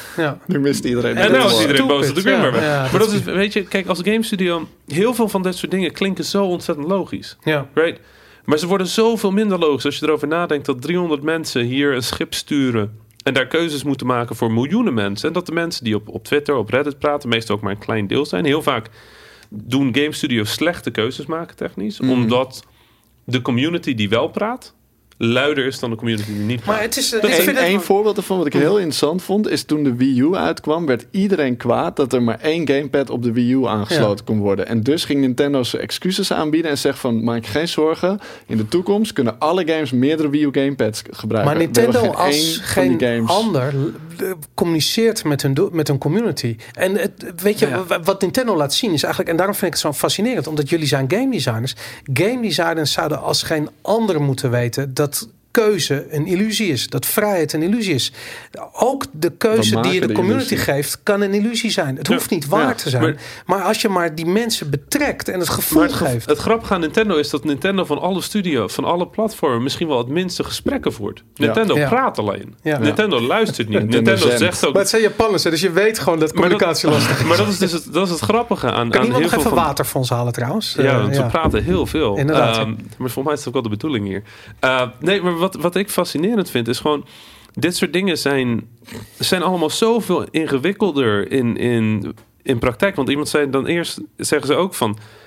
Nu mist iedereen. En nou is iedereen boos dat de Grimoire weg. Ja, maar dat is, weet je, kijk, als game studio, heel veel van dit soort dingen klinken zo ontzettend logisch. Ja. Right? Maar ze worden zoveel minder logisch als je erover nadenkt dat 300 mensen hier een schip sturen en daar keuzes moeten maken voor miljoenen mensen. En dat de mensen die op Twitter, op Reddit praten, meestal ook maar een klein deel zijn. Heel vaak doen game studios slechte keuzes maken technisch. Omdat de community die wel praat, luider is dan de community die niet praat. Maar het is één voorbeeld ervan wat ik heel interessant vond, is toen de Wii U uitkwam, werd iedereen kwaad dat er maar 1 gamepad op de Wii U aangesloten kon worden. En dus ging Nintendo zijn excuses aanbieden en zegt van, maak je geen zorgen, in de toekomst kunnen alle games meerdere Wii U gamepads gebruiken. Maar Nintendo als geen ander communiceert met hun community. En weet je, wat Nintendo laat zien is eigenlijk, en daarom vind ik het zo fascinerend, omdat jullie zijn game designers. Game designers zouden als geen ander moeten weten dat keuze een illusie is. Dat vrijheid een illusie is. Ook de keuze die je de community geeft kan een illusie zijn. Het hoeft niet waar te zijn. Maar als je maar die mensen betrekt en het gevoel geeft. Het grappige aan Nintendo is dat Nintendo van alle studio's, van alle platformen misschien wel het minste gesprekken voert. Nintendo praat alleen. Ja. Nintendo luistert niet. Nintendo zegt ook. Maar het zijn Japanners, dus je weet gewoon dat communicatie lastig is. Maar dat is het grappige aan kan iemand heel nog veel even water voor ons halen trouwens? Want we praten heel veel. Inderdaad. Maar volgens mij is het ook wel de bedoeling hier. Nee, maar wat ik fascinerend vind is gewoon, dit soort dingen zijn allemaal zoveel ingewikkelder in praktijk. Want iemand zei dan eerst, zeggen ze ook van,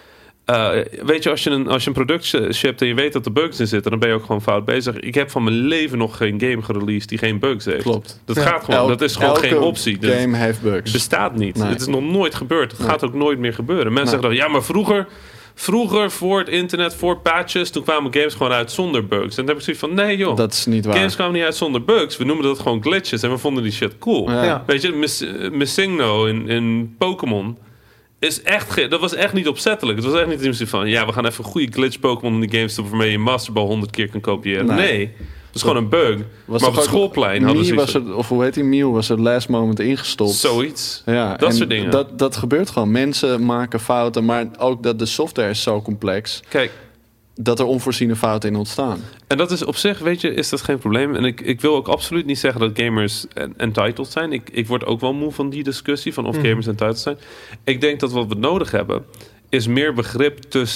weet je, als je een product shipt en je weet dat er bugs in zitten, dan ben je ook gewoon fout bezig. Ik heb van mijn leven nog geen game gereleased die geen bugs heeft. Klopt. Dat gaat gewoon. Dat is gewoon geen optie. Elke game heeft bugs. Bestaat niet. Nee. Het is nog nooit gebeurd. Het gaat ook nooit meer gebeuren. Mensen zeggen dan, ja, maar vroeger voor het internet, voor patches, toen kwamen games gewoon uit zonder bugs. En dan heb ik zoiets van, nee joh. Dat is niet waar. Games kwamen niet uit zonder bugs. We noemen dat gewoon glitches en we vonden die shit cool. Ja. Weet je, Missingno in Pokémon dat was echt niet opzettelijk. Het was echt niet iets van, ja, we gaan even een goede glitch Pokémon in de game stoppen waarmee je Masterball 100 keer kan kopiëren. Nee. Het was gewoon een bug. Maar op het schoolplein hadden ze... Of hoe heet die? Mew was het last moment ingestopt. Zoiets. Ja, dat soort dingen. Dat gebeurt gewoon. Mensen maken fouten, maar ook dat de software is zo complex. Kijk, dat er onvoorziene fouten in ontstaan. En dat is op zich, weet je, is dat geen probleem. En ik wil ook absoluut niet zeggen dat gamers entitled zijn. Ik word ook wel moe van die discussie van of gamers entitled zijn. Ik denk dat wat we nodig hebben is meer begrip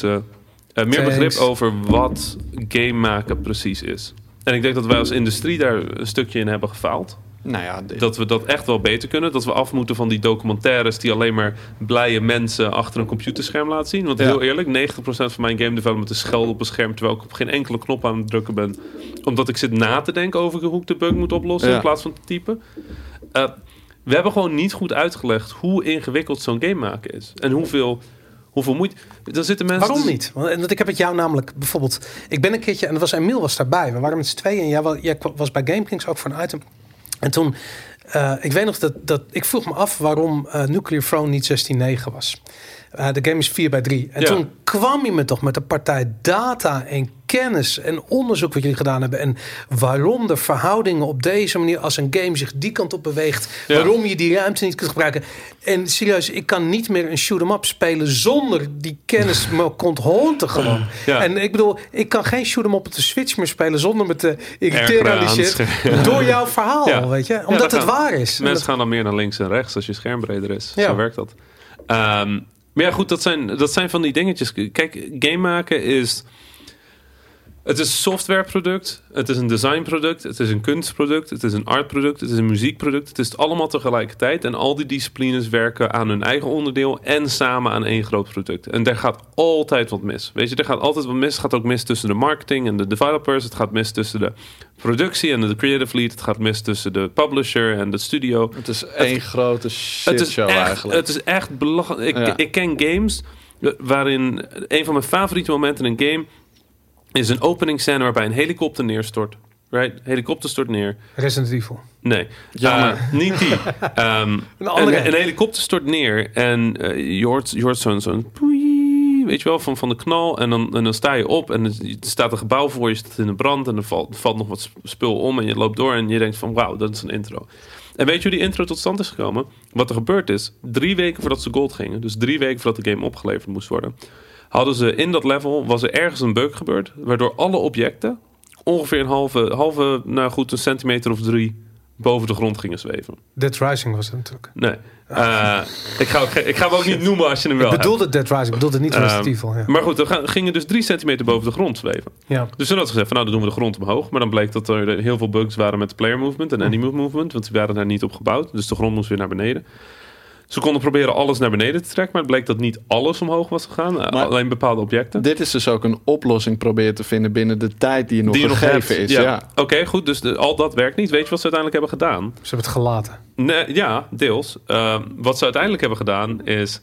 begrip over wat game maken precies is. En ik denk dat wij als industrie daar een stukje in hebben gefaald. Nou ja, dat we dat echt wel beter kunnen. Dat we af moeten van die documentaires die alleen maar blije mensen achter een computerscherm laten zien. Want heel eerlijk, 90% van mijn game development is schelden op een scherm, terwijl ik op geen enkele knop aan het drukken ben. Omdat ik zit na te denken over hoe ik de bug moet oplossen in plaats van te typen. We hebben gewoon niet goed uitgelegd hoe ingewikkeld zo'n game maken is. En hoeveel moeite... Dan zitten mensen... Waarom niet? Want ik heb het jou namelijk bijvoorbeeld... Ik ben een keertje, en Emiel was daarbij. We waren met z'n tweeën en jij was bij GameKings ook voor een item. En toen, ik weet nog dat ik vroeg me af waarom Nuclear Throne niet 16:9 was. De game is 4x3. En toen kwam je me toch met een partij data en kennis en onderzoek wat jullie gedaan hebben. En waarom de verhoudingen op deze manier, als een game zich die kant op beweegt, waarom je die ruimte niet kunt gebruiken. En serieus, ik kan niet meer een shoot-'em-up spelen zonder die kennis me onthouden gewoon. Ja. En ik bedoel, ik kan geen shoot-'em-up op de Switch meer spelen zonder me te irriteren aan die shit. Door jouw verhaal, weet je. Omdat het waar is. Mensen gaan dan meer naar links en rechts als je scherm breder is. Ja. Zo werkt dat. Maar ja, goed, dat zijn van die dingetjes. Kijk, game maken is... Het is een softwareproduct, het is een designproduct, het is een kunstproduct, het is een artproduct, het is een muziekproduct. Het is allemaal tegelijkertijd en al die disciplines werken aan hun eigen onderdeel en samen aan één groot product. En daar gaat altijd wat mis. Weet je, er gaat altijd wat mis. Het gaat ook mis tussen de marketing en de developers. Het gaat mis tussen de productie en de creative lead. Het gaat mis tussen de publisher en de studio. Het is één grote shitshow eigenlijk. Het is echt belachelijk. Ik ken games waarin een van mijn favoriete momenten in een game is een opening scène waarbij een helikopter neerstort. Right? Helikopter stort neer. Resident Evil. Nee, niet die. Een helikopter stort neer en je hoort zo'n weet je wel, van de knal. En dan sta je op en er staat een gebouw voor je, staat in de brand en er valt nog wat spul om en je loopt door en je denkt van wauw, dat is een intro. En weet je hoe die intro tot stand is gekomen? Wat er gebeurd is, 3 weken voordat ze gold gingen, dus 3 weken voordat de game opgeleverd moest worden, hadden ze in dat level, was er ergens een bug gebeurd, waardoor alle objecten ongeveer een centimeter of 3 boven de grond gingen zweven. Dead Rising was het natuurlijk. Nee. Ik ga hem ook niet noemen als je hem wel hebt. Ik bedoelde Dead Rising, ik bedoelde niet Resident Evil. Ja. Maar goed, er gingen dus 3 centimeter boven de grond zweven. Ja. Dus toen had ze gezegd van, dan doen we de grond omhoog. Maar dan bleek dat er heel veel bugs waren met de player movement en animate movement, want die waren daar niet op gebouwd. Dus de grond moest weer naar beneden. Ze konden proberen alles naar beneden te trekken, maar het bleek dat niet alles omhoog was gegaan. Alleen bepaalde objecten. Dit is dus ook een oplossing proberen te vinden binnen de tijd die je nog gegeven is. Ja. Oké, goed. Dus al dat werkt niet. Weet je wat ze uiteindelijk hebben gedaan? Ze hebben het gelaten. Nee, ja, deels. Wat ze uiteindelijk hebben gedaan is...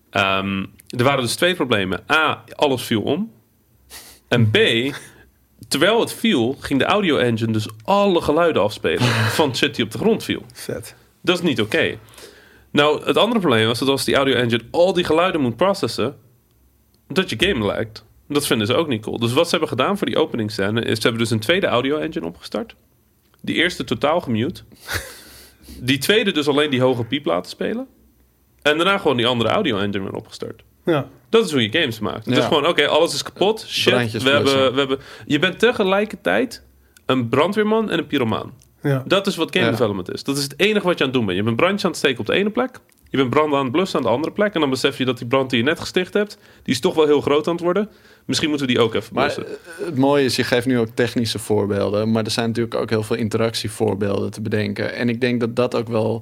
er waren dus 2 problemen. A, alles viel om. En B, terwijl het viel, ging de audio engine dus alle geluiden afspelen van shit die op de grond viel. Vet. Dat is niet oké. Nou, het andere probleem was dat als die audio engine al die geluiden moet processen, dat je game lagt. Dat vinden ze ook niet cool. Dus wat ze hebben gedaan voor die openingsscène is, ze hebben dus een tweede audio engine opgestart. Die eerste totaal gemute. Die tweede dus alleen die hoge piep laten spelen. En daarna gewoon die andere audio engine weer opgestart. Ja. Dat is hoe je games maakt. Het is gewoon, oké, alles is kapot. Shit, we hebben... Je bent tegelijkertijd een brandweerman en een pyromaan. Ja. Dat is wat game development is. Dat is het enige wat je aan het doen bent. Je bent brandje aan het steken op de ene plek. Je bent brand aan het blussen aan de andere plek. En dan besef je dat die brand die je net gesticht hebt, die is toch wel heel groot aan het worden. Misschien moeten we die ook even blussen. Maar het mooie is, je geeft nu ook technische voorbeelden. Maar er zijn natuurlijk ook heel veel interactievoorbeelden te bedenken. En ik denk dat dat ook wel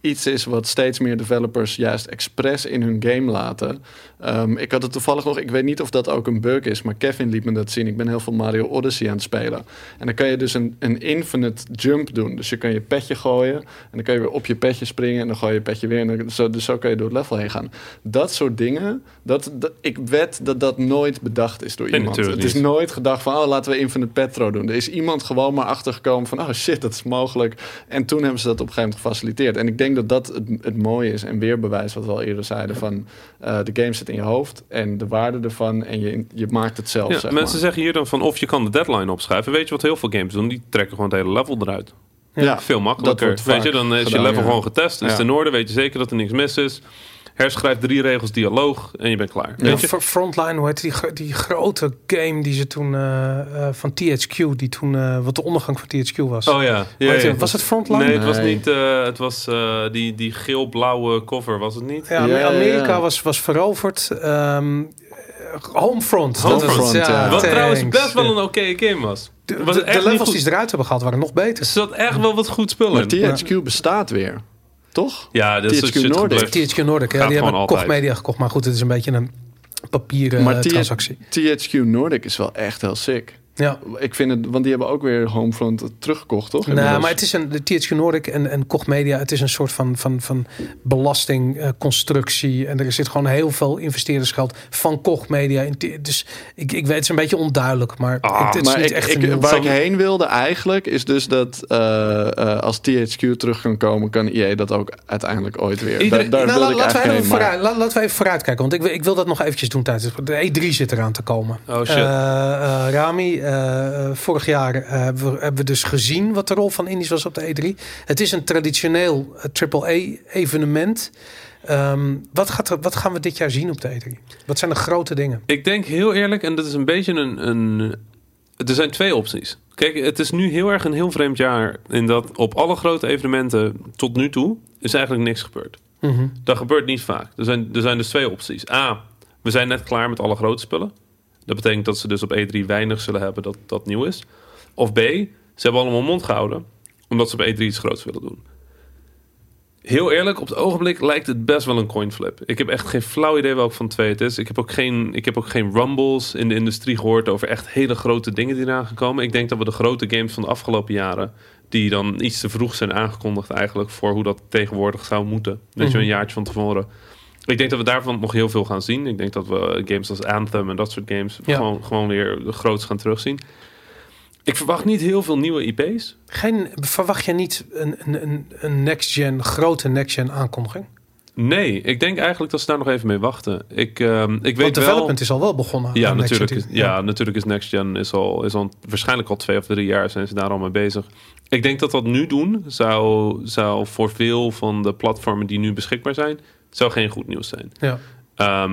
iets is wat steeds meer developers juist expres in hun game laten. Ik had het toevallig nog, ik weet niet of dat ook een bug is, maar Kevin liet me dat zien. Ik ben heel veel Mario Odyssey aan het spelen. En dan kan je dus een infinite jump doen. Dus je kan je petje gooien en dan kan je weer op je petje springen en dan gooi je petje weer. En dan, dus zo kan je door het level heen gaan. Dat soort dingen, ik wed dat nooit bedacht is door iemand. Het is nooit gedacht van, laten we infinite pet throw doen. Er is iemand gewoon maar achtergekomen van, shit, dat is mogelijk. En toen hebben ze dat op een gegeven moment gefaciliteerd. En ik denk dat het mooie is en weer bewijs wat we al eerder zeiden van de game zit in je hoofd en de waarde ervan en je maakt het zelf. Ja, mensen zeggen hier dan van of je kan de deadline opschrijven. Weet je wat heel veel games doen? Die trekken gewoon het hele level eruit. Ja, veel makkelijker. Weet je, dan is je level gewoon getest. Is het in orde, weet je zeker dat er niks mis is. Herschrijf 3 regels dialoog en je bent klaar. Ja. Frontline, hoe heet die grote game die ze toen van THQ, die toen wat de ondergang van THQ was. Oh ja. Was het Frontline? Nee, het was niet. Het was die geel-blauwe cover, was het niet? Ja, Amerika was veroverd. Homefront. Wat trouwens best wel een oké game was. De levels die ze eruit hebben gehad waren nog beter. Er zat echt wel wat goed spullen in. Maar THQ bestaat weer. Toch? Ja, THQ Nordic. THQ Nordic, die hebben Koch Media gekocht. Maar goed, het is een beetje een papieren transactie. THQ Nordic is wel echt heel sick. Ja. Ik vind het, want die hebben ook weer Homefront teruggekocht, toch? Nee, maar het is de THQ Nordic en Koch Media. Het is een soort van belastingconstructie. En er zit gewoon heel veel investeerdersgeld van Koch Media. Dus ik weet, het is een beetje onduidelijk. Maar het is niet echt waar ik heen wilde eigenlijk, is dus dat als THQ terug kan komen, kan EA dat ook uiteindelijk ooit weer. Laten we even vooruit kijken. Want ik wil dat nog eventjes doen tijdens de E3 zit eraan te komen. Oh shit. Rami, vorig jaar hebben we dus gezien wat de rol van indies was op de E3. Het is een traditioneel AAA-evenement. Wat gaan we dit jaar zien op de E3? Wat zijn de grote dingen? Ik denk heel eerlijk, en dat is een beetje er zijn 2 opties. Kijk, het is nu heel erg een heel vreemd jaar in dat op alle grote evenementen tot nu toe is eigenlijk niks gebeurd. Mm-hmm. Dat gebeurt niet vaak. Er zijn dus 2 opties. A, we zijn net klaar met alle grote spullen. Dat betekent dat ze dus op E3 weinig zullen hebben dat nieuw is. Of B, ze hebben allemaal mond gehouden omdat ze op E3 iets groots willen doen. Heel eerlijk, op het ogenblik lijkt het best wel een coinflip. Ik heb echt geen flauw idee welk van 2 het is. Ik heb ook geen rumbles in de industrie gehoord over echt hele grote dingen die eraan gekomen. Ik denk dat we de grote games van de afgelopen jaren, die dan iets te vroeg zijn aangekondigd eigenlijk voor hoe dat tegenwoordig zou moeten. Weet je, een jaartje van tevoren. Ik denk dat we daarvan nog heel veel gaan zien. Ik denk dat we games als Anthem en dat soort games gewoon weer groots gaan terugzien. Ik verwacht niet heel veel nieuwe IP's. Verwacht je niet een grote next-gen aankondiging? Nee, ik denk eigenlijk dat ze daar nog even mee wachten. Ik weet development is al wel begonnen. Ja, natuurlijk is next gen is al waarschijnlijk al 2 of 3 jaar zijn ze daar al mee bezig. Ik denk dat nu doen zou voor veel van de platformen die nu beschikbaar zijn, zou geen goed nieuws zijn. Ja.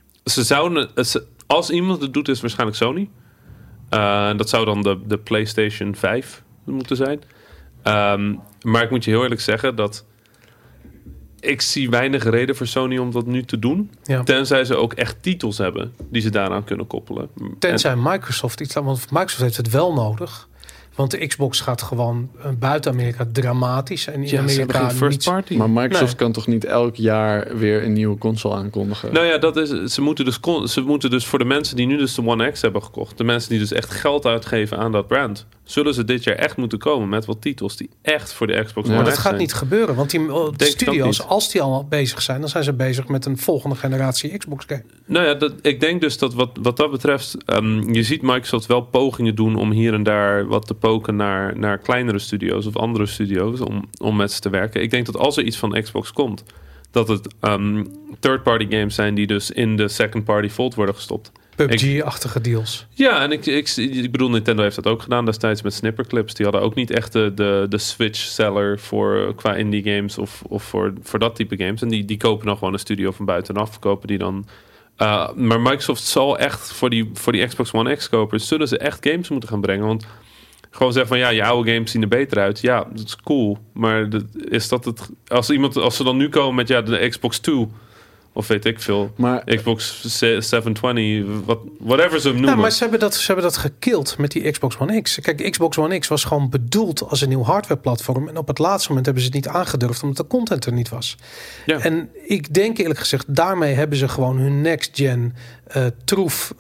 Als iemand het doet, is het waarschijnlijk Sony. Dat zou dan de PlayStation 5 moeten zijn. Maar ik moet je heel eerlijk zeggen dat ik zie weinig reden voor Sony om dat nu te doen. Ja. Tenzij ze ook echt titels hebben die ze daaraan kunnen koppelen. Tenzij Microsoft iets... Want Microsoft heeft het wel nodig. Want de Xbox gaat gewoon buiten Amerika dramatisch. En in Amerika first party. Maar Microsoft kan toch niet elk jaar weer een nieuwe console aankondigen? Nou ja, ze moeten dus voor de mensen die nu dus de One X hebben gekocht, de mensen die dus echt geld uitgeven aan dat brand, zullen ze dit jaar echt moeten komen met wat titels die echt voor de Xbox One X zijn. Maar dat gaat niet gebeuren, want die studio's, als die al bezig zijn, dan zijn ze bezig met een volgende generatie Xbox game. Nou ja, ik denk dus dat wat dat betreft, je ziet Microsoft wel pogingen doen om hier en daar wat te poken naar kleinere studio's of andere studio's om met ze te werken. Ik denk dat als er iets van Xbox komt, dat het third-party games zijn die dus in de second-party vault worden gestopt. PUBG-achtige deals. Ja, en ik bedoel, Nintendo heeft dat ook gedaan destijds met Snipperclips. Die hadden ook niet echt de Switch-seller qua indie games of voor dat type games. En die kopen dan gewoon een studio van buitenaf, kopen die dan. Maar Microsoft zal echt voor die Xbox One X-kopers, zullen ze echt games moeten gaan brengen. Want gewoon zeggen van je oude games zien er beter uit. Ja, dat is cool. Maar is dat het? Als ze dan nu komen met de Xbox 2 Of weet ik veel. Maar Xbox 720, whatever ze hem noemen. Ja, maar ze hebben dat gekild met die Xbox One X. Kijk, Xbox One X was gewoon bedoeld als een nieuw hardwareplatform. En op het laatste moment hebben ze het niet aangedurfd, omdat de content er niet was. Ja. En ik denk eerlijk gezegd, daarmee hebben ze gewoon hun next-gen troef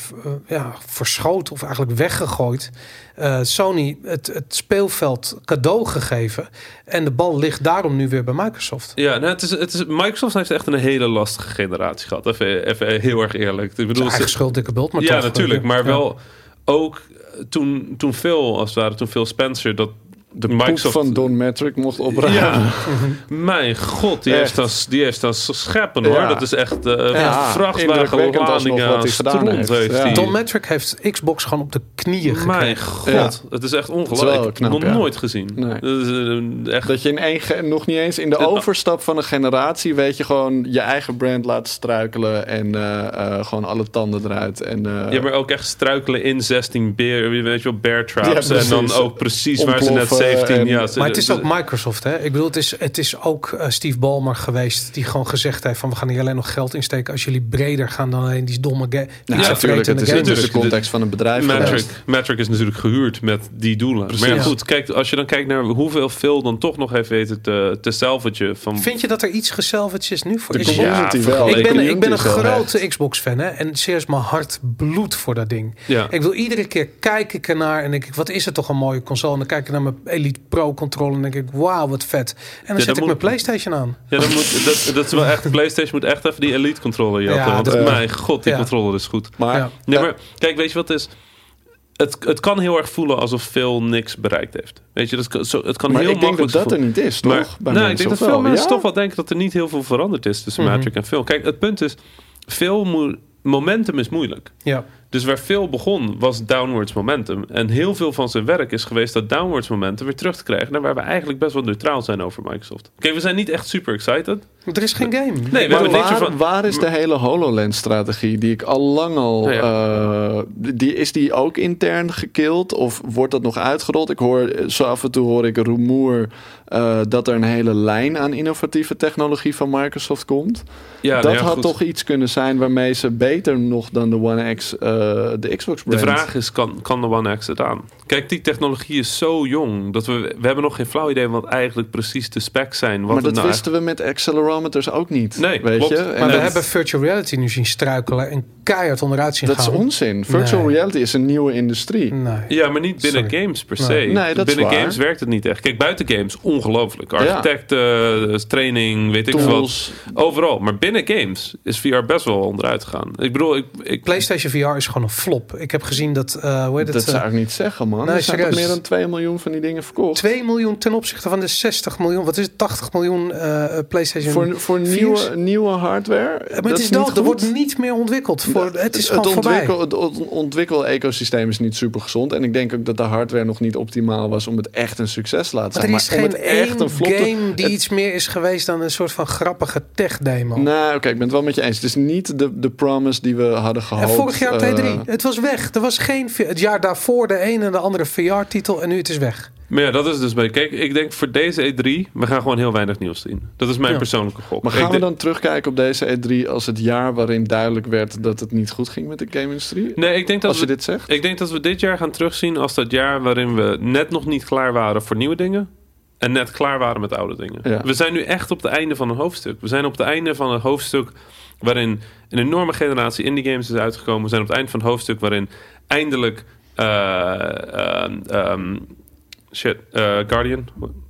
verschoten of eigenlijk weggegooid. Sony het speelveld cadeau gegeven. En de bal ligt daarom nu weer bij Microsoft. Ja, nou, Microsoft heeft echt een hele lastige generatie gehad. Even heel erg eerlijk. Ik bedoel, eigen schuld, dikke bult. Maar ja, toch, natuurlijk. Maar wel ook toen Phil Spencer dat de Microsoft van Don Matrick mocht opruimen. Ja. Mijn god, die heeft dan scheppen hoor. Dat is echt vrachtwagenlading aan stront. Don Matrick heeft Xbox gewoon op de knieën gekregen. Mijn god, het is echt ongelooflijk. Ik heb nog nooit gezien. Nee. Dat je in nog niet eens in de overstap van een generatie weet je gewoon je eigen brand laten struikelen en gewoon alle tanden eruit. En, maar ook echt struikelen in 16 bear traps en dan ook precies waar ze net 17 jaar. Maar het is ook Microsoft, hè? Ik bedoel, het is ook Steve Ballmer geweest die gewoon gezegd heeft van we gaan hier alleen nog geld insteken als jullie breder gaan dan alleen die domme games. Natuurlijk. Het is natuurlijk de context van een bedrijf. Matrick is natuurlijk gehuurd met die doelen. Precies. Maar ja, goed, kijk, als je dan kijkt naar hoeveel Phil dan toch nog heeft weten te salvagen van. Vind je dat er iets gesalvaged is nu voor de community wel? Ik ben een grote Xbox fan, hè? En serieus, mijn hart bloedt voor dat ding. Ja. Ik wil iedere keer kijk ik ernaar en denk ik, wat is het toch een mooie console? En dan kijk ik naar mijn Elite Pro controller en denk ik, wauw, wat vet. En dan zet ik mijn PlayStation aan. Ja, dat is wel echt. PlayStation moet echt even die Elite controller jatten. Want mijn god, die controller is goed. Maar kijk, weet je wat het is? Het kan heel erg voelen alsof Phil niks bereikt heeft. Weet je, het kan maar heel ik denk dat er niet is, toch? Ik denk dat veel mensen toch wel denken dat er niet heel veel veranderd is tussen Matrick en Phil. Kijk, het punt is, momentum is moeilijk. Ja. Dus waar Phil begon was downwards momentum. En heel veel van zijn werk is geweest dat downwards momentum weer terug te krijgen. Naar waar we eigenlijk best wel neutraal zijn over Microsoft. Kijk, we zijn niet echt super excited. Er is geen game. Nee, waar is de hele HoloLens-strategie die ik al lang is die ook intern gekild? Of wordt dat nog uitgerold? Zo af en toe hoor ik rumoer dat er een hele lijn aan innovatieve technologie van Microsoft komt. Ja, dat had toch iets kunnen zijn waarmee ze beter nog dan de One X de Xbox brand. De vraag is, kan de One X het aan? Kijk, die technologie is zo jong dat we hebben nog geen flauw idee wat eigenlijk precies de specs zijn. Maar dat wisten we met accelerometers ook niet. Nee, weet klopt. je? Maar we hebben virtual reality nu zien struikelen en keihard onderuit zien gaan. Dat is onzin. Virtual reality is een nieuwe industrie. Nee. Ja, maar niet binnen games per se. Nee, dat binnen is waar. games werkt het niet echt. Kijk, buiten games, ongelooflijk. Architecten, training, weet ik veel wat. Overal. Maar binnen games is VR best wel onderuit gegaan. Ik bedoel, PlayStation VR is gewoon een flop. Ik heb gezien dat... dat zou ik niet zeggen, man. Er zijn meer dan 2 miljoen van die dingen verkocht. 2 miljoen ten opzichte van de 60 miljoen. Wat is het? 80 miljoen PlayStation voor nieuwe hardware? Maar er wordt niet meer ontwikkeld. Het is gewoon voorbij. Het ontwikkel-ecosysteem is niet super gezond. En ik denk ook dat de hardware nog niet optimaal was om het echt een succes te laten zijn. Maar er is geen één game die iets meer is geweest dan een soort van grappige tech-demo. Nou, oké, ik ben het wel met je eens. Het is niet de promise die we hadden gehoopt. En vorig jaar op E3. Het was weg. Er was het jaar daarvoor de een en de andere VR-titel en nu het is weg. Maar ja, dat is dus bij. Kijk, ik denk voor deze E3, we gaan gewoon heel weinig nieuws zien. Dat is mijn persoonlijke gok. Maar gaan we dan terugkijken op deze E3 als het jaar waarin duidelijk werd dat het niet goed ging met de game-industrie? Nee, ik denk dat je dit zegt. Ik denk dat we dit jaar gaan terugzien als dat jaar waarin we net nog niet klaar waren voor nieuwe dingen. En net klaar waren met oude dingen. Ja. We zijn nu echt op het einde van een hoofdstuk. We zijn op het einde van een hoofdstuk waarin een enorme generatie indie games is uitgekomen. We zijn op het einde van een hoofdstuk waarin eindelijk Guardian.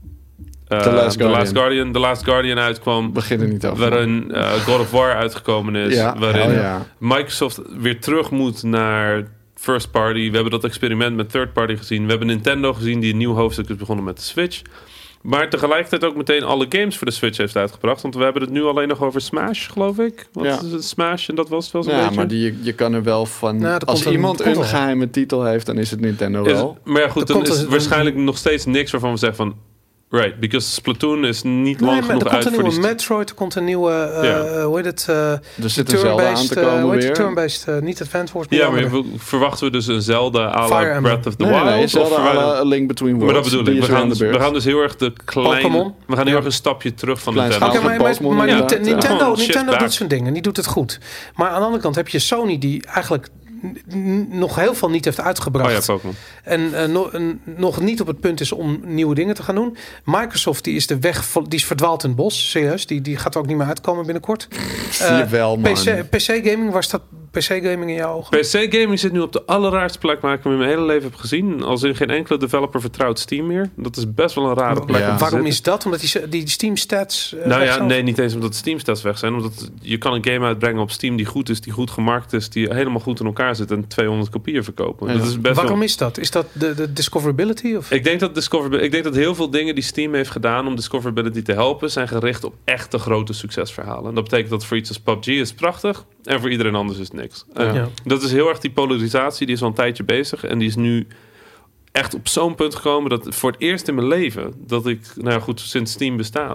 The Last Guardian uitkwam. Begin er niet over. Waarin God of War uitgekomen is. Waarin Microsoft weer terug moet naar first party. We hebben dat experiment met third party gezien. We hebben Nintendo gezien die een nieuw hoofdstuk is begonnen met de Switch. Maar tegelijkertijd ook meteen alle games voor de Switch heeft uitgebracht. Want we hebben het nu alleen nog over Smash, geloof ik. Wat is het? Smash en dat was het wel zo'n beetje. Ja, maar je kan er wel van... als iemand een geheime titel heeft, dan is het Nintendo wel. Maar ja, goed, dan is waarschijnlijk nog steeds niks waarvan we zeggen van... Right, because Splatoon is niet lang genoeg uit. Er komt een nieuwe Metroid, er komt een nieuwe, hoe heet het? Er zit een Zelda aan te komen weer. Turn-based, niet Advance Wars. Ja, maar verwachten we dus een Zelda à la Breath of the Wild? Nee, Zelda à la A Link Between Worlds. Maar dat bedoel ik. We gaan dus heel erg de kleine... We gaan heel erg een stapje terug van Nintendo. Maar Nintendo doet zijn dingen. Die doet het goed. Maar aan de andere kant heb je Sony die eigenlijk nog heel veel niet heeft uitgebracht. Pokémon. En nog niet op het punt is om nieuwe dingen te gaan doen. Microsoft die is de weg, die is verdwaald in het bos. Serieus, die gaat er ook niet meer uitkomen binnenkort. Jawel, man. PC gaming, waar staat PC gaming in jouw ogen? PC gaming zit nu op de allerraarste plek waar ik hem in mijn hele leven heb gezien. Als in geen enkele developer vertrouwt Steam meer. Dat is best wel een rare plek. Ja. Waarom is dat? Omdat die Steam stats nee, niet eens omdat de Steam stats weg zijn. Omdat je kan een game uitbrengen op Steam die goed is, die goed gemarkt is, die helemaal goed in elkaar zit en 200 kopieën verkopen. Ja. Dat is best Waarom is dat? Is dat de discoverability? Of? Ik denk dat heel veel dingen die Steam heeft gedaan om discoverability te helpen, zijn gericht op echte grote succesverhalen. En dat betekent dat voor iets als PUBG is prachtig en voor iedereen anders is het niks. Dat is heel erg die polarisatie, die is al een tijdje bezig en die is nu echt op zo'n punt gekomen dat voor het eerst in mijn leven dat ik, sinds Steam bestaat.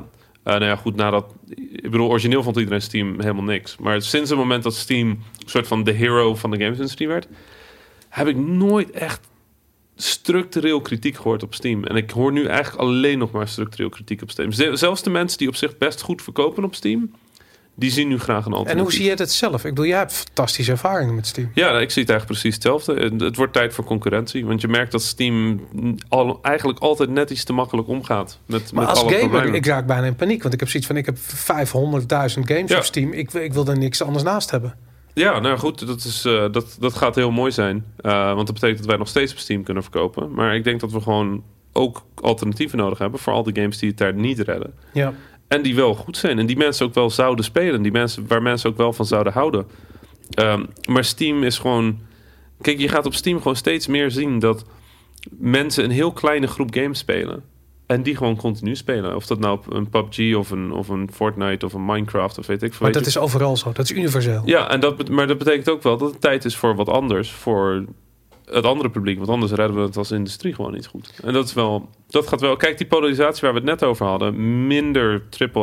Ik bedoel, origineel vond iedereen Steam helemaal niks. Maar sinds het moment dat Steam een soort van de hero van de gamesindustrie werd, heb ik nooit echt structureel kritiek gehoord op Steam. En ik hoor nu eigenlijk alleen nog maar structureel kritiek op Steam. Zelfs de mensen die op zich best goed verkopen op Steam, die zien nu graag een alternatief. En hoe zie je het zelf? Ik bedoel, jij hebt fantastische ervaringen met Steam. Ja, ik zie het eigenlijk precies hetzelfde. Het wordt tijd voor concurrentie. Want je merkt dat Steam eigenlijk altijd net iets te makkelijk omgaat. Met als alle gamer, problemen. ik raak bijna in paniek. Want ik heb zoiets van, ik heb 500.000 games op Steam. Ik wil er niks anders naast hebben. Ja, nou goed, dat gaat heel mooi zijn. Want dat betekent dat wij nog steeds op Steam kunnen verkopen. Maar ik denk dat we gewoon ook alternatieven nodig hebben voor al die games die het daar niet redden. Ja. En die wel goed zijn. En die mensen ook wel zouden spelen. Waar mensen ook wel van zouden houden. Maar Steam is gewoon... Kijk, je gaat op Steam gewoon steeds meer zien dat mensen een heel kleine groep games spelen. En die gewoon continu spelen. Of dat nou een PUBG of een Fortnite of een Minecraft of weet ik veel. Maar dat is overal zo. Dat is universeel. Ja, maar dat betekent ook wel dat het tijd is voor wat anders. Voor het andere publiek. Want anders redden we het als industrie gewoon niet goed. En dat gaat wel... Kijk, die polarisatie waar we het net over hadden. Minder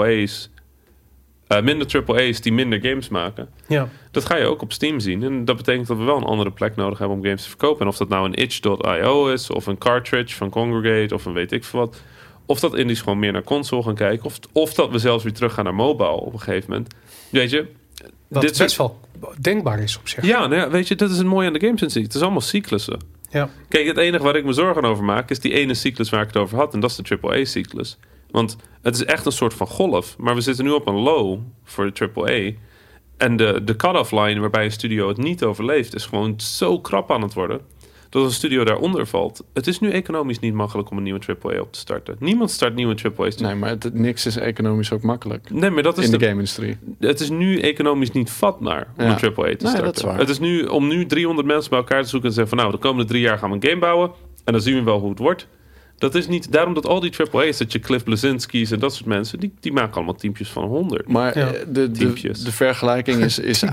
AAA's die minder games maken. Ja. Dat ga je ook op Steam zien. En dat betekent dat we wel een andere plek nodig hebben om games te verkopen. En of dat nou een itch.io is, of een cartridge van Congregate, of een weet ik veel wat. Of dat indies gewoon meer naar console gaan kijken. Of dat we zelfs weer terug gaan naar mobile op een gegeven moment. Weet je... Dit best wel denkbaar is op zich. Ja, weet je, dat is het mooie aan de gamesindustrie. Het is allemaal cyclussen. Ja. Kijk, het enige waar ik me zorgen over maak is die ene cyclus waar ik het over had. En dat is de AAA-cyclus. Want het is echt een soort van golf. Maar we zitten nu op een low voor de AAA. En de cut-off line waarbij een studio het niet overleeft, is gewoon zo krap aan het worden dat een studio daaronder valt. Het is nu economisch niet makkelijk om een nieuwe AAA op te starten. Niemand start nieuwe AAA's. Nee, maar niks is economisch ook makkelijk. Nee, maar dat is in de game-industrie. Het is nu economisch niet vatbaar om een AAA te starten. Dat is waar. Het is nu om nu 300 mensen bij elkaar te zoeken en te zeggen van de komende 3 jaar gaan we een game bouwen en dan zien we wel hoe het wordt. Dat is niet... Daarom dat al die AAA's, dat je Cliff Bleszinski's en dat soort mensen, die maken allemaal teampjes van 100. Maar de vergelijking is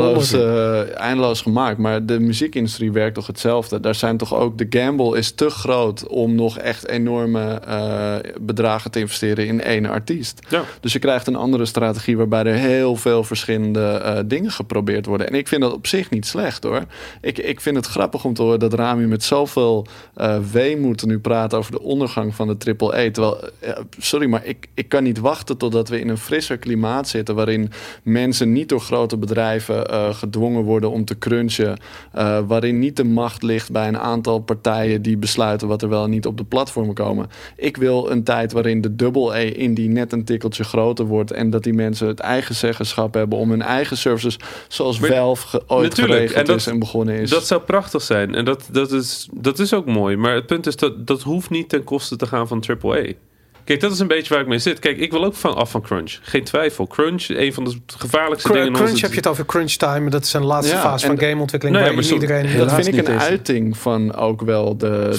eindeloos gemaakt. Maar de muziekindustrie werkt toch hetzelfde? Daar zijn toch ook... De gamble is te groot om nog echt enorme bedragen te investeren in één artiest. Ja. Dus je krijgt een andere strategie waarbij er heel veel verschillende dingen geprobeerd worden. En ik vind dat op zich niet slecht, hoor. Ik vind het grappig om te horen dat Rami met zoveel weemoed nu praat over de ondergang van de AAA. Terwijl, sorry, maar ik kan niet wachten totdat we in een frisser klimaat zitten waarin mensen niet door grote bedrijven gedwongen worden om te crunchen. Waarin niet de macht ligt bij een aantal partijen die besluiten wat er wel en niet op de platformen komen. Ik wil een tijd waarin de AA-indie net een tikkeltje groter wordt en dat die mensen het eigen zeggenschap hebben om hun eigen services, zoals Valve ooit geregeld is en begonnen is. Dat zou prachtig zijn. En dat is ook mooi. Maar het punt is dat hoeft niet ten koste te gaan van AAA. Kijk, dat is een beetje waar ik mee zit. Kijk, ik wil ook af van crunch. Geen twijfel. Crunch, een van de gevaarlijkste dingen. Crunch heb je het over crunch time. Dat is een laatste fase van gameontwikkeling. Nee, maar iedereen. Dat vind ik een uiting van ook wel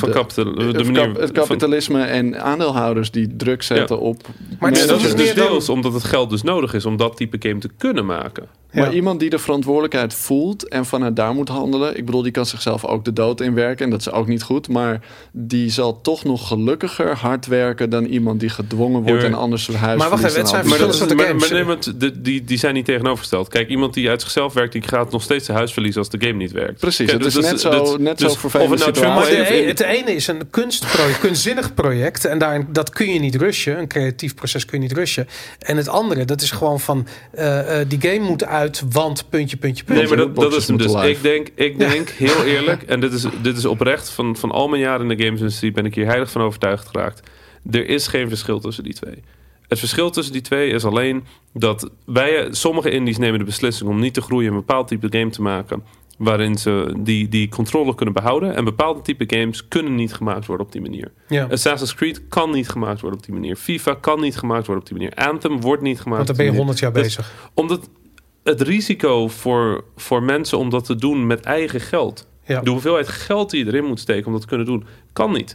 het kapitalisme en aandeelhouders die druk zetten op. Maar dat is dus deels omdat het geld dus nodig is om dat type game te kunnen maken. Maar iemand die de verantwoordelijkheid voelt en vanuit daar moet handelen. Ik bedoel, die kan zichzelf ook de dood inwerken. En dat is ook niet goed. Maar die zal toch nog gelukkiger hard werken dan iemand die gedwongen wordt en anders zijn huis. Maar wacht even, het zijn verschillende soorten games. Maar want die zijn niet tegenovergesteld. Kijk, iemand die uit zichzelf werkt, die gaat nog steeds zijn huis verliezen als de game niet werkt. Precies, kijk, het is net zo vervelend. Het ene is een kunstzinnig project. En dat kun je niet rushen. Een creatief proces kun je niet rushen. En het andere, dat is gewoon van die game moet uit, want puntje. Nee, maar dat is hem dus. Ik denk heel eerlijk, en dit is oprecht, van al mijn jaren in de gamesindustrie ben ik hier heilig van overtuigd geraakt. Er is geen verschil tussen die twee. Het verschil tussen die twee is alleen dat sommige indies nemen de beslissing om niet te groeien een bepaald type game te maken, waarin ze die controle kunnen behouden. En bepaalde type games kunnen niet gemaakt worden op die manier. Ja. Assassin's Creed kan niet gemaakt worden op die manier. FIFA kan niet gemaakt worden op die manier. Anthem wordt niet gemaakt. Want dan ben je 100 jaar bezig. Omdat het risico voor mensen om dat te doen met eigen geld, de hoeveelheid geld die je erin moet steken om dat te kunnen doen, kan niet.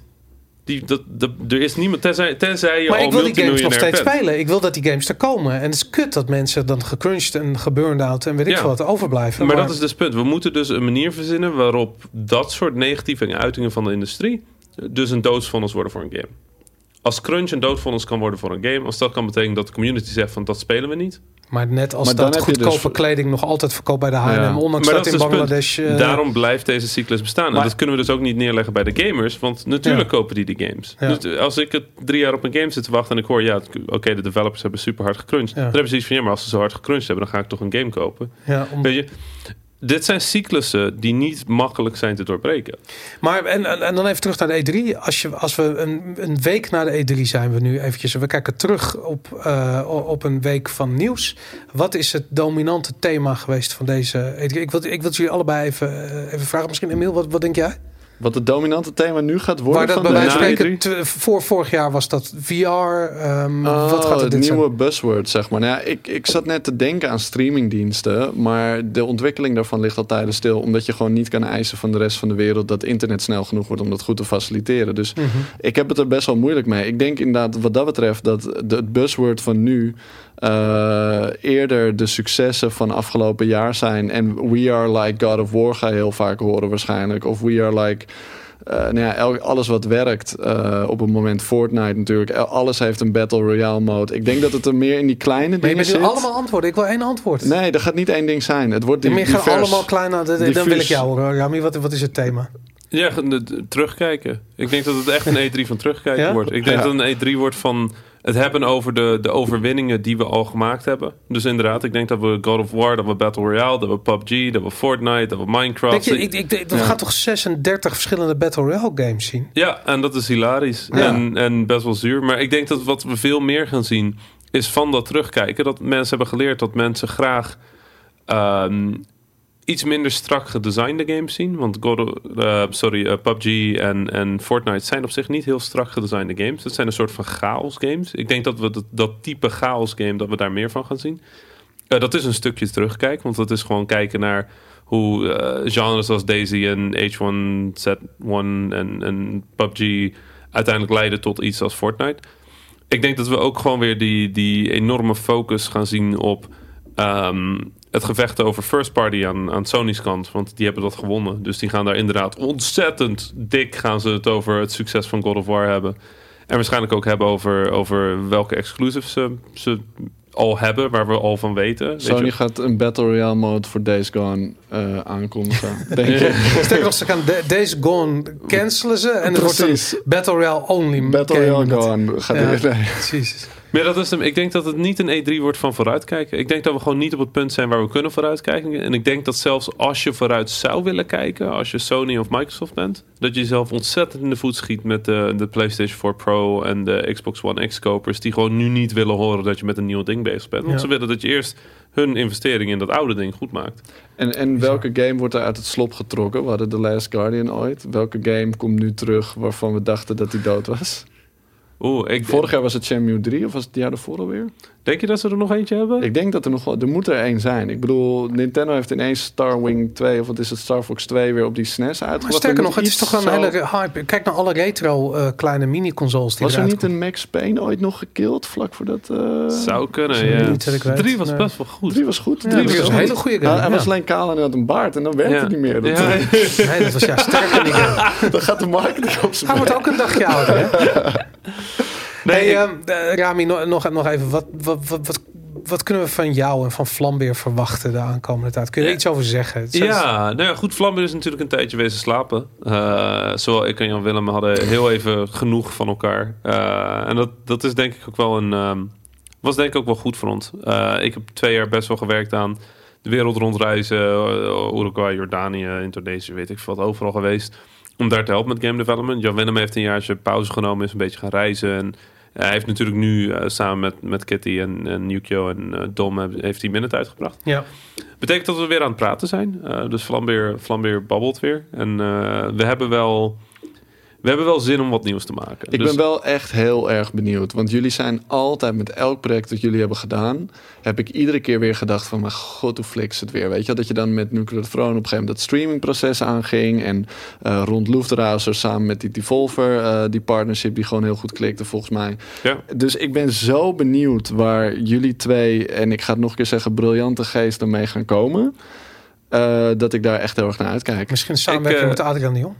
Er is niemand, tenzij je maar al ik wil die games nog steeds bent. spelen. Ik wil dat die games er komen. En het is kut dat mensen dan gecrunched en geburned out en weet ik veel wat overblijven. Maar dat is dus het punt. We moeten dus een manier verzinnen waarop dat soort negatieve uitingen van de industrie dus een doodsvonnis worden voor een game. Als crunch een doodvonnis kan worden voor een game, als dat kan betekenen dat de community zegt van dat spelen we niet. Maar net als dat goedkope kleding nog altijd verkoopt bij de H&M, ondanks dat in Bangladesh. Daarom blijft deze cyclus bestaan. En dat kunnen we dus ook niet neerleggen bij de gamers, want natuurlijk kopen die games. Ja. Dus als ik 3 jaar op een game zit te wachten en ik hoor, de developers hebben super hard gecrunched. Dan hebben ze iets van, maar als ze zo hard gecrunched hebben, dan ga ik toch een game kopen. Ja, weet je? Dit zijn cyclussen die niet makkelijk zijn te doorbreken. Maar en dan even terug naar de E3. Als we een week na de E3 zijn we nu eventjes. We kijken terug op een week van nieuws. Wat is het dominante thema geweest van deze E3? Ik wil jullie allebei even vragen. Misschien Emiel, wat denk jij? Wat het dominante thema nu gaat worden? Waar dat bij wijze van spreken, vorig jaar was dat VR. Wat gaat het nieuwe buzzword, zeg maar. Nou ja, ik zat net te denken aan streamingdiensten, maar de ontwikkeling daarvan ligt al tijden stil, omdat je gewoon niet kan eisen van de rest van de wereld dat internet snel genoeg wordt om dat goed te faciliteren. Dus ik heb het er best wel moeilijk mee. Ik denk inderdaad wat dat betreft dat het buzzword van nu eerder de successen van afgelopen jaar zijn. En we are like God of War ga je heel vaak horen waarschijnlijk. Of we are like alles wat werkt op het moment. Fortnite natuurlijk. Alles heeft een Battle Royale mode. Ik denk dat het er meer in die kleine dingen zit. Maar je bent nu allemaal antwoorden. Ik wil 1 antwoord. Nee, dat gaat niet 1 ding zijn. Het wordt divers. Je gaat allemaal klein aan. Dan wil ik jou horen. Rami, wat is het thema? Ja, terugkijken. Ik denk dat het echt een E3 van terugkijken wordt. Ik denk dat het een E3 wordt van het hebben over de overwinningen die we al gemaakt hebben. Dus inderdaad, ik denk dat we God of War, dat we Battle Royale, dat we PUBG, dat we Fortnite, dat we Minecraft. We gaan toch 36 verschillende Battle Royale games zien? Ja, en dat is hilarisch. Ja. En best wel zuur. Maar ik denk dat wat we veel meer gaan zien is van dat terugkijken. Dat mensen hebben geleerd dat mensen graag iets minder strak gedesignde games zien. Want PUBG en Fortnite zijn op zich niet heel strak gedesignde games. Het zijn een soort van chaos games. Ik denk dat we dat type chaos game, dat we daar meer van gaan zien. Dat is een stukje terugkijken. Want dat is gewoon kijken naar hoe genres als Daisy en H1Z1 en PUBG uiteindelijk leiden tot iets als Fortnite. Ik denk dat we ook gewoon weer die enorme focus gaan zien op het gevecht over first party aan Sony's kant. Want die hebben dat gewonnen. Dus die gaan daar inderdaad ontzettend dik gaan ze het over het succes van God of War hebben. En waarschijnlijk ook hebben over welke exclusives ze al hebben, waar we al van weten. Sony gaat een Battle Royale mode voor Days Gone aankondigen. Denk je? Sterker nog, ze gaan Days Gone cancelen ze en het wordt een Battle Royale only Battle Royale Gone. Precies. Maar dat is hem. Ik denk dat het niet een E3 wordt van vooruitkijken. Ik denk dat we gewoon niet op het punt zijn waar we kunnen vooruitkijken. En ik denk dat zelfs als je vooruit zou willen kijken, als je Sony of Microsoft bent, dat je jezelf ontzettend in de voet schiet met de PlayStation 4 Pro en de Xbox One X-kopers, die gewoon nu niet willen horen dat je met een nieuw ding bezig bent. Want ze willen dat je eerst hun investering in dat oude ding goed maakt. En welke game wordt er uit het slop getrokken? We hadden The Last Guardian ooit. Welke game komt nu terug waarvan we dachten dat hij dood was? Vorig jaar was het Shenmue 3 of was het jaar daarvoor alweer? Denk je dat ze er nog eentje hebben? Ik denk dat er moet er één zijn. Ik bedoel, Nintendo heeft ineens Starwing 2... of wat is het, Star Fox 2 weer op die SNES uitgebracht. Maar sterker nog, het is toch een hele hype. Kijk naar alle retro kleine mini-consoles die was er niet een Max Payne ooit nog gekild vlak voordat... Zou kunnen, ja. 3 was best wel goed. 3 was goed. Ja, 3 was een hele goede game. Hij was alleen kaal en had een baard en dan werkte het niet meer. Nee, dat was sterker niet. Dan gaat de marketing op zijn Hij wordt ook een dagje ouder, hè? Nee, Rami, nog even. Wat kunnen we van jou en van Vlambeer verwachten de aankomende tijd? Kun je er iets over zeggen? Goed. Vlambeer is natuurlijk een tijdje wezen slapen. Zowel ik en Jan Willem hadden heel even genoeg van elkaar. En dat is denk ik ook wel was denk ik ook wel goed voor ons. Ik heb 2 jaar best wel gewerkt aan de wereld rondreizen. Uruguay, Jordanië, Indonesië, weet ik veel wat, overal geweest. Om daar te helpen met game development. Jan Willem heeft een jaartje pauze genomen, is een beetje gaan reizen. En hij heeft natuurlijk nu samen met Kitty en Yukio en Dom heeft hij Minute uitgebracht. Ja. Betekent dat we weer aan het praten zijn. Dus Vlambeer babbelt weer. En we hebben wel zin om wat nieuws te maken. Ik ben wel echt heel erg benieuwd. Want jullie zijn altijd met elk project dat jullie hebben gedaan... heb ik iedere keer weer gedacht van... mijn god, hoe fliks het weer. Weet je, dat je dan met Nuclear Throne op een gegeven moment... dat streamingproces aanging. En rond Luftrausers samen met die Devolver... die partnership die gewoon heel goed klikte volgens mij. Ja. Dus ik ben zo benieuwd waar jullie 2... en ik ga het nog een keer zeggen... briljante geesten mee gaan komen... dat ik daar echt heel erg naar uitkijk. Misschien samenwerking met Adriaan Dion.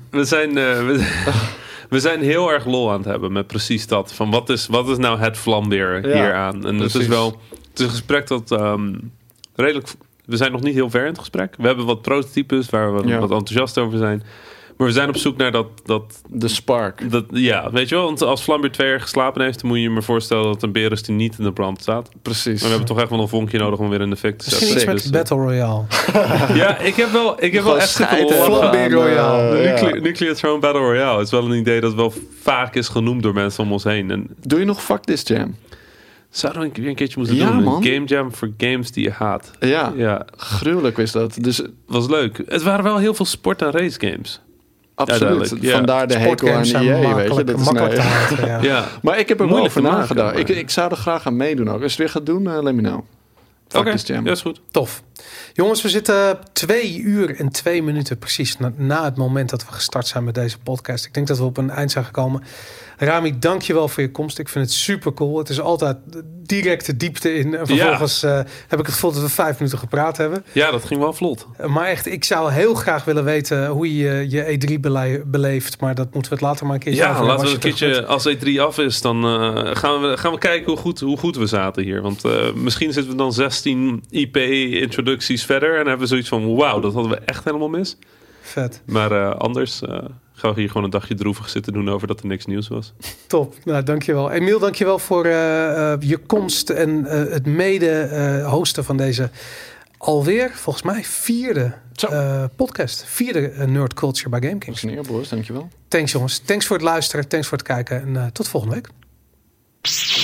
We zijn heel erg lol aan het hebben met precies dat. Van wat is nou het Vlambeer hier aan? En het is een gesprek dat redelijk... We zijn nog niet heel ver in het gesprek. We hebben wat prototypes waar we wat enthousiast over zijn. Maar we zijn op zoek naar dat de spark. Weet je wel. Want als Vlambeer 2 jaar geslapen heeft... dan moet je je maar voorstellen dat het een beer is die niet in de brand staat. Precies. Maar we hebben toch echt wel een vonkje nodig om weer in de fik te zetten. Misschien iets met Battle Royale. Ja, ik heb wel echt Vlambeer Royale. Nuclear Throne Battle Royale. Het is wel een idee dat wel vaak is genoemd door mensen om ons heen. En doe je nog Fuck This Jam? Zouden we een keertje moeten doen? Man. Een game jam voor games die je haat. Ja. Gruwelijk is dat. Dus was leuk. Het waren wel heel veel sport- en race games. Absoluut. Vandaar de hekel aan EA, weet je. Dat is makkelijk te haten, ja. Maar ik heb er wel over nagedacht. Ik zou er graag aan meedoen ook. Als je het weer gaat doen, let me know. Oké, dat is goed. Tof. Jongens, we zitten 2 uur en 2 minuten precies na het moment dat we gestart zijn met deze podcast. Ik denk dat we op een eind zijn gekomen. Rami, dank je wel voor je komst. Ik vind het super cool. Het is altijd direct de diepte in. En vervolgens heb ik het gevoel dat we 5 minuten gepraat hebben. Ja, dat ging wel vlot. Maar echt, ik zou heel graag willen weten hoe je je E3 beleeft. Maar dat moeten we het later maar een keertje over hebben. Laten we een keertje, als E3 af is, dan gaan we kijken hoe goed we zaten hier. Want misschien zitten we dan 16 IP-introducties verder. En hebben we zoiets van, wauw, dat hadden we echt helemaal mis. Vet. Maar anders... gaan we hier gewoon een dagje droevig zitten doen over dat er niks nieuws was. Top, nou dankjewel. Emiel, dankjewel voor je komst en het mede hosten van deze alweer, volgens mij, 4e podcast. 4e Nerd Culture bij Game Kings. Dat is een eer, boys, dankjewel. Thanks jongens, thanks voor het luisteren, thanks voor het kijken en tot volgende week.